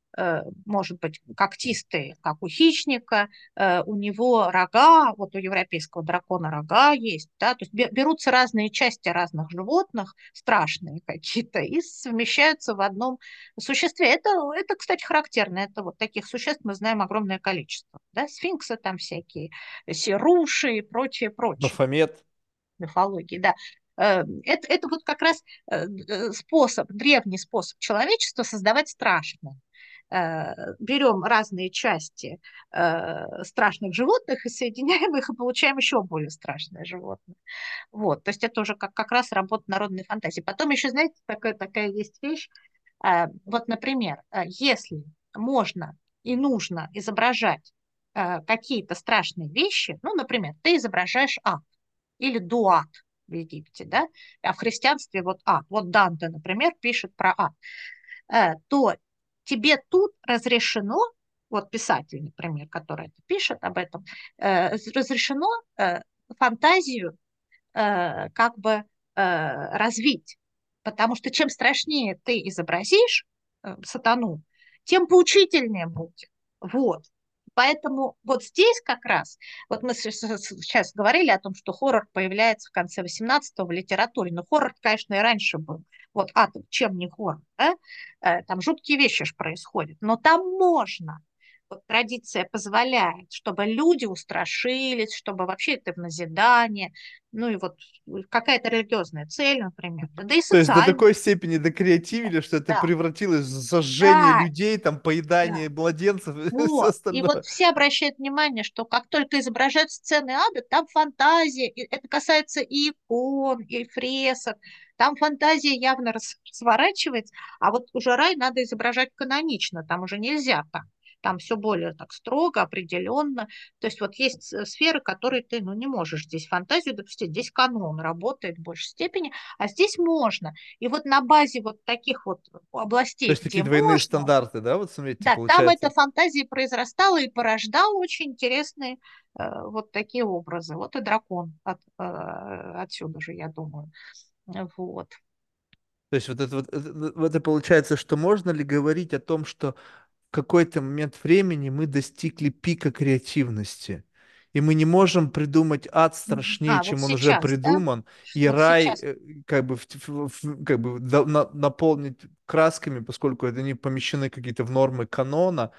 э, может быть когтистый, как у хищника, э, у него рога, вот у европейского дракона рога есть, да, то есть берутся разные части разных животных, страшные какие-то, и совмещаются в одном существе. Это, это, кстати, характерно, это вот таких существ мы знаем огромное количество, да, сфинксы там всякие, серуши и прочее, прочее, Бафомет. мифологии, да. Э, Это, это вот как раз э, э, способ, древний способ человечества создавать страшное. Э, Берем разные части э, страшных животных и соединяем их, и получаем еще более страшное животное. Вот, то есть это уже как, как раз работа народной фантазии. Потом еще, знаете, такая, такая есть вещь. Э, Вот, например, э, если можно и нужно изображать э, какие-то страшные вещи, ну, например, ты изображаешь ад или дуат в Египте, да, а в христианстве вот ад, вот Данте, например, пишет про ад, э, то тебе тут разрешено, вот писатель, например, который это пишет об этом, э, разрешено э, фантазию э, как бы э, развить. Потому что чем страшнее ты изобразишь э, сатану, тем поучительнее будет. Вот. Поэтому вот здесь как раз, вот мы сейчас говорили о том, что хоррор появляется в конце восемнадцатого в литературе, но хоррор, конечно, и раньше был. Вот атом, чем не хоррор, да? Э, Там жуткие вещи ж происходят, но там можно, вот традиция позволяет, чтобы люди устрашились, чтобы вообще это в назидание, ну и вот какая-то религиозная цель, например, да, да и То есть до социальная. такой степени докреативили, что это Да, превратилось в зажжение да, людей, там, да. поедание младенцев и все Вот. И вот остальное. все обращают внимание, что как только изображают сцены ада, там фантазия, и это касается и икон, и фресок, там фантазия явно рас- сворачивается, а вот уже рай надо изображать канонично, там уже нельзя так. Там все более так строго, определенно. То есть вот есть э, сферы, которые ты ну, не можешь здесь фантазию допустить. Здесь канон работает в большей степени, а здесь можно. И вот на базе вот таких вот То областей, есть где такие двойные можно, стандарты, да, вот смотрите, да, там эта получается. фантазия произрастала и порождала очень интересные э, вот такие образы. Вот и дракон от, э, отсюда же, я думаю. Вот. То есть вот это вот, это, вот это получается, что можно ли говорить о том, что в какой-то момент времени мы достигли пика креативности, и мы не можем придумать ад Мгм. страшнее, А, вот чем он уже сейчас, да? придуман, и Вот рай сейчас. э, как бы, в- в- в- как бы да- на- наполнить красками, поскольку это не помещены какие-то в нормы канона,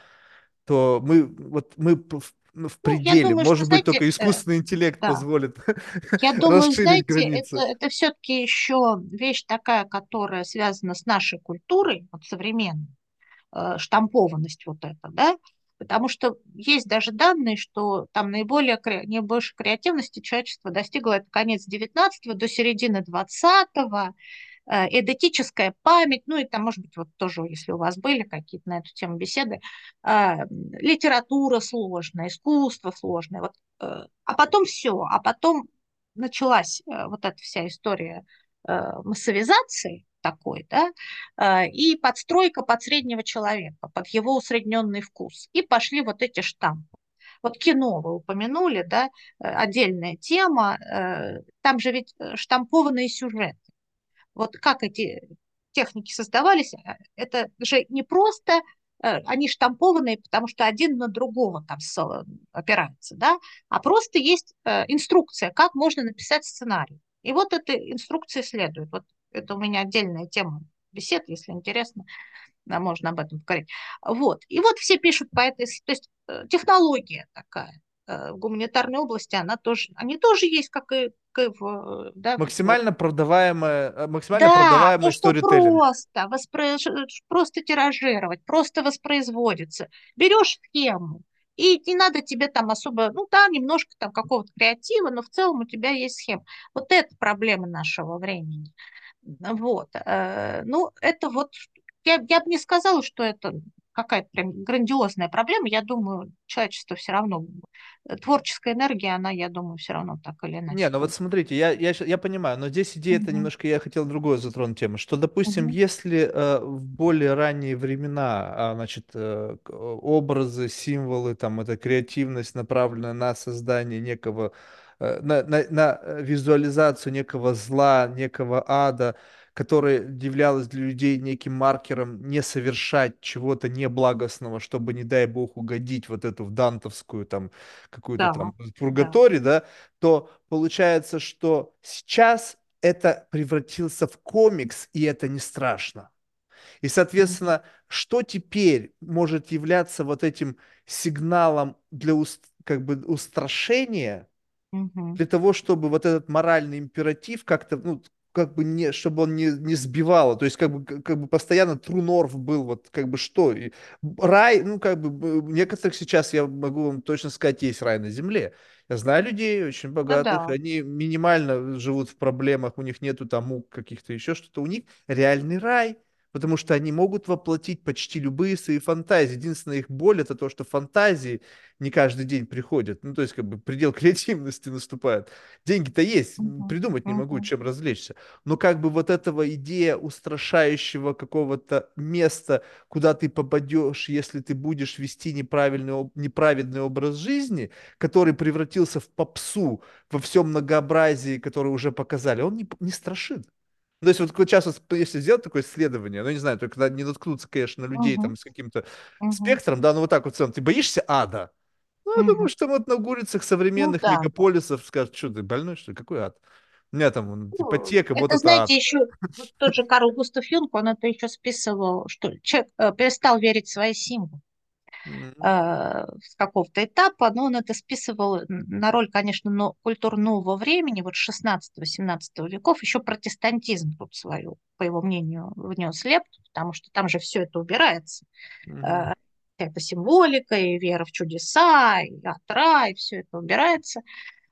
то мы вот мы п- в, ну, в Ну, я пределе. думаю, что, Может быть, знаете, только э, искусственный интеллект да, позволит я думаю, расширить знаете, это, границы. это все-таки еще вещь такая, которая связана с нашей культурой, вот современной. Э, штампованность вот эта, да, потому что есть даже данные, что там наиболее, кре- наибольшей креативности человечество достигло это конец девятнадцатого до середины двадцатого, э, эдетическая память, ну и там, может быть, вот тоже, если у вас были какие-то на эту тему беседы, э, литература сложная, искусство сложное, вот, э, а потом все, а потом началась э, вот эта вся история э, массовизации такой, да, э, и подстройка под среднего человека, под его усредненный вкус. И пошли вот эти штампы. Вот кино вы упомянули, да, э, отдельная тема. э, Там же ведь э, штампованные сюжеты. Вот как эти техники создавались, э, это же не просто э, они штампованные, потому что один на другого там с- опирается, да, а просто есть э, инструкция, как можно написать сценарий. И вот этой инструкции следует. Вот это у меня отдельная тема бесед, если интересно, да, можно об этом поговорить. Вот. И вот все пишут по этой... То есть э, технология такая э, в гуманитарной области, она тоже, они тоже есть, как и, как и в, э, да, в Максимально продаваемая, э, максимально да, то, продаваемый что сторителлинг. просто, воспроиз... просто тиражировать, просто воспроизводится. Берешь схему, и не надо тебе там особо, ну да, немножко там какого-то креатива, но в целом у тебя есть схема. Вот это проблема нашего времени. Вот. э, Ну, это вот, я, я бы не сказала, что это какая-то прям грандиозная проблема. Я думаю, человечество все равно, э, творческая энергия, она, я думаю, все равно так или Не, иначе ну вот будет. смотрите, я, я, ща- я понимаю, но здесь идея это Мгм. немножко, я хотел другое затронуть тему, что, допустим, Мгм. если э, в более ранние времена, а, значит, э, к- образы, символы, там, эта креативность направленная на создание некого, э, на, на, на э, визуализацию некого зла, некого ада, которое являлось для людей неким маркером не совершать чего-то неблагостного, чтобы, не дай бог, угодить вот эту в дантовскую там какую-то Да, там да. пургаторий, да, то получается, что сейчас это превратился в комикс, и это не страшно. И, Мгм. соответственно, что теперь может являться вот этим сигналом для ус- как бы устрашения, Мгм. для того, чтобы вот этот моральный императив как-то, ну, как бы не, чтобы он не, не сбивало, то есть как бы, как как бы постоянно true north был, вот как бы что, и рай, ну, как бы, б- некоторых сейчас, я могу вам точно сказать, есть рай на земле. Я знаю людей очень Да, богатых, да. они минимально живут в проблемах, у них нету там мук каких-то еще что-то, у них реальный рай, потому что они могут воплотить почти любые свои фантазии. Единственная их боль это то, что фантазии не каждый день приходят. Ну, то есть, как бы предел креативности наступает. Деньги-то есть, м, Мгм. придумать не могу, Мгм. чем развлечься. Но как бы вот этого идея устрашающего какого-то места, куда ты попадешь, если ты будешь вести неправильный, об- неправедный образ жизни, который превратился в попсу во всем многообразии, которое уже показали, он не, п- не страшит. Ну, то есть вот сейчас, вот, если сделать такое исследование, ну, не знаю, только надо не наткнуться, конечно, на людей Мгм. там с каким-то Мгм. спектром, да, ну вот так вот в целом, ты боишься ада? Ну, я думаю, Мгм. что вот на улицах Ну современных да, да. мегаполисов скажут, что ты больной, что ли? Какой ад? У меня там вон, Ну, ипотека, вот это, это знаете, ад. еще вот тот же Карл Густав Юнг, он это еще списывал, что человек э, перестал верить в свои символы э, М, с какого-то этапа, но он это списывал на роль, конечно, но, культур нового времени, вот шестнадцатого-семнадцатого веков, еще протестантизм тут свою, по его мнению, внес лепту, потому что там же все это убирается. мгм. Э, Это символика, и вера в чудеса, и от рая, и все это убирается.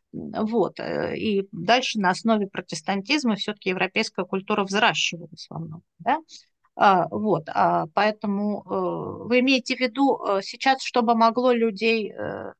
Вот. э, И дальше на основе протестантизма все-таки европейская культура взращивалась во многом. Да? А, вот. А, поэтому э, вы имеете в виду э, сейчас, чтобы могло людей э,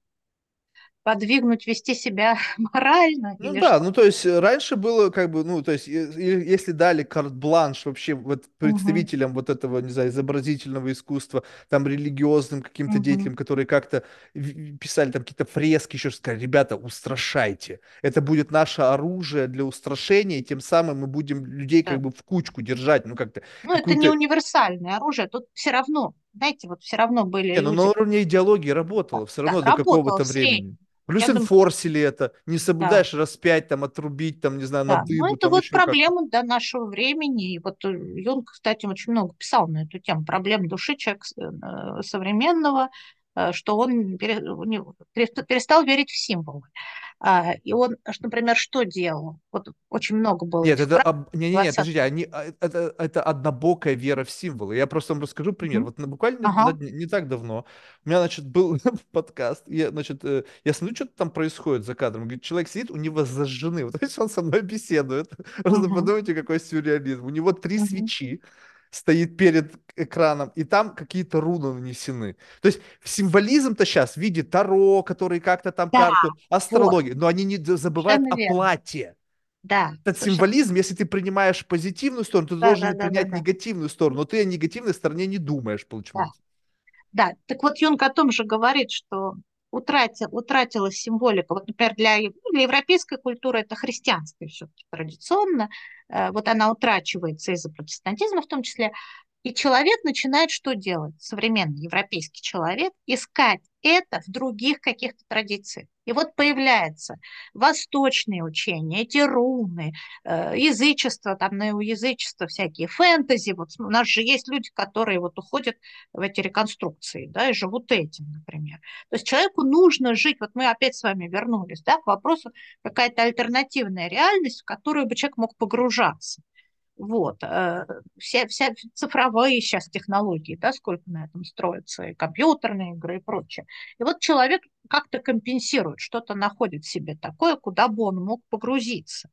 подвигнуть вести себя морально Ну или да, что? ну то есть э, раньше было как бы, ну то есть е- е- если дали карт-бланш вообще вот Мгм, представителям вот этого, не знаю, изобразительного искусства, там религиозным каким-то мгм, деятелям, которые как-то в- писали там какие-то фрески, еще что сказали, ребята, устрашайте. Это будет наше оружие для устрашения, и тем самым мы будем людей как да. бы в кучку держать, ну как-то Ну, это не какую-то. универсальное оружие, тут все равно, знаете, вот все равно были Не, ну на люди, уровне идеологии да, работало все да, равно до работало какого-то в времени. среднем. Плюс Я думаю, инфорсили это, не да. соблюдаешь, распять, там, отрубить, там, не знаю, на Да, ну дыбу, это там вот еще как-то. проблема до нашего времени. И вот э, Юнг, кстати, очень много писал на эту тему. Проблем души человека с- э, современного, э, что он пере- у него перест- перестал верить в символы. А, И он, ш- например, что делал? Вот очень много было Нет, этих это, практик об- не-не-не, подождите, двадцатого. они, а, это, это однобокая вера в символы. Я просто вам расскажу пример. Мгм. Вот на- буквально Ага, на дне- не так давно у меня, значит, был подкаст, я, значит, э, я смотрю, что там происходит за кадром. Говорит, человек сидит, у него зажжены, вот то есть он со мной беседует. Просто мгм, подумайте, какой сюрреализм. У него три мгм. свечи стоит перед экраном, и там какие-то руны нанесены. То есть символизм-то сейчас в виде таро, который как-то там Да, карту, вот, астрологии, но они не д- забывают совершенно о верно. плате. Да, Этот совершенно. символизм, если ты принимаешь позитивную сторону, ты Да, должен да, и да, да, принять да. негативную сторону, но ты о негативной стороне не думаешь Да. почему-то. Да, так вот Юнг о том же говорит, что утратил, утратилась символика. Вот, например, для, ев- ну, для европейской культуры это христианская все-таки традиционно. Э, Вот она утрачивается из-за протестантизма в том числе. И человек начинает что делать? Современный европейский человек искать это в других каких-то традициях. И вот появляются восточные учения, эти руны, э, язычество, там неоязычество, всякие фэнтези. Вот у нас же есть люди, которые вот уходят в эти реконструкции, да, и живут этим, например. То есть человеку нужно жить, вот мы опять с вами вернулись, да, к вопросу какая-то альтернативная реальность, в которую бы человек мог погружаться. Вот. э, Все, вся цифровые сейчас технологии, да, сколько на этом строятся, и компьютерные игры и прочее. И вот человек как-то компенсирует, что-то находит в себе такое, куда бы он мог погрузиться.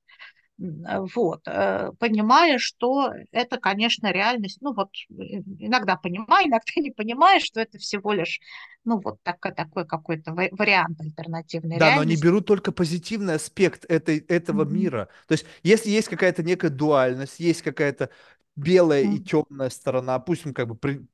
М, Вот, э, понимая, что это, конечно, реальность, ну вот э, иногда понимаю, иногда не понимаю, что это всего лишь, ну вот так, такой какой-то ва- вариант альтернативной Да, но они реальности. берут только позитивный аспект этой, этого Мгм. мира. То есть, если есть какая-то некая дуальность, есть какая-то белая и Мгм. темная сторона, пусть мы как бы при-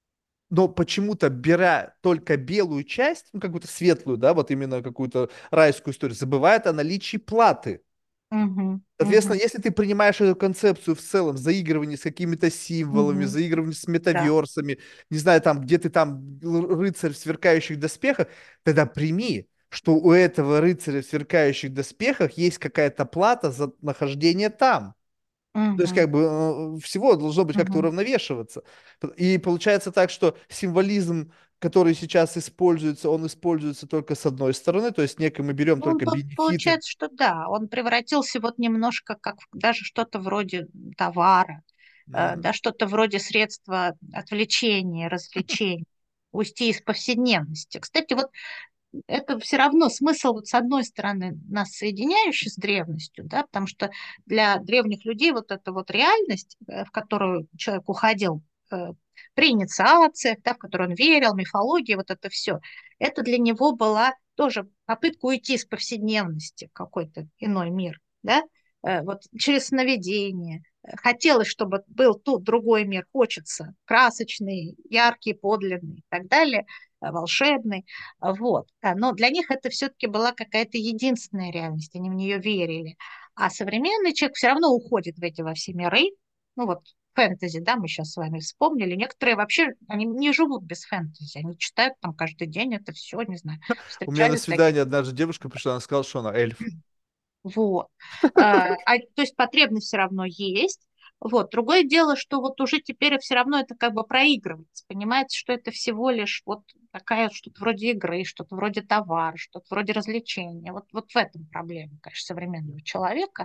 но почему-то, беря только белую часть, ну, какую-то светлую, да, вот именно какую-то райскую историю, забывает о наличии платы. Мгм. Соответственно, Мгм. если ты принимаешь эту концепцию в целом, заигрывание с какими-то символами, Мгм. заигрывание с Да. метаверсами, не знаю, там, где ты там л- рыцарь в сверкающих доспехах, тогда прими, что у этого рыцаря в сверкающих доспехах есть какая-то плата за нахождение там. То есть, Мгм. как бы, э, всего должно быть как-то Мгм. уравновешиваться. И получается так, что символизм, который сейчас используется, он используется только с одной стороны, то есть некий мы берем Ну, только по- бенефиты. получается, что да, он превратился вот немножко как в- даже что-то вроде товара, э, Мгм. да, что-то вроде средства отвлечения, развлечения, уйти из повседневности. Кстати, вот это все равно смысл, вот с одной стороны, нас соединяющий с древностью, да, потому что для древних людей вот эта вот реальность, э, в которую человек уходил э, при инициациях, да, в которую он верил, мифология, вот это все, это для него была тоже попытка уйти из повседневности в какой-то иной мир, да, Э, вот через сновидение. Э, Хотелось, чтобы был тут другой мир, хочется, красочный, яркий, подлинный и так далее, э, волшебный. А, Вот. А, Но для них это все-таки была какая-то единственная реальность, они в нее верили. А современный человек все равно уходит в эти во все миры. Ну вот фэнтези, да, мы сейчас с вами вспомнили. Некоторые вообще, они не живут без фэнтези, они читают там каждый день это все, не знаю, У меня на встречали таких. свидание однажды девушка пришла, она сказала, что она эльф. Вот. А, а, то есть потребность все равно есть. Вот. Другое дело, что вот уже теперь все равно это как бы проигрывается. Понимаете, что это всего лишь вот такая что-то вроде игры, что-то вроде товара, что-то вроде развлечения. Вот, вот в этом проблема, конечно, современного человека.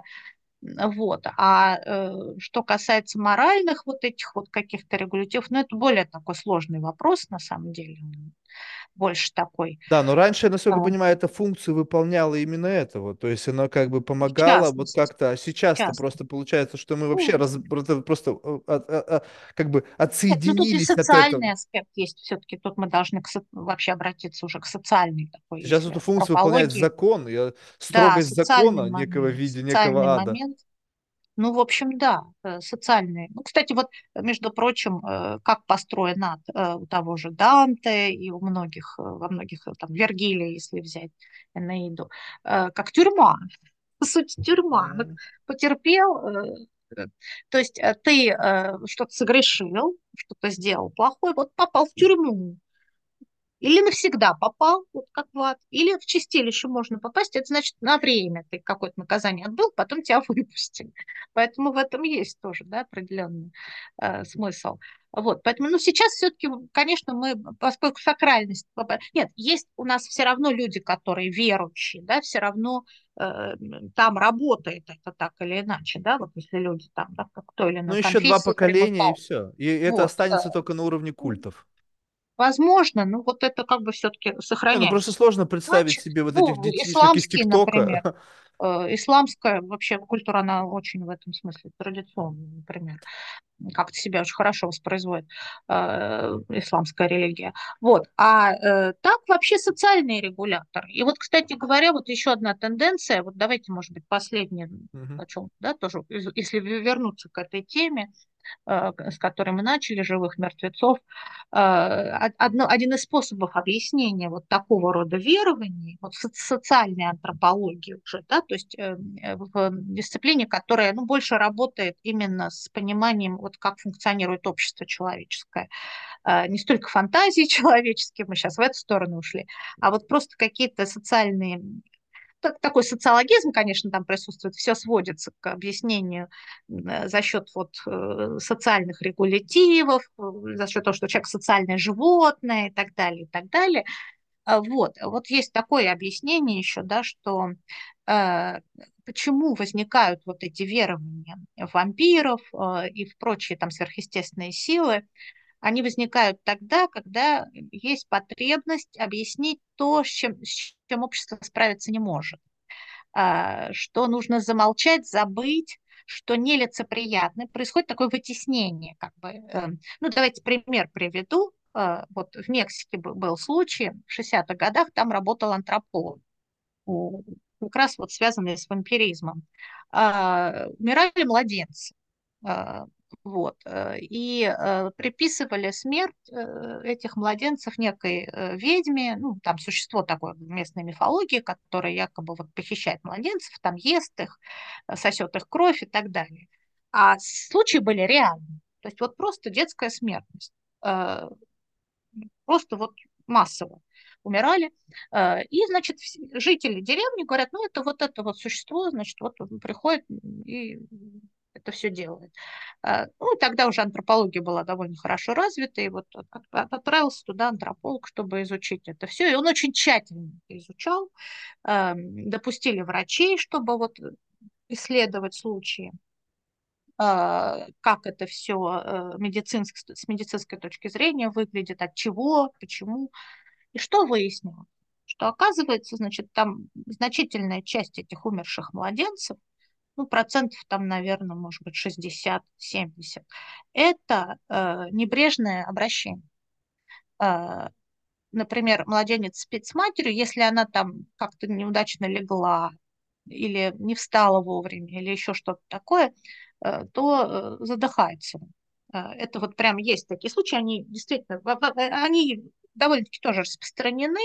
Вот. А э, что касается моральных вот этих вот каких-то регулятивов, ну, это более такой сложный вопрос на самом деле. Он больше такой Да, но раньше, я, а, насколько понимаю, эта функцию выполняла именно этого. То есть она как бы в помогала вот частности. как-то. А В сейчас-то частности. просто получается, что мы вообще Ну, раз, просто, просто, э, а- а- а, как бы нет, ну тут и отсоединились от этого. социальный аспект есть. Все-таки тут мы должны к со- вообще обратиться уже к социальной такой, Сейчас если эту функцию выполняет антропологии. закон, и, э, Да, строгость социальный закона некого в момент. виде некого Социальный ада. момент. Ну, в общем, да, э, социальный. Ну, кстати, вот, между прочим, э, как построен ад э, у того же Данте и у многих, э, во многих, э, там, Вергилия, если взять Энеиду, э, как тюрьма. По сути, тюрьма. Вот М. потерпел, э, э, то есть э, ты э, что-то согрешил, что-то сделал плохое, вот попал в тюрьму. Или навсегда попал, вот как в ад, или в чистилище можно попасть, это значит на время ты какое-то наказание отбыл, потом тебя выпустили. Поэтому в этом есть тоже, да, определенный э, смысл. Вот, поэтому, ну, сейчас все-таки, конечно, мы, поскольку сакральность, попа- нет, есть у нас все равно люди, которые верующие, да, все равно э, там работает это так или иначе, да, вот если люди там, да, как той или Ну, иной еще два конфессии поколения, и примыкают. все. И это Вот, э, останется только на уровне культов. возможно, но вот это как бы все-таки Не, ну просто сохраняется. сложно представить Иначе, себе вот этих ну, детишек из исламские, например, ТикТока. э, исламская вообще культура, она очень в этом смысле традиционная, например, как-то себя очень хорошо воспроизводит э, исламская религия. Вот. А э, так вообще социальные регуляторы. И вот, кстати говоря, вот еще одна тенденция, вот давайте, может быть, последнее, Мгм. о чем, да, тоже, если вернуться к этой теме, э, с которой мы начали, живых мертвецов, э, одно, один из способов объяснения вот такого рода верований, вот в социальной антропологии уже, да, то есть э, в дисциплине, которая ну, больше работает именно с пониманием, вот как функционирует общество человеческое. Э, Не столько фантазии человеческие, мы сейчас в эту сторону ушли, а вот просто какие-то социальные так- такой социологизм, конечно, там присутствует, все сводится к объяснению э, за счет вот э, социальных регулятивов, э, за счет того, что человек социальное животное и так далее, и так далее. А Вот, вот есть такое объяснение еще, да, что э, почему возникают вот эти верования в вампиров э, и в прочие там сверхъестественные силы, они возникают тогда, когда есть потребность объяснить то, с чем, с чем общество справиться не может, а, что нужно замолчать, забыть, что нелицеприятно. Происходит такое вытеснение. Как бы. э, Ну, давайте пример приведу. Э, Вот в Мексике был был случай, в шестидесятых годах там работал антрополог, у- как раз вот связанный с вампиризмом. А, Умирали младенцы. А, Вот. э, И э, приписывали смерть э, этих младенцев некой э, ведьме, ну, там существо такое в местной мифологии, которое якобы вот похищает младенцев, там ест их, э, сосет их кровь и так далее. А случаи были реальные. То есть вот просто детская смертность. Э, Просто вот массово умирали. Э, И, значит, вс- жители деревни говорят, ну, это вот это вот существо, значит, вот он приходит и это все делает. Э, Ну, и тогда уже антропология была довольно хорошо развита, и вот от- от- отправился туда антрополог, чтобы изучить это все. И он очень тщательно это изучал. Эм, Допустили врачей, чтобы вот исследовать случаи, э, как это все медицинск- с медицинской точки зрения выглядит, от чего, почему. И что выяснилось? Что оказывается, значит, там значительная часть этих умерших младенцев, ну, процентов там, наверное, может быть, шестьдесят-семьдесят, это э, небрежное обращение. Э, Например, младенец спит с матерью, если она там как-то неудачно легла или не встала вовремя, или еще что-то такое, э, то э, задыхается. Э, Это вот прям есть такие случаи, они действительно, во- во- они довольно-таки тоже распространены.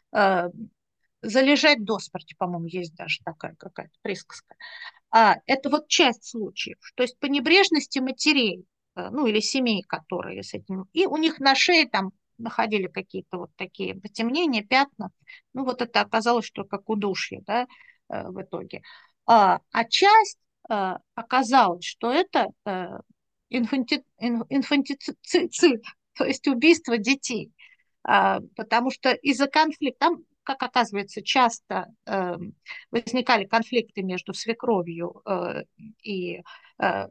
Э, Залежать до смерти, по-моему, есть даже такая какая-то присказка. А, это вот часть случаев. То есть по небрежности матерей, э, ну или семей, которые с этим, и у них на шее там находили какие-то вот такие потемнения, пятна. Ну вот это оказалось, что как удушье, да, э, в итоге. А, а часть э, оказалось, что это э, инфанти, ин- инфантицид, то есть убийство детей. А, потому что из-за конфликта, там, как оказывается, часто э, возникали конфликты между свекровью э, и э,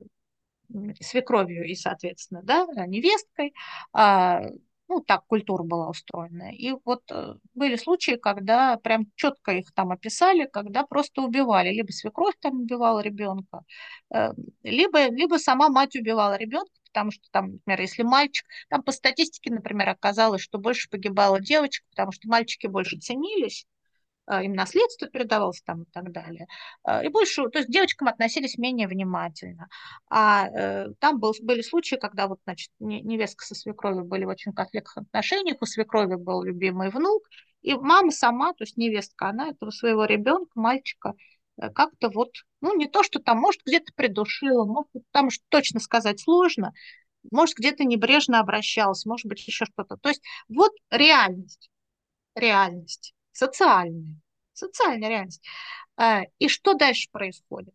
свекровью и, соответственно, да, невесткой. А, ну, так культура была устроена. И вот э, были случаи, когда прям четко их там описали, когда просто убивали. Либо свекровь там убивала ребенка, э, либо, либо сама мать убивала ребенка, потому что там, например, если мальчик, там по статистике, например, оказалось, что больше погибало девочек, потому что мальчики больше ценились, а, им наследство передавалось там и так далее. А, И больше, то есть к девочкам относились менее внимательно. А э, там был, были случаи, когда вот, значит, не- невестка со свекровью были в очень конфликтных отношениях, у свекрови был любимый внук, и мама сама, то есть невестка, она этого своего ребенка, мальчика, э, как-то вот, ну, не то, что там, может, где-то придушила, может, там уж точно сказать сложно, может, где-то небрежно обращалась, может быть, еще что-то. То есть вот реальность, реальность, социальная, социальная реальность. Э, И что дальше происходит?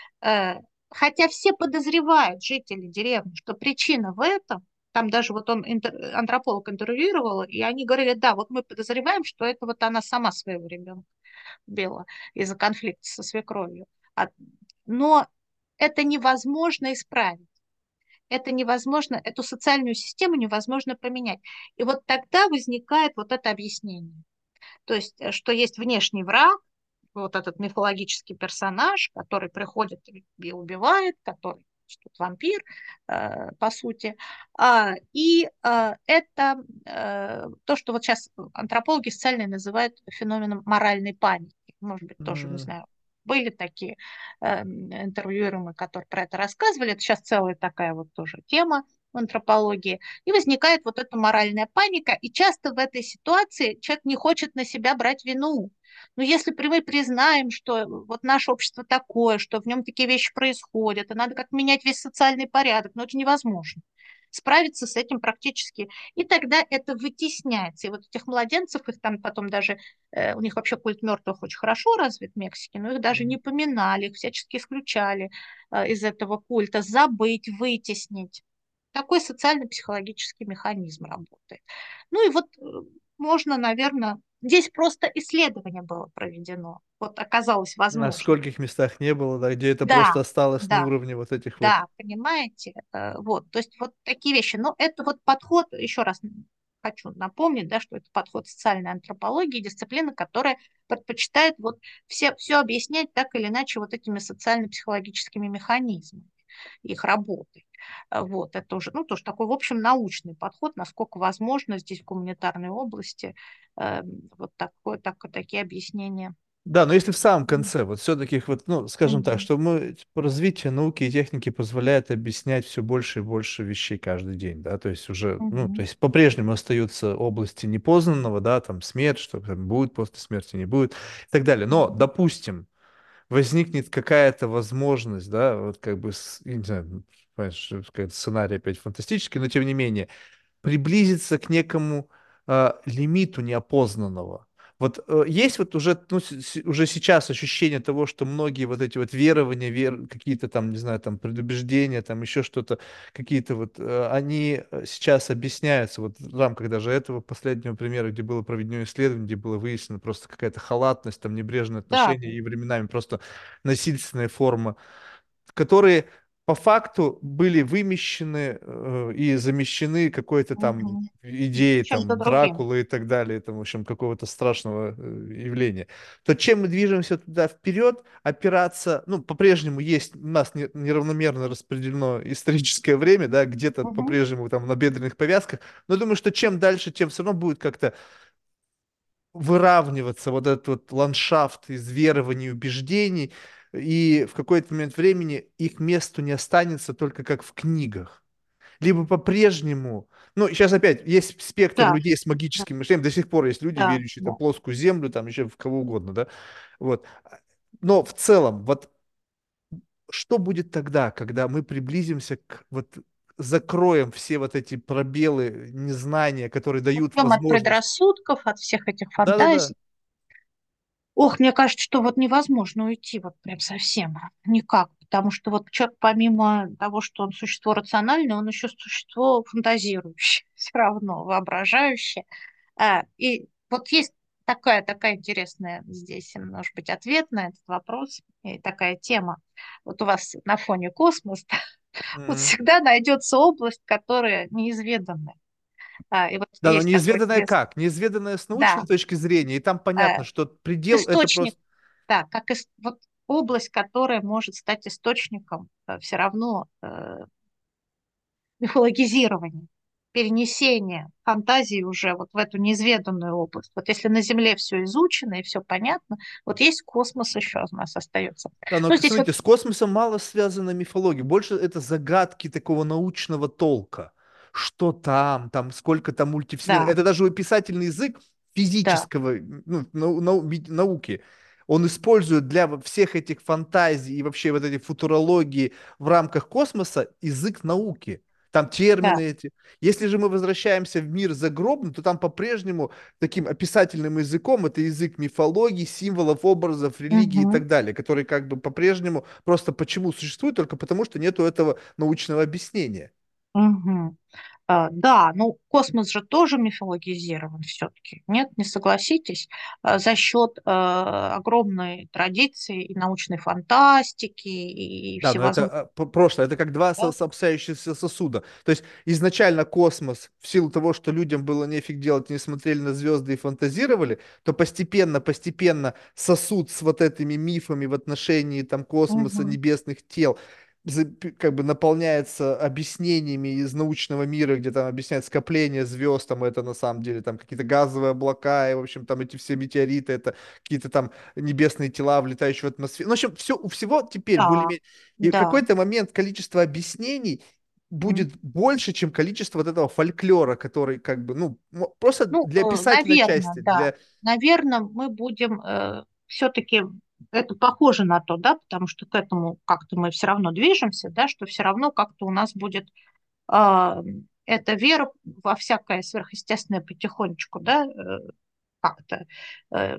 Э, Хотя все подозревают, жители деревни, что причина в этом, там даже вот он, интер- антрополог интервьюировал, и они говорили, да, вот мы подозреваем, что это вот она сама своего ребенка убила из-за конфликта со свекровью. А- Но это невозможно исправить. Это невозможно, эту социальную систему невозможно поменять. И вот тогда возникает вот это объяснение. То есть, э, что есть внешний враг, вот этот мифологический персонаж, который приходит и убивает, который что вампир, э, по сути. А, и э, это э, то, что вот сейчас антропологи социальные называют феноменом моральной паники. Может быть, тоже, не М, знаю, были такие э, интервьюеры, которые про это рассказывали. Это сейчас целая такая вот тоже тема в антропологии. И возникает вот эта моральная паника. И часто в этой ситуации человек не хочет на себя брать вину. Но если мы признаем, что вот наше общество такое, что в нем такие вещи происходят, и надо как менять весь социальный порядок, но это невозможно. Справиться с этим практически. И тогда это вытесняется. И вот этих младенцев, их там потом даже, э, у них вообще культ мертвых очень хорошо развит в Мексике, но их даже м. не поминали, их всячески исключали э, из этого культа. Забыть, вытеснить. Такой социально-психологический механизм работает. Ну и вот э, можно, наверное, здесь просто исследование было проведено. Вот оказалось А в возможно. скольких местах не было, да, где это Да, просто осталось на да, уровне вот этих вот. да, понимаете? Э, Вот, то есть вот такие вещи. Но это вот подход, еще раз хочу напомнить, да, что это подход социальной антропологии, дисциплина, которая предпочитает вот все, все объяснять так или иначе вот этими социально-психологическими механизмами их работы. Э, Вот, это уже, ну, тоже такой, в общем, научный подход, насколько возможно здесь в гуманитарной области э, вот такое, так, такие объяснения. Да, но если в самом конце, вот все-таки, вот, ну, скажем так, Мгм. что мы, типа, развитие науки и техники позволяет объяснять все больше и больше вещей каждый день, да, то есть уже, ну, то Мгм. есть по-прежнему остаются области непознанного, да, там смерть, что там будет после смерти, не будет и так далее. Но, Мгм. допустим, возникнет какая-то возможность, да, вот как бы, с- я не знаю, ну, понимаешь, что какой-то сценарий опять фантастический, но тем не менее, приблизиться к некому э, лимиту неопознанного. Вот э, есть вот уже, ну, с- с- уже сейчас ощущение того, что многие вот эти вот верования, вер, какие-то там, не знаю, там предубеждения, там еще что-то, какие-то вот, э, они э, сейчас объясняются вот в рамках даже этого последнего примера, где было проведено исследование, где было выяснено просто какая-то халатность, там небрежное Да, отношение да. и временами просто насильственная форма, которые по факту были вымещены э, и замещены какой-то там Мгм. идеей Чем-то там другим. Дракулы и так далее, там, в общем, какого-то страшного э, явления, то чем мы движемся туда вперед, опираться, ну, по-прежнему есть, у нас не- неравномерно распределено историческое время, да, где-то Мгм. по-прежнему там на бедренных повязках, но думаю, что чем дальше, тем все равно будет как-то выравниваться вот этот вот ландшафт из верований и убеждений, и в какой-то момент времени их месту не останется только как в книгах. Либо по-прежнему, ну, сейчас опять есть спектр Да, людей с да, магическим мышлением, до сих пор есть люди, да, верующие там, да. в плоскую землю, там еще в кого угодно, да, вот. Но в целом, вот что будет тогда, когда мы приблизимся к вот закроем все вот эти пробелы незнания, которые дают Уйдем от возможность. предрассудков, от всех этих Да-да-да. фантазий. Ох, мне кажется, что вот невозможно уйти вот прям совсем никак, потому что вот человек помимо того, что он существо рациональное, он еще существо фантазирующее, все равно воображающее. А, и вот есть такая, такая интересная здесь, может быть, ответ на этот вопрос, и такая тема. Вот у вас на фоне космос, вот Мгм. всегда найдется область, которая неизведанная. А, и вот Да, но есть такой неизведанное известный, как? Неизведанное с научной да, точки зрения, и там понятно, а, что предел это источник, просто... да, как ис- вот область, которая может стать источником все равно э, мифологизирования, перенесения фантазии уже вот в эту неизведанную область. Вот если на Земле все изучено и все понятно, вот есть космос еще у нас остается. Да, но Ну, здесь вот, смотрите, с космосом мало связана мифология, больше это загадки такого научного толка. Что там, там сколько там мультивселенных. да, Это даже описательный язык да, физического, ну, нау- нау- ми- науки. Он использует для во- всех этих фантазий и вообще вот этой футурологии в рамках космоса язык науки. Там да, термины эти. Если же мы возвращаемся в мир загробный, то там по-прежнему таким описательным языком это язык мифологии, символов, образов, религии и мгм, так далее, который как бы по-прежнему просто почему существует, только потому что нету этого научного объяснения. мгм. А, да, ну космос же тоже мифологизирован все-таки. Нет, не согласитесь, А, за счет э, огромной традиции и научной фантастики и Да, но это всевозможных. а, п- прошлое, это как два со- Да? сообщающихся сосуда. То есть изначально космос, в силу того, что людям было нефиг делать, не смотрели на звезды и фантазировали, то постепенно, постепенно сосуд с вот этими мифами в отношении там космоса, Мгм, небесных тел, за- п- как бы наполняется объяснениями из научного мира, где там объясняют скопление звезд, там это на самом деле там какие-то газовые облака, и, в общем, там эти все метеориты, это какие-то там небесные тела, влетающие в атмосферу. Ну, в общем, все, у всего теперь да, более-менее и в да. какой-то момент количество объяснений М. будет больше, чем количество вот этого фольклора, который как бы, ну, мо- просто Ну, для описательной наверное, части, да. для... Наверное, мы будем все-таки, это похоже на то, да, потому что к этому как-то мы все равно движемся, да, что все равно как-то у нас будет а, эта вера во всякое сверхъестественное потихонечку, да, э, как-то э,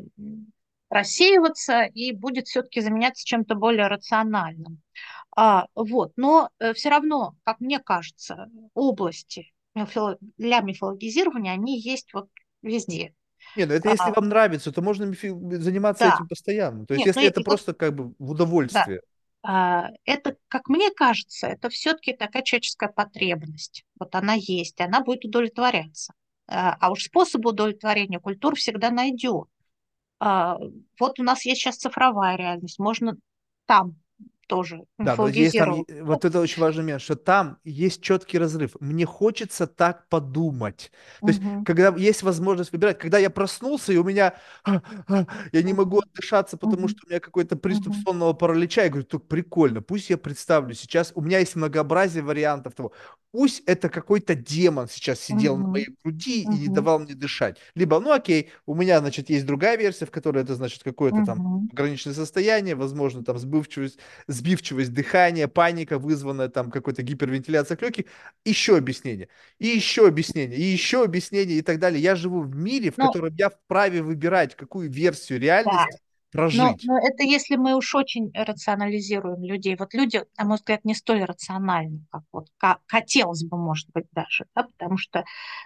рассеиваться и будет все-таки заменяться чем-то более рациональным. А, вот, но все равно, как мне кажется, области мифо- для мифологизирования, они есть вот везде. Не, ну это если А, вам нравится, то можно мифи- заниматься да, этим постоянно. То есть нет, ну если и, это и вот, просто как бы в да, удовольствие. а, это, как мне кажется, это все-таки такая человеческая потребность. Вот она есть, и она будет удовлетворяться. А, а уж способ удовлетворения культур всегда найдет. А, вот у нас есть сейчас цифровая реальность, можно там тоже Да, но есть там, мифологизировал. е- вот это очень важный момент, что там есть четкий разрыв. Мне хочется так подумать. То есть, Мгм, когда есть возможность выбирать, когда я проснулся, и у меня, а, а, я не могу мгм, отдышаться, потому мгм, что у меня какой-то приступ мгм, сонного паралича, я говорю, так прикольно, пусть я представлю сейчас, у меня есть многообразие вариантов того. Пусть это какой-то демон сейчас сидел на мгм, моей груди и не мгм, давал мне дышать. Либо, ну окей, у меня, значит, есть другая версия, в которой это, значит, какое-то там мгм. ограниченное состояние, возможно, там сбывчивость, сбивчивость дыхания, паника, вызванная там какой-то гипервентиляция легких, еще объяснение, и еще объяснение, и еще объяснение и так далее. Я живу в мире, в Ну, котором я вправе выбирать, какую версию да. реальности Но, прожить. но это если мы уж очень рационализируем людей. Вот люди, на мой взгляд, не столь рациональны, как вот ка- хотелось бы, может быть, даже, да, потому что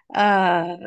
э,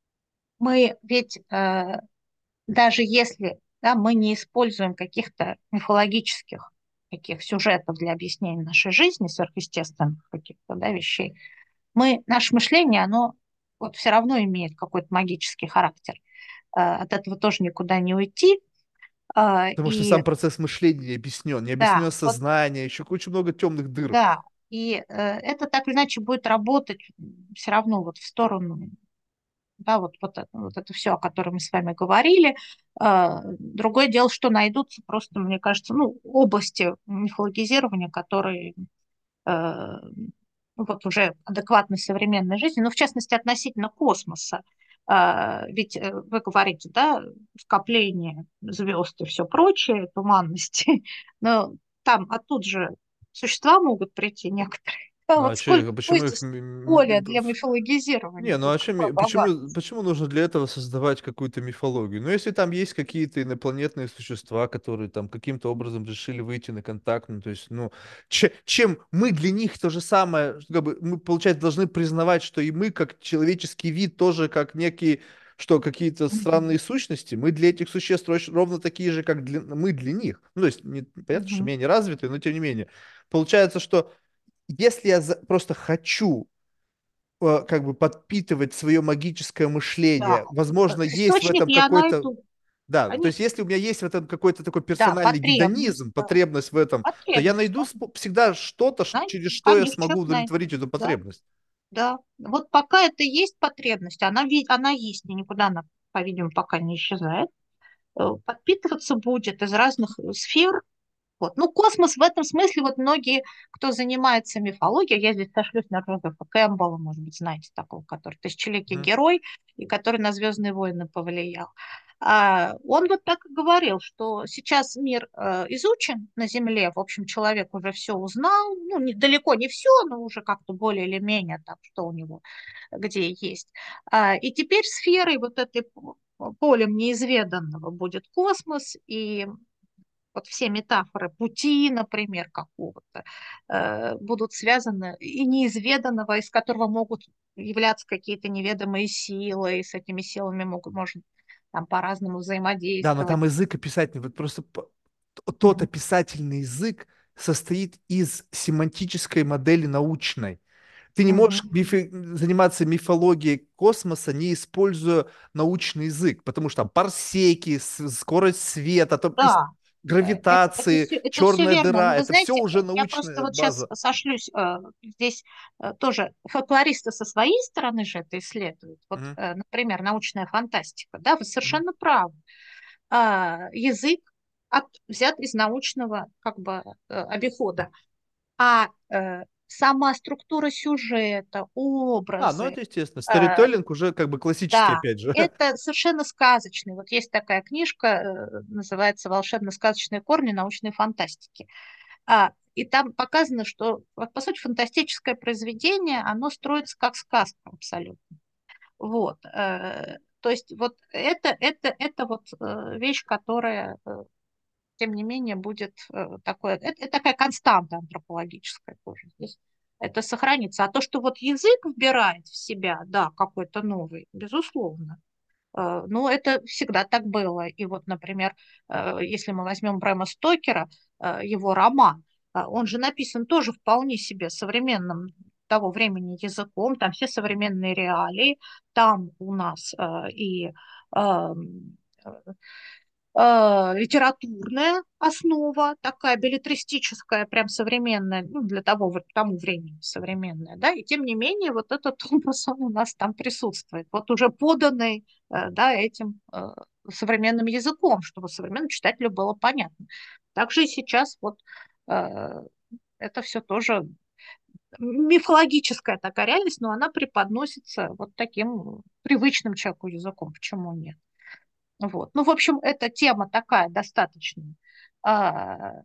мы ведь э, даже если, да, мы не используем каких-то мифологических таких сюжетов для объяснения нашей жизни, сверхъестественных каких-то, да, вещей, мы, наше мышление, оно вот все равно имеет какой-то магический характер. Э, От этого тоже никуда не уйти. А, Потому что И сам процесс мышления не объяснен, не да, объяснено вот сознание, еще очень много темных дыр. да, и э, это так или иначе будет работать все равно вот в сторону, да, вот, вот, это, вот это все, о котором мы с вами говорили. А, другое дело, что найдутся просто, мне кажется, ну, области мифологизирования, которые э, ну, вот уже адекватны современной жизни, но в частности относительно космоса. А, ведь э, вы говорите, да, скопление звезд и все прочее, туманности, но там оттуда же существа могут прийти некоторые. Да, Ну а вот че, сколько а почему их... пусть м- поля м- для в- мифологизирования, Не, ну тут а чем, какое почему, богатство. почему нужно для этого создавать какую-то мифологию? Ну, если там есть какие-то инопланетные существа, которые там каким-то образом решили выйти на контакт, ну, то есть, ну, че- чем мы для них то же самое, что, как бы, мы, получается, должны признавать, что и мы, как человеческий вид, тоже как некие, что какие-то Мгм. странные сущности, мы для этих существ роч- ровно такие же, как для- мы для них. Ну, то есть, не, понятно, что Мгм. менее развитые, но тем не менее. Получается, что если я за- просто хочу э, как бы подпитывать свое магическое Да, мышление. Возможно, есть в источник этом я какой-то... найду, Да, то есть конечно. если у меня есть в этом какой-то такой Да, персональный потребность, гедонизм, да, потребность в этом, то я потребность, найду да. сп- всегда что-то, ш- Найдет, через что я конечно, смогу человек найдет. удовлетворить эту Да, потребность. да. Вот пока это есть потребность, она, ви- она есть, и никуда она, по-видимому, пока не исчезает. Э, Подпитываться будет из разных э, сфер. Вот. Ну, космос в этом смысле, вот многие, кто занимается мифологией, я здесь сошлюсь на Джозефа Кэмпбелла, может быть, знаете такого, который тысячеликий Мгм. герой, и который на «Звездные войны» повлиял. А, он вот так и говорил, что сейчас мир э, изучен на Земле, в общем, человек уже все узнал, ну, не, далеко не все, но уже как-то более или менее там, что у него где есть. А, и теперь сферой вот этой полем неизведанного будет космос, и вот все метафоры пути, например, какого-то, э, будут связаны и неизведанного, из которого могут являться какие-то неведомые силы, и с этими силами могут, можно там по-разному Да, но взаимодействовать. там язык описательный, вот просто п- т- тот Мгм. описательный язык состоит из семантической модели научной. Ты не можешь Мгм. мифи- заниматься мифологией космоса, не используя научный язык, потому что там парсеки, с- скорость света, там, из- Да, да, это, это гравитации, все, это все черная верно. Но дыра, вы это все знаете, уже я просто научная вот сейчас база. сошлюсь, э, здесь э, тоже фольклористы со своей стороны же это исследуют. Вот, Мгм, э, например, научная фантастика, да, вы мгм. совершенно правы. А, язык от, взят из научного как бы э, обихода, а э, сама структура сюжета, А, ну образы, это естественно. э, Сторителлинг уже как бы классический, да, опять же. это совершенно сказочный. Вот есть такая книжка, э, называется «Волшебно-сказочные корни научной фантастики». А, и там показано, что, вот, по сути, фантастическое произведение, оно строится как сказка абсолютно. Вот. э, То есть вот это, это, это вот э, вещь, которая э, тем не менее, будет э, такое, это, это такая константа антропологическая тоже здесь. Это сохранится. А то, что вот язык вбирает в себя, да, какой-то новый, безусловно. Э, Ну, это всегда так было. И вот, например, э, если мы возьмем Брэма Стокера, э, его роман, э, он же написан тоже вполне себе современным того времени языком, там все современные реалии, там у нас э, и эм, э, литературная основа, такая беллетристическая, прям современная, ну, для того, вот тому времени современная, да, и тем не менее вот этот образ, он у нас там присутствует, вот уже поданный, э, да, этим э, современным языком, чтобы современному читателю было понятно. Также и сейчас вот э, это все тоже мифологическая такая реальность, но она преподносится вот таким привычным человеку языком. Почему нет? Вот. Ну, в общем, эта тема такая достаточно, а,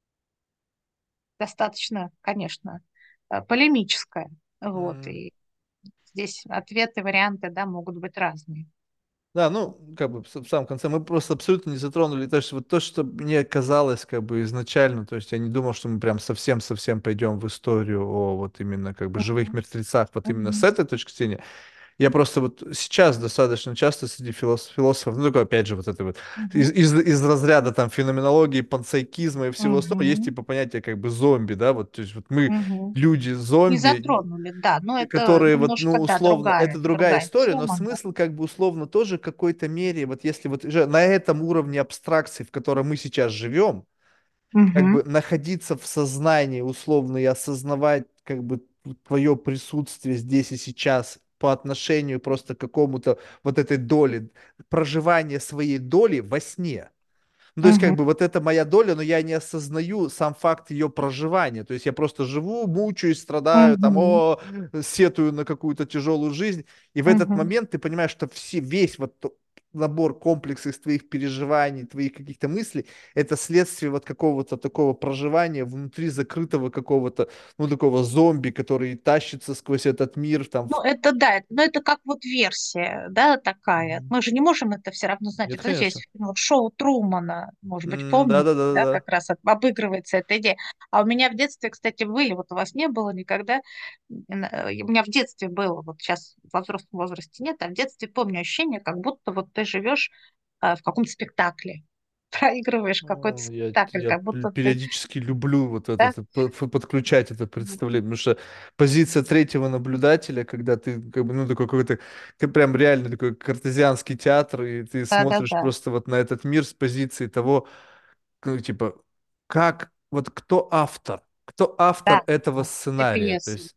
достаточно, конечно, а, полемическая. Вот. М. И здесь ответы, варианты, да, могут быть разные. Да, ну, как бы в с- в самом конце мы просто абсолютно не затронули, то есть вот то, что мне казалось как бы изначально, то есть я не думал, что мы прям совсем-совсем пойдем в историю о вот именно как бы живых Мгм. мертвецах вот именно с Мгм. этой точки зрения. Я просто вот сейчас достаточно часто среди филос- философов, ну, такой, опять же, вот это вот, Мгм. из, из, из разряда там феноменологии, панпсихизма и всего остального, есть Мгм. типа понятие как бы зомби, да, вот, то есть вот мы Мгм. Не люди-зомби, затронули, да, но это которые вот, немножко, ну, да, условно, это другая, другая другая история, но тема, да. смысл как бы условно тоже в какой-то мере, вот если вот уже на этом уровне абстракции, в котором мы сейчас живем, как Мгм. бы находиться в сознании условно и осознавать как бы твое присутствие здесь и сейчас по отношению просто к какому-то вот этой доли, проживание своей доли во сне. Ну, то есть, как Мгм. бы, вот это моя доля, но я не осознаю сам факт ее проживания. То есть, я просто живу, мучаюсь, страдаю, там, Мгм. о, сетую на какую-то тяжелую жизнь. И в этот Мгм. момент ты понимаешь, что все, весь вот то- набор, комплекс из твоих переживаний, твоих каких-то мыслей, это следствие вот какого-то такого проживания внутри закрытого какого-то, ну, такого зомби, который тащится сквозь этот мир, там, в- Ну, это да, это- но это как вот версия, да, такая. Мгм. Мы же не можем это все равно знать. Нет, Вот знаете, конечно. есть фильм, вот шоу Трумана, может быть, помните, да, Да-да-да-да-да. как раз от- обыгрывается эта идея. А у меня в детстве, кстати, были, вот у вас не было никогда, м, э, у меня в детстве было, вот сейчас в взрослом возрасте нет, а в детстве помню ощущение, как будто вот ты живешь а, в каком-то спектакле, проигрываешь какой-то О, Я, спектакль, я как пер- будто ты, периодически люблю вот да, этот, п- п- подключать это представление, потому что позиция третьего наблюдателя, когда ты как бы, ну, такой какой-то, ты прям реально такой картезианский театр, и ты смотришь да-да-да, просто вот на этот мир с позиции того, ну, типа, как, вот кто автор, кто да, автор этого да, этой сценария, то пьесы. есть,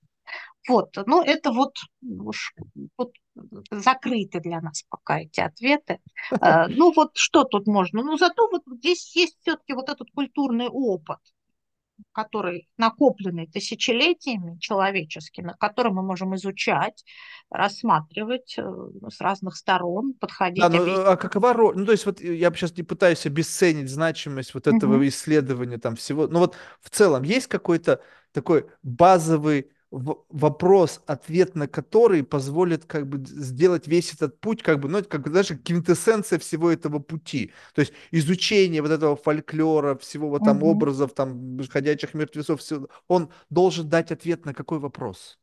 Вот, ну это вот, уж вот закрыты для нас пока эти ответы. Э, Ну вот что тут можно? Ну зато вот здесь есть все-таки вот этот культурный опыт, который накопленный тысячелетиями человеческими, который мы можем изучать, рассматривать э, с разных сторон, да, подходить, ну объяснять. э, а какова роль? Ну, то есть, вот э, я сейчас не пытаюсь обесценить значимость вот Мгм, этого исследования там всего. Но вот в целом есть какой-то такой базовый в- вопрос, ответ на который позволит как бы д- сделать весь этот путь, как бы, ну, это как бы даже квинтэссенция всего этого пути. То есть изучение вот этого фольклора, всего вот там мгм. образов, там, ходячих мертвецов, всё, он должен дать ответ на какой вопрос?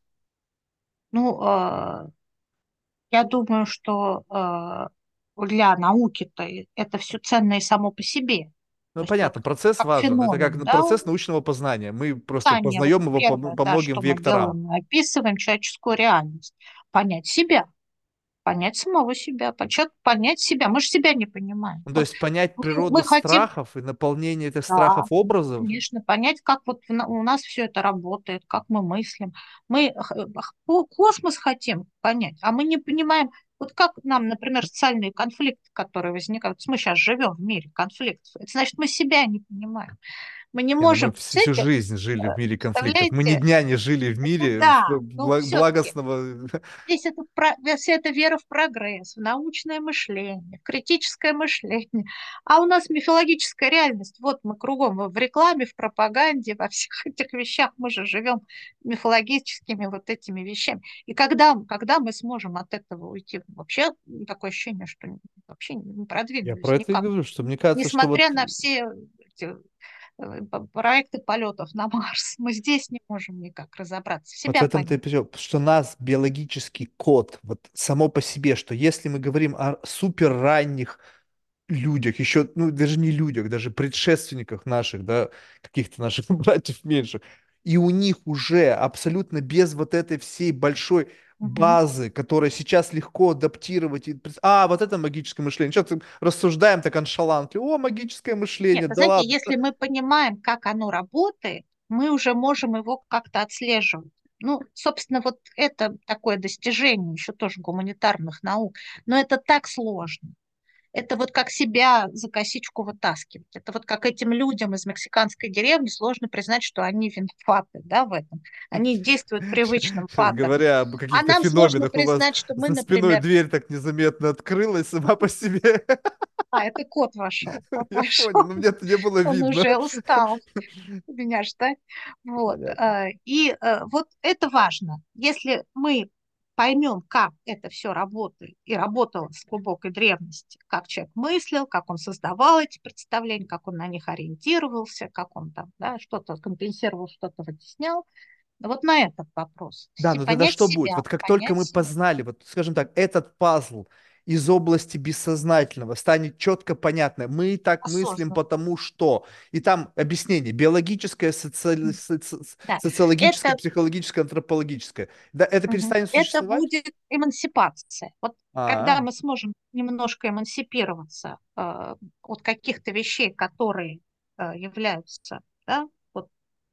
Ну, э, я думаю, что э, для науки-то и это все ценно и само по себе. Ну, То есть вот понятно, процесс как важен. Это как феномен, ну, да, процесс научного познания. Мы просто знание, вот познаем его по, первое, по да, многим что мы векторам. делаем, мы описываем человеческую реальность, понять себя, понять самого себя, почет- понять себя. Мы же себя не понимаем. Ну, то Вот есть понять мы, природу мы хотим, страхов и наполнение этих да, страхов образов. конечно, понять, как вот в на- у нас все это работает, как мы мыслим. Мы х- х- ко- космос хотим понять, а мы не понимаем, вот как нам, например, социальные конфликты, которые возникают. Мы сейчас живем в мире конфликтов. Это значит, мы себя не понимаем. Мы не Не, ну мы можем, всю, всю представляете, жизнь жили э, в мире конфликтов. Мы ни представляете, дня не жили в ну мире да, но бла- все-таки благостного. здесь это, про- вся эта вера в прогресс, в научное мышление, в критическое мышление. А у нас мифологическая реальность. Вот мы кругом в рекламе, в пропаганде, во всех этих вещах. Мы же живем мифологическими вот этими вещами. И когда, когда мы сможем от этого уйти? Вообще такое ощущение, что вообще не Я продвинулись про это и никак. говорю, что мне кажется, что Несмотря вот на все эти э, п- проекты полетов на Марс, мы здесь не можем никак разобраться, Вот в себя этом-то понять. эпизод, что нас биологический код, вот само по себе, что если мы говорим о супер ранних людях, еще, ну, даже не людях, даже предшественниках наших, да, каких-то наших братьев меньших, и у них уже абсолютно без вот этой всей большой Мгм. базы, которая сейчас легко адаптировать. и пред- А, вот это магическое мышление. Сейчас рассуждаем так аншаланки. О, магическое Нет, мышление, вы да знаете, ладно. если мы понимаем, как оно работает, мы уже можем его как-то отслеживать. Ну, собственно, вот это такое достижение еще тоже гуманитарных наук. Но это так сложно. Это вот как себя за косичку вытаскивать. Это вот как этим людям из мексиканской деревни сложно признать, что они виноваты, да, в этом. Они действуют привычным Сейчас паттерном. говоря об А каких-то нам сложно феноменах, у вас признать, что мы, за спиной например, дверь так незаметно открылась сама по себе. а, это кот вошел, кот Я понял, вошел, но мне это не было он видно. уже устал меня ждать. Вот. Понятно. э, И э, вот это важно. Если мы поймем, как это все работает и работало с глубокой древности, как человек мыслил, как он создавал эти представления, как он на них ориентировался, как он там, да, что-то компенсировал, что-то вытеснял, вот на этот вопрос. То Да, есть и но тогда понять что будет? себя, Вот как только понять мы себя. познали, вот, скажем так, этот пазл из области бессознательного станет четко понятно. Мы и так мыслим Осознанно. потому что. И там объяснение биологическое, социали- соци- Да. социологическое, Это психологическое, антропологическое. Да, это Мгм. перестанет Это существовать? будет эмансипация. Вот когда А, мы сможем немножко эмансипироваться э, от каких-то вещей, которые э, являются, да, вот,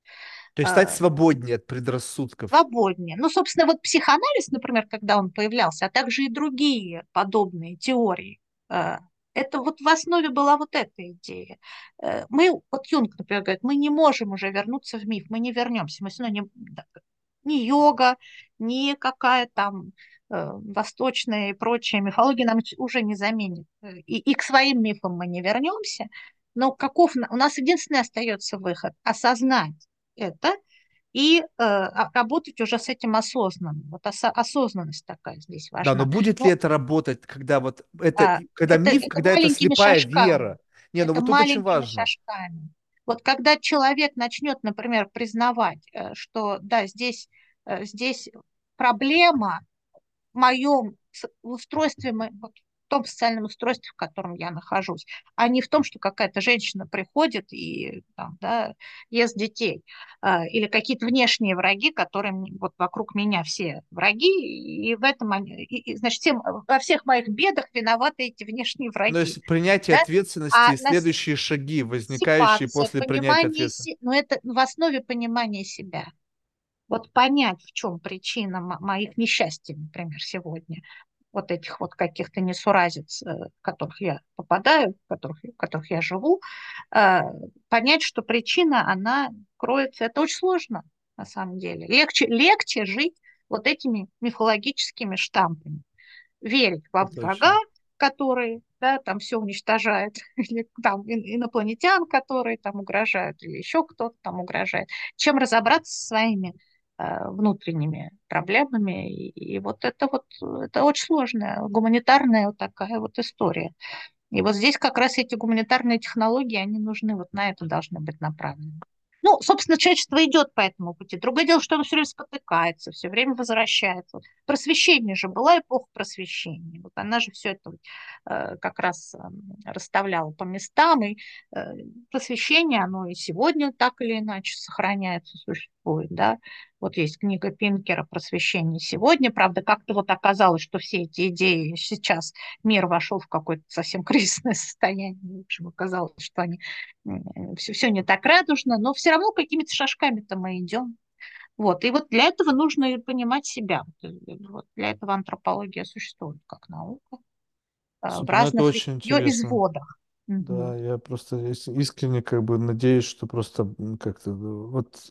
то есть стать э, свободнее от предрассудков. свободнее. Ну, собственно, вот психоанализ, например, когда он появлялся, а также и другие подобные теории, э, это вот в основе была вот эта идея. Э, Мы, вот Юнг, например, говорит, мы не можем уже вернуться в миф, мы не вернемся, мы все равно не, да, ни йога, ни какая там э, восточная и прочая мифология нам ч- уже не заменит. Э, И, и к своим мифам мы не вернемся. Но каков на- у нас единственный остается выход — осознать это и э, а- работать уже с этим осознанно. Вот осо- осознанность такая здесь Да, но важна. будет ли Но это работать, когда вот это, а, когда это, миф, это когда это маленькими слепая шажками. вера? Не, ну Это вот тут очень маленькими важно. шажками. Вот когда человек начнет, например, признавать, э, что да, здесь, э, здесь проблема в моем с- в устройстве, мо- вот в том социальном устройстве, в котором я нахожусь, а не в том, что какая-то женщина приходит и там, да, ест детей. А, или какие-то внешние враги, которые мне- вот вокруг меня все враги, и в этом они, и, и, значит, всем, во всех моих бедах виноваты эти внешние Но враги. есть принятие Да? ответственности А и нас следующие шаги, возникающие сепация, после принятия понимание, ответственности. се- но это в основе понимания себя. Вот понять, в чем причина мо- моих несчастий, например, сегодня, вот этих вот каких-то несуразиц, э, в которых я попадаю, в которых, в которых я живу, э, понять, что причина, она кроется, это очень сложно на самом деле. Легче, легче жить вот этими мифологическими штампами, верить во Это врага, точно. который, да, там все уничтожает, или там ин- инопланетян, которые там угрожают, или еще кто-то там угрожает, чем разобраться со своими э, внутренними проблемами. И, и вот это вот, это очень сложная гуманитарная вот такая вот история. И вот здесь как раз эти гуманитарные технологии, они нужны, вот на это должны быть направлены. Ну, собственно, человечество идет по этому пути. Другое дело, что оно все время спотыкается, все время возвращается. Вот просвещение же была эпоха просвещения. Вот она же все это э, как раз э, расставляла по местам. И э, просвещение, оно и сегодня так или иначе сохраняется, существует. Да? Вот есть книга Пинкера «Просвещение сегодня». Правда, как-то вот оказалось, что все эти идеи сейчас мир вошел в какое-то совсем кризисное состояние. В общем, оказалось, что они все, все не так радужно, но все равно какими-то шажками-то мы идем. Вот. И вот для этого нужно и понимать себя. Вот, э, вот для этого антропология существует как наука э, в Супер, ну это разных очень ее интересно. изводах. Да, Мгм. я просто ис- искренне как бы надеюсь, что просто м, как-то ну, вот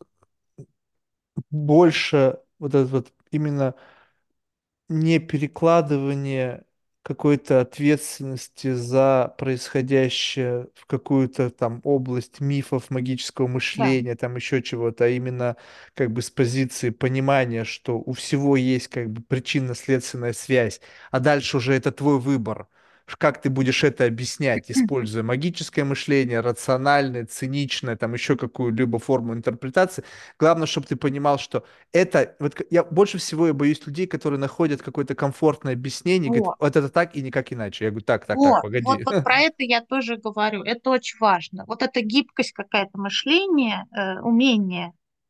больше вот это вот именно не перекладывание какой-то ответственности за происходящее в какую-то там область мифов, магического Да. мышления, там еще чего-то, а именно как бы с позиции понимания, что у всего есть как бы причинно-следственная связь, а дальше уже это твой выбор. Как ты будешь это объяснять, используя магическое мышление, рациональное, циничное, там еще какую-либо форму интерпретации. Главное, чтобы ты понимал, что это, вот к- я больше всего я боюсь людей, которые находят какое-то комфортное объяснение и говорят, Вот. вот это так и никак иначе. Я говорю, так, так, так, Вот, вот, погоди. вот про это я тоже говорю. Это очень важно. Вот эта гибкость какая-то мышления, э, умение.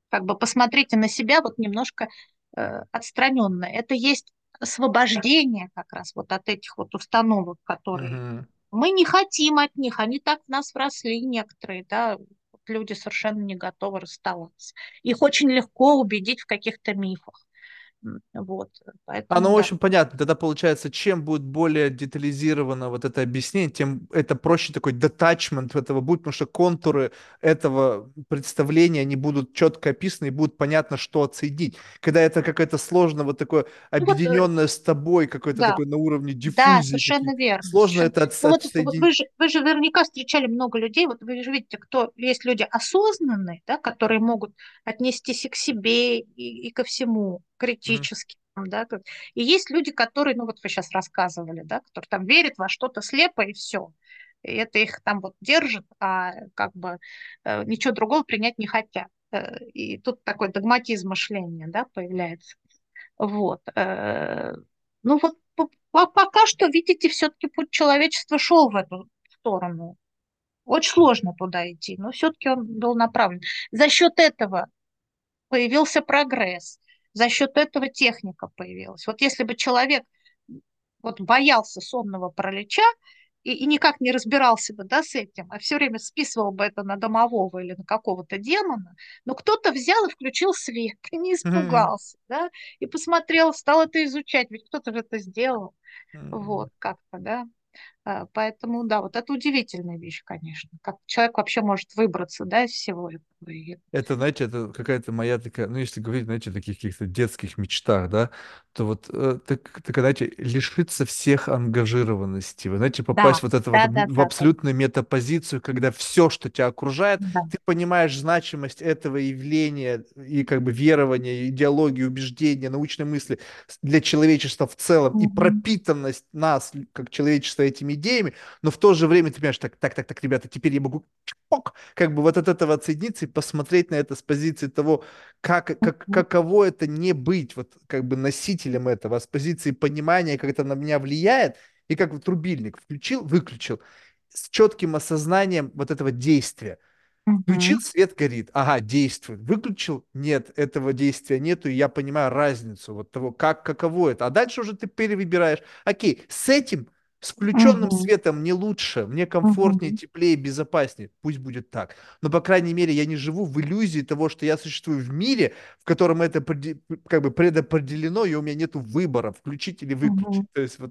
Как бы посмотрите на себя вот немножко э, отстраненно. Это есть освобождение как раз вот от этих вот установок, которые Мгм. мы не хотим от них, они так в нас вросли некоторые, да, вот люди совершенно не готовы расставаться. Их очень легко убедить в каких-то мифах. М, Вот, поэтому Оно да. очень понятно. Тогда получается, чем будет более детализировано вот это объяснение, тем это проще такой детачмент этого будет, потому что контуры этого представления, они будут четко описаны и будет понятно, что отсоединить. Когда это какое-то сложно, вот такое Ну вот, э, объединенное с тобой, какое-то да, такое на уровне да, диффузии, такие, совершенно верно, сложно совершенно. это отс- Ну вот, вот отсоединить. вы же, вы же наверняка встречали много людей, вот вы же видите, кто есть люди осознанные, да, которые могут отнестись и к себе, и, и ко всему Мгм. критически, да, как- и есть люди, которые, ну вот вы сейчас рассказывали, да, которые там верят во что-то слепо и все. И это их там вот держит, а как бы э, ничего другого принять не хотят. Э, И тут такой догматизм мышления, да, появляется. Вот. э, Ну вот по- по- пока что, видите, все-таки путь человечества шел в эту сторону. Очень сложно туда идти, но все-таки он был направлен. За счет этого появился прогресс, за счет этого техника появилась. Вот если бы человек вот боялся сонного паралича и, и никак не разбирался бы, да, с этим, а все время списывал бы это на домового или на какого-то демона, но кто-то взял и включил свет, и не Мгм. испугался, да, и посмотрел, стал это изучать, ведь кто-то же это сделал, Мгм. вот, как-то, да. А, Поэтому, да, вот это удивительная вещь, конечно, как человек вообще может выбраться, да, из всего этого. И- Это, знаете, это какая-то моя такая, ну, если говорить, знаете, о таких каких-то детских мечтах, да, то вот, э, так, так, знаете, лишиться всех ангажированности, вы знаете, Да, попасть вот это вот да, об- да, в да, да, абсолютную метапозицию, когда все, что тебя окружает, да. ты понимаешь значимость этого явления и как бы верования, идеологии, убеждения, научной мысли с- для человечества в целом и Мгм. пропитанность нас, как человечества, этими идеями, но в то же время ты понимаешь, так, так, так, так, ребята, теперь я могу чпок, как бы вот от этого отсоединиться и посмотреть на это с позиции того, как, как, Мгм. каково это не быть вот как бы носителем этого, а с позиции понимания, как это на меня влияет, и как вот рубильник включил, выключил, с четким осознанием вот этого действия. Включил, Мгм. свет горит, ага, действует. Выключил, нет, этого действия нету, и я понимаю разницу вот того, как, каково это. А дальше уже ты перевыбираешь. Окей, с этим, с включенным Мгм. светом мне лучше, мне комфортнее, Мгм. теплее, безопаснее. Пусть будет так. Но, по крайней мере, я не живу в иллюзии того, что я существую в мире, в котором это преди- как бы предопределено, и у меня нету выбора, включить или выключить. Мгм. То есть вот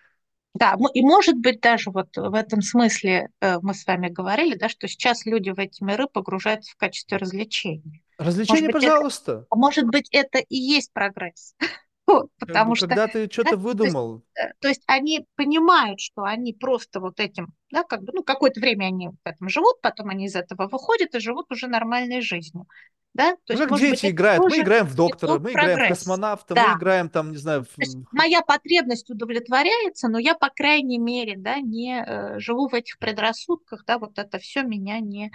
Да, мо- и может быть даже вот в этом смысле э, мы с вами говорили, да, что сейчас люди в эти миры погружаются в качестве развлечения. Может развлечение, быть, это, пожалуйста. а может быть, это и есть прогресс. Вот, Как бы, потому что, когда ты да, что-то то есть, выдумал, э, то есть они понимают, что они просто вот этим, да, как бы, ну, какое-то время они в этом живут, потом они из этого выходят и живут уже нормальной жизнью. Да? То ну, есть, как может быть, дети это играют. Мы тоже играем в доктора, итог мы играем в прогресса. космонавта, мы Да, играем там, не знаю, то есть в- моя потребность удовлетворяется, но я, по крайней мере, да, не э, живу в этих предрассудках, да, вот это все меня не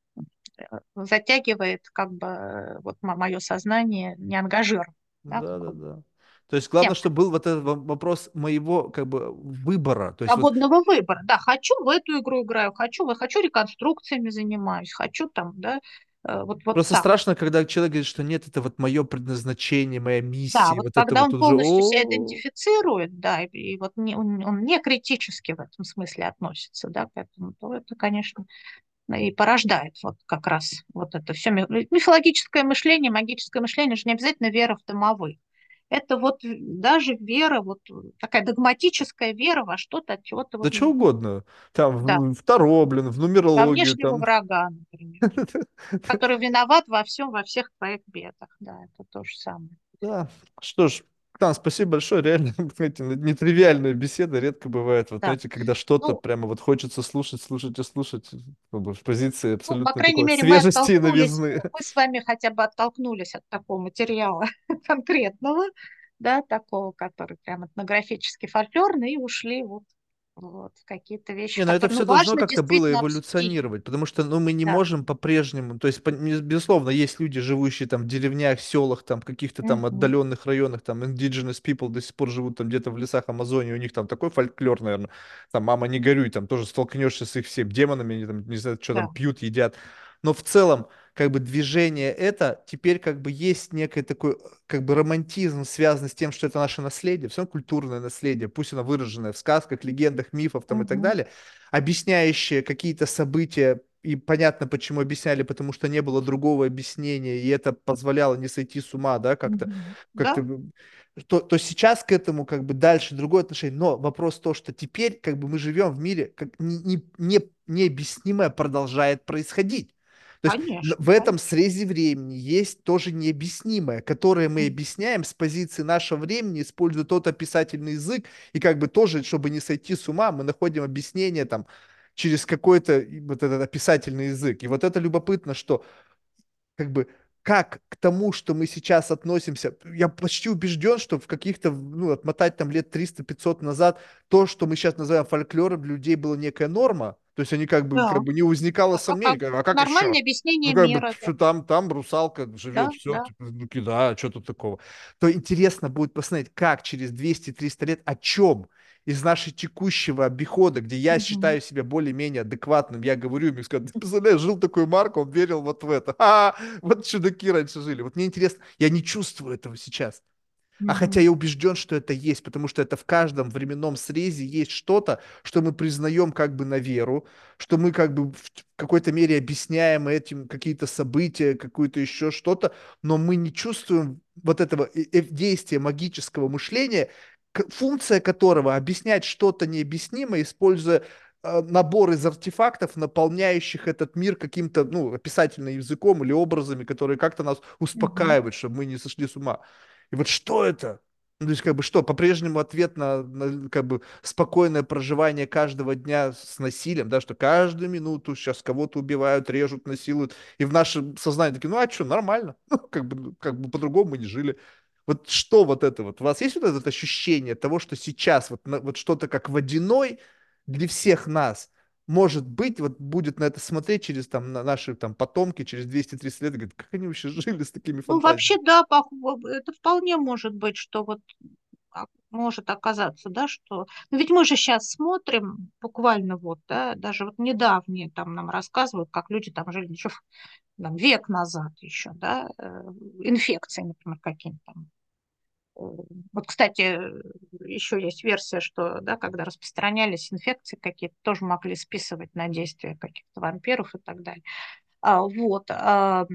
э, затягивает, как бы, э, вот мое сознание не ангажировано, да, Да, да, какой-то да. То есть главное, тем. чтобы был вот этот во- вопрос моего как бы выбора. То есть вот Свободного выбора. Да, хочу в эту игру играю, хочу, в- хочу реконструкциями занимаюсь, хочу там, да, э, вот, вот просто так. страшно, когда человек говорит, что нет, это вот мое предназначение, моя Да, миссия, вот вот это когда вот он уже, полностью себя о, идентифицирует, да, и, и вот не, он, он не критически в этом смысле относится, да, к этому, то это, конечно, и порождает вот как раз вот это все мифологическое мышление, магическое мышление, же не обязательно вера в домовых. Это вот даже вера, вот такая догматическая вера во что-то, от чего-то вот, да что ну, угодно. Там да, в, в Таро, блин, в во нумерологию, внешнего там. врага, например, который виноват во всем, во всех твоих бедах. Да, это то же самое. Да, что ж, Там, спасибо большое, реально, знаете, нетривиальная беседа, редко бывает, вот Да. знаете, когда что-то Ну, прямо вот хочется слушать, слушать и слушать, как бы в позиции ну, по абсолютно крайней такой мере, мы свежести и оттолкнулись, новизны. мы с вами хотя бы оттолкнулись от такого материала конкретного, да, такого, который прям этнографический, фольклорный, и ушли вот, вот в какие-то вещи, Не, но это которые, все ну, должно важно как-то было действительно обсудить. эволюционировать, потому что, ну, мы не Да. можем по-прежнему, то есть, по- не- безусловно, есть люди, живущие там в деревнях, селах, там, каких-то там Мгм. отдаленных районах, там, indigenous people до сих пор живут там где-то в лесах Амазонии, у них там такой фольклор, наверное, там, мама, не горюй, там тоже столкнешься с их всеми демонами, они там, не знаю, что там Да. пьют, едят, но в целом, как бы движение это, теперь как бы есть некий такой э, как бы романтизм, связанный с тем, что это наше наследие, все равно культурное наследие, пусть оно выраженное в сказках, легендах, мифах там и так Мгм. далее, объясняющее какие-то события, и понятно, почему объясняли, потому что не было другого объяснения, и это позволяло не сойти с ума, да, как-то, Мгм. Да, как-то, то, то сейчас к этому как бы дальше другое отношение. Но вопрос то, что теперь как бы мы живем в мире, как не, не, не, необъяснимое продолжает происходить. То есть н- конечно, в этом конечно. срезе времени есть тоже необъяснимое, которое мы Мгм. объясняем с позиции нашего времени, используя тот описательный язык, и как бы тоже, чтобы не сойти с ума, мы находим объяснение там через какой-то и вот этот описательный язык. И вот это любопытно, что как бы как к тому, что мы сейчас относимся, я почти убежден, что в каких-то, ну, отмотать там лет триста пятьсот назад, то, что мы сейчас называем фольклором, для людей была некая норма, то есть они как бы, как Да. бы не возникало А как, сомнений, как как, а как еще? нормальное Ну, объяснение как бы, мира, да. что там, там русалка живет, Да, все, да. типа, ну, да, что тут такого. То интересно будет посмотреть, как через двести-триста лет, о чем из нашего текущего обихода, где я Мгм. считаю себя более-менее адекватным, я говорю, мне сказать, ты представляешь, жил такой Марк, он верил вот в это. А, вот чудаки раньше жили. Вот мне интересно, я не чувствую этого сейчас. А хотя Мгм. я убежден, что это есть, потому что это в каждом временном срезе есть что-то, что мы признаем как бы на веру, что мы как бы в какой-то мере объясняем этим какие-то события, какое-то еще что-то, но мы не чувствуем вот этого э- э- действия магического мышления, к- функция которого объяснять что-то необъяснимое, используя э, набор из артефактов, наполняющих этот мир каким-то, ну, описательным языком или образами, которые как-то нас Мгм. успокаивают, чтобы мы не сошли с ума. И вот что это? Ну, то есть, как бы что, по-прежнему ответ на, на, как бы спокойное проживание каждого дня с насилием, да, что каждую минуту сейчас кого-то убивают, режут, насилуют, и в нашем сознании такие, ну а что, нормально, ну, как бы, ну, как бы по-другому мы не жили. Вот что вот это вот? У вас есть вот это ощущение того, что сейчас вот, на- вот что-то как водяной для всех нас, может быть, вот будет на это смотреть через там на наши там потомки, через двести-триста лет, и говорит, как они вообще жили с такими Ну, вообще, фантазиями? да, пох- это вполне может быть, что вот а, может оказаться, да, что... Но ведь мы же сейчас смотрим буквально вот, да, даже вот недавние там нам рассказывают, как люди там жили еще в- там, век назад еще, да, э, инфекции, например, какие-нибудь там. Э, Вот, кстати, еще есть версия, что, да, когда распространялись инфекции какие-то, тоже могли списывать на действия каких-то вампиров и так далее. А, вот. А,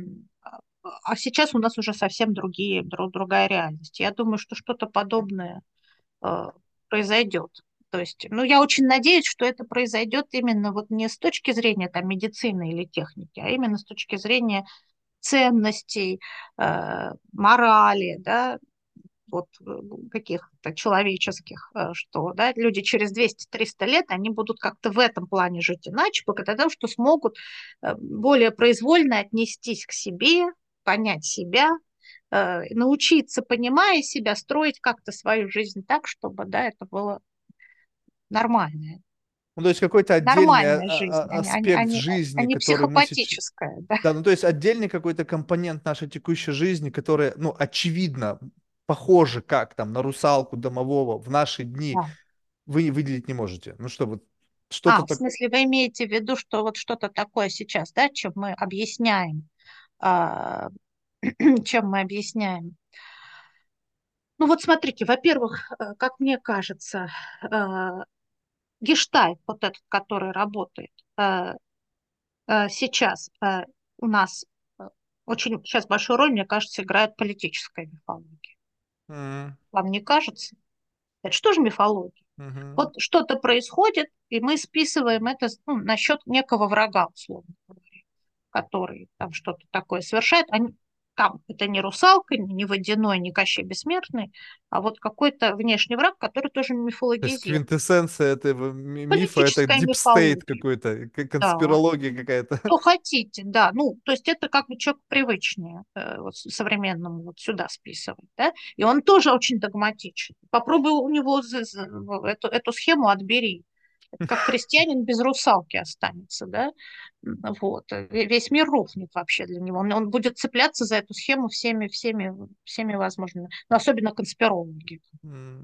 а сейчас у нас уже совсем другие, дру- другая реальность. Я думаю, что что-то подобное э, произойдет. То есть, ну, я очень надеюсь, что это произойдет именно вот не с точки зрения там, медицины или техники, а именно с точки зрения ценностей, э, морали, да, вот э, каких-то человеческих, э, что да, люди через двести-триста лет, они будут как-то в этом плане жить иначе, благодаря тому, что смогут э, более произвольно отнестись к себе, понять себя, э, научиться, понимая себя, строить как-то свою жизнь так, чтобы да, это было нормальное. Ну, то есть какой-то отдельный а- Нормальная а- жизнь, а а- не, а не, а аспект не, а жизни, не который мы сейчас... психопатическая. Да. Да, ну то есть отдельный какой-то компонент нашей текущей жизни, который, ну, очевидно, похоже как там на русалку домового в наши дни, Да. вы выделить не можете. Ну что, вот что-то А, в так... смысле, вы имеете в виду, что вот что-то такое сейчас, да, чем мы объясняем, а, чем мы объясняем. Ну вот смотрите, во-первых, э, как мне кажется, э, гештальт, вот этот, который работает э, э, сейчас э, у нас э, очень сейчас большую роль, мне кажется, играет политическая мифология. М, Вам не кажется? Это что же мифология? мгм. Вот что-то происходит, и мы списываем это ну, на счет некого врага, условно говоря, который там что-то такое совершает. Они, там это не русалка, не водяной, не Кощей Бессмертный, а вот какой-то внешний враг, который тоже То есть мифологизирует. квинтэссенция этого ми- мифа, это Политическая deep state мифология, какой-то, к- да. конспирология какая-то. Что хотите, да. Ну, то есть это как бы человек привычнее э, вот, современному вот сюда списывать, да. И он тоже очень догматичен. Попробуй у него з- з- эту, эту схему отбери. Это как крестьянин без русалки останется, да. М, Вот. Ве- Весь мир рухнет вообще для него. Он, он будет цепляться за эту схему всеми, всеми, всеми возможными. Но особенно конспирологи. М.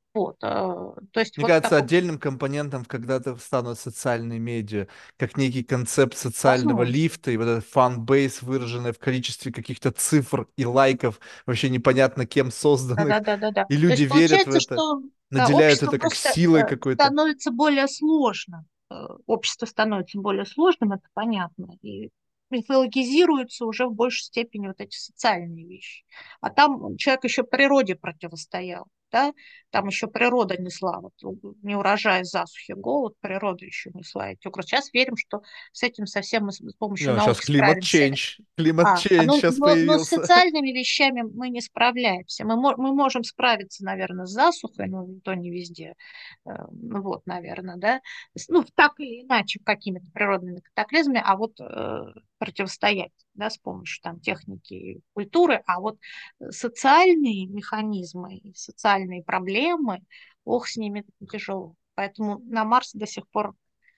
Вот, э, то есть Мне вот в кажется, таком отдельным компонентом когда-то станут социальные медиа, как некий концепт социального возможно. лифта, и вот этот фан-бейс, выраженный в количестве каких-то цифр и лайков, вообще непонятно кем созданных, Да-да-да-да-да. и То люди есть верят в получается, это, что да, наделяют общество это как просто силой э, какой-то. становится более сложным. Э, Общество становится более сложным, это понятно. И мифологизируются уже в большей степени вот эти социальные вещи. А там человек еще природе противостоял. Да? Там еще природа несла, вот, не урожай, засухи, голод, природа еще несла эти угрозы. Сейчас верим, что с этим совсем мы с с помощью Ну, сейчас науки климат справимся. ченч, климат А, а ченч ну, сейчас но, но с появился. социальными вещами мы не справляемся. Мы, мо- мы можем справиться, наверное, с засухой, но то не везде. Э, ну вот, наверное, да. С- Ну, так или иначе, какими-то природными катаклизмами, а вот э, противостоять, да, с помощью там техники и культуры, а вот э, социальные механизмы, и социальные проблемы, ох, с ними тяжело. Поэтому на Марс до сих пор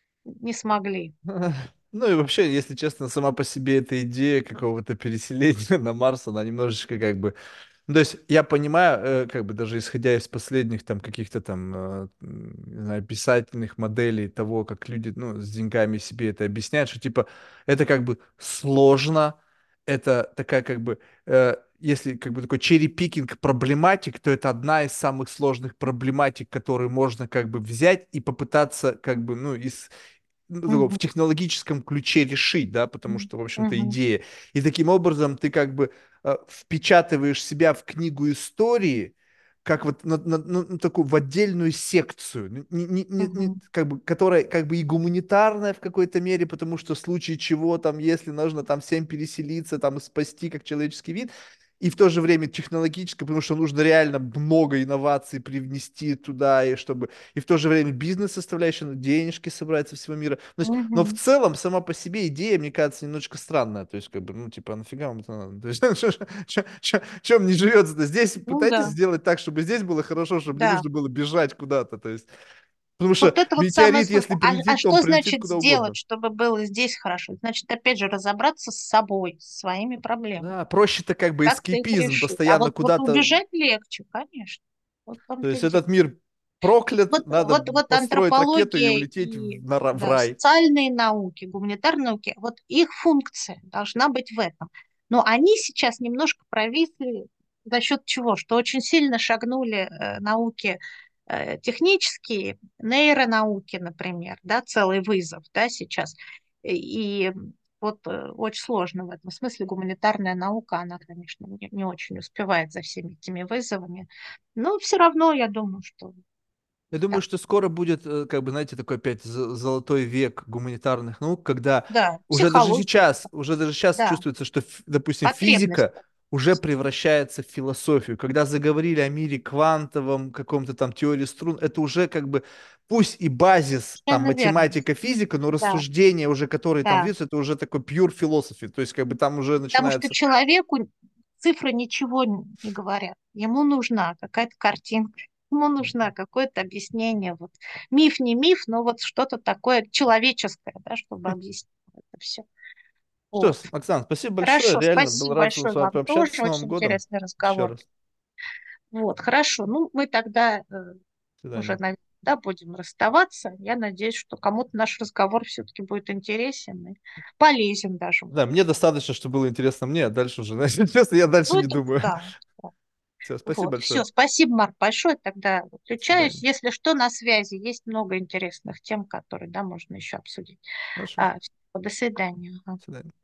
не смогли. Ну и вообще, если честно, сама по себе эта идея какого-то переселения на Марс, она немножечко как бы... Ну, то есть я понимаю, э, как бы даже исходя из последних там каких-то там, э, м, не знаю, писательных моделей того, как люди, ну, с деньгами себе это объясняют, что типа это как бы сложно, это такая как бы, э, если как бы такой черри-пикинг проблематик, то это одна из самых сложных проблематик, которые можно как бы взять и попытаться как бы, ну, из ну, в Мгм. технологическом ключе решить, да, потому что, в общем-то, Мгм. идея. И таким образом ты как бы э, впечатываешь себя в книгу истории, как вот на, на- на- на такую в отдельную секцию, ну, не, не- не- не- Мгм. как бы, которая как бы и гуманитарная в какой-то мере, потому что в случае чего там, если нужно там всем переселиться, там и спасти как человеческий вид, и в то же время технологическое, потому что нужно реально много инноваций привнести туда, и чтобы и в то же время бизнес-составляющая, ну, денежки собрать со всего мира. То есть, но в Мгм. целом сама по себе идея, мне кажется, немножечко странная. То есть, как бы, ну, типа, а нафига вам это надо? То есть, чем не живется-то? Здесь Ну пытайтесь да, сделать так, чтобы здесь было хорошо, чтобы не да. нужно было бежать куда-то. То есть, потому что Вот это вот самое метеорит, если сложное. А, а прилетит, то он что прилетит значит куда угодно. сделать, чтобы было здесь хорошо? Значит, опять же, разобраться с собой, со своими проблемами. Да, проще-то как бы Как-то их эскейпизм, решить. А постоянно вот, вот куда-то. убежать легче, конечно. Вот в То том-то и есть дело. этот мир проклят, Вот, надо вот, вот построить ракету и антропология улететь и в, на ра- в да, рай. социальные науки, гуманитарные науки, вот их функция должна быть в этом. Но они сейчас немножко провисли за счет чего? Что очень сильно шагнули э, науки э, технические, нейронауки, например, да, целый вызов, да, сейчас. И вот э, очень сложно в этом смысле. Гуманитарная наука, она, конечно, не, не очень успевает за всеми этими вызовами. Но все равно, я думаю, что Я думаю, да. что скоро будет, э, как бы, знаете, такой опять з- золотой век гуманитарных наук, когда Да, уже даже психология, сейчас, уже даже сейчас да, чувствуется, что, ф- допустим, потребность. физика уже превращается в философию. Когда заговорили о мире квантовом, каком-то там теории струн, это уже как бы, пусть и базис, там, Совершенно верно. математика, физика, но Да, рассуждения уже, которые там да. ведутся, это уже такой pure philosophy, то есть как бы там уже Потому что начинается... человеку цифры ничего н- не говорят. Ему нужна какая-то картинка, ему нужна какое-то объяснение. Вот. Миф не миф, но вот что-то такое человеческое, да, чтобы объяснить это все. Что ж, Вот. Оксан, спасибо большое, Хорошо, реально был спасибо рад с большое вами вам пообщаться. С тоже. Новым Очень годом интересный еще разговор. раз. Вот, хорошо. Ну, мы тогда э, До уже, свидания. наверное, да, будем расставаться. Я надеюсь, что кому-то наш разговор все-таки будет интересен и полезен даже. Да, мне достаточно, что было интересно мне, а дальше уже, знаете, честно, я дальше Ну, не это думаю. да. Да. Все, спасибо Вот, все, большое. спасибо, Марк, большое. Тогда До выключаюсь. свидания. Если что, на связи. Есть много интересных тем, которые, да, можно еще обсудить. Хорошо. А, всё, до свидания. Ага. До свидания.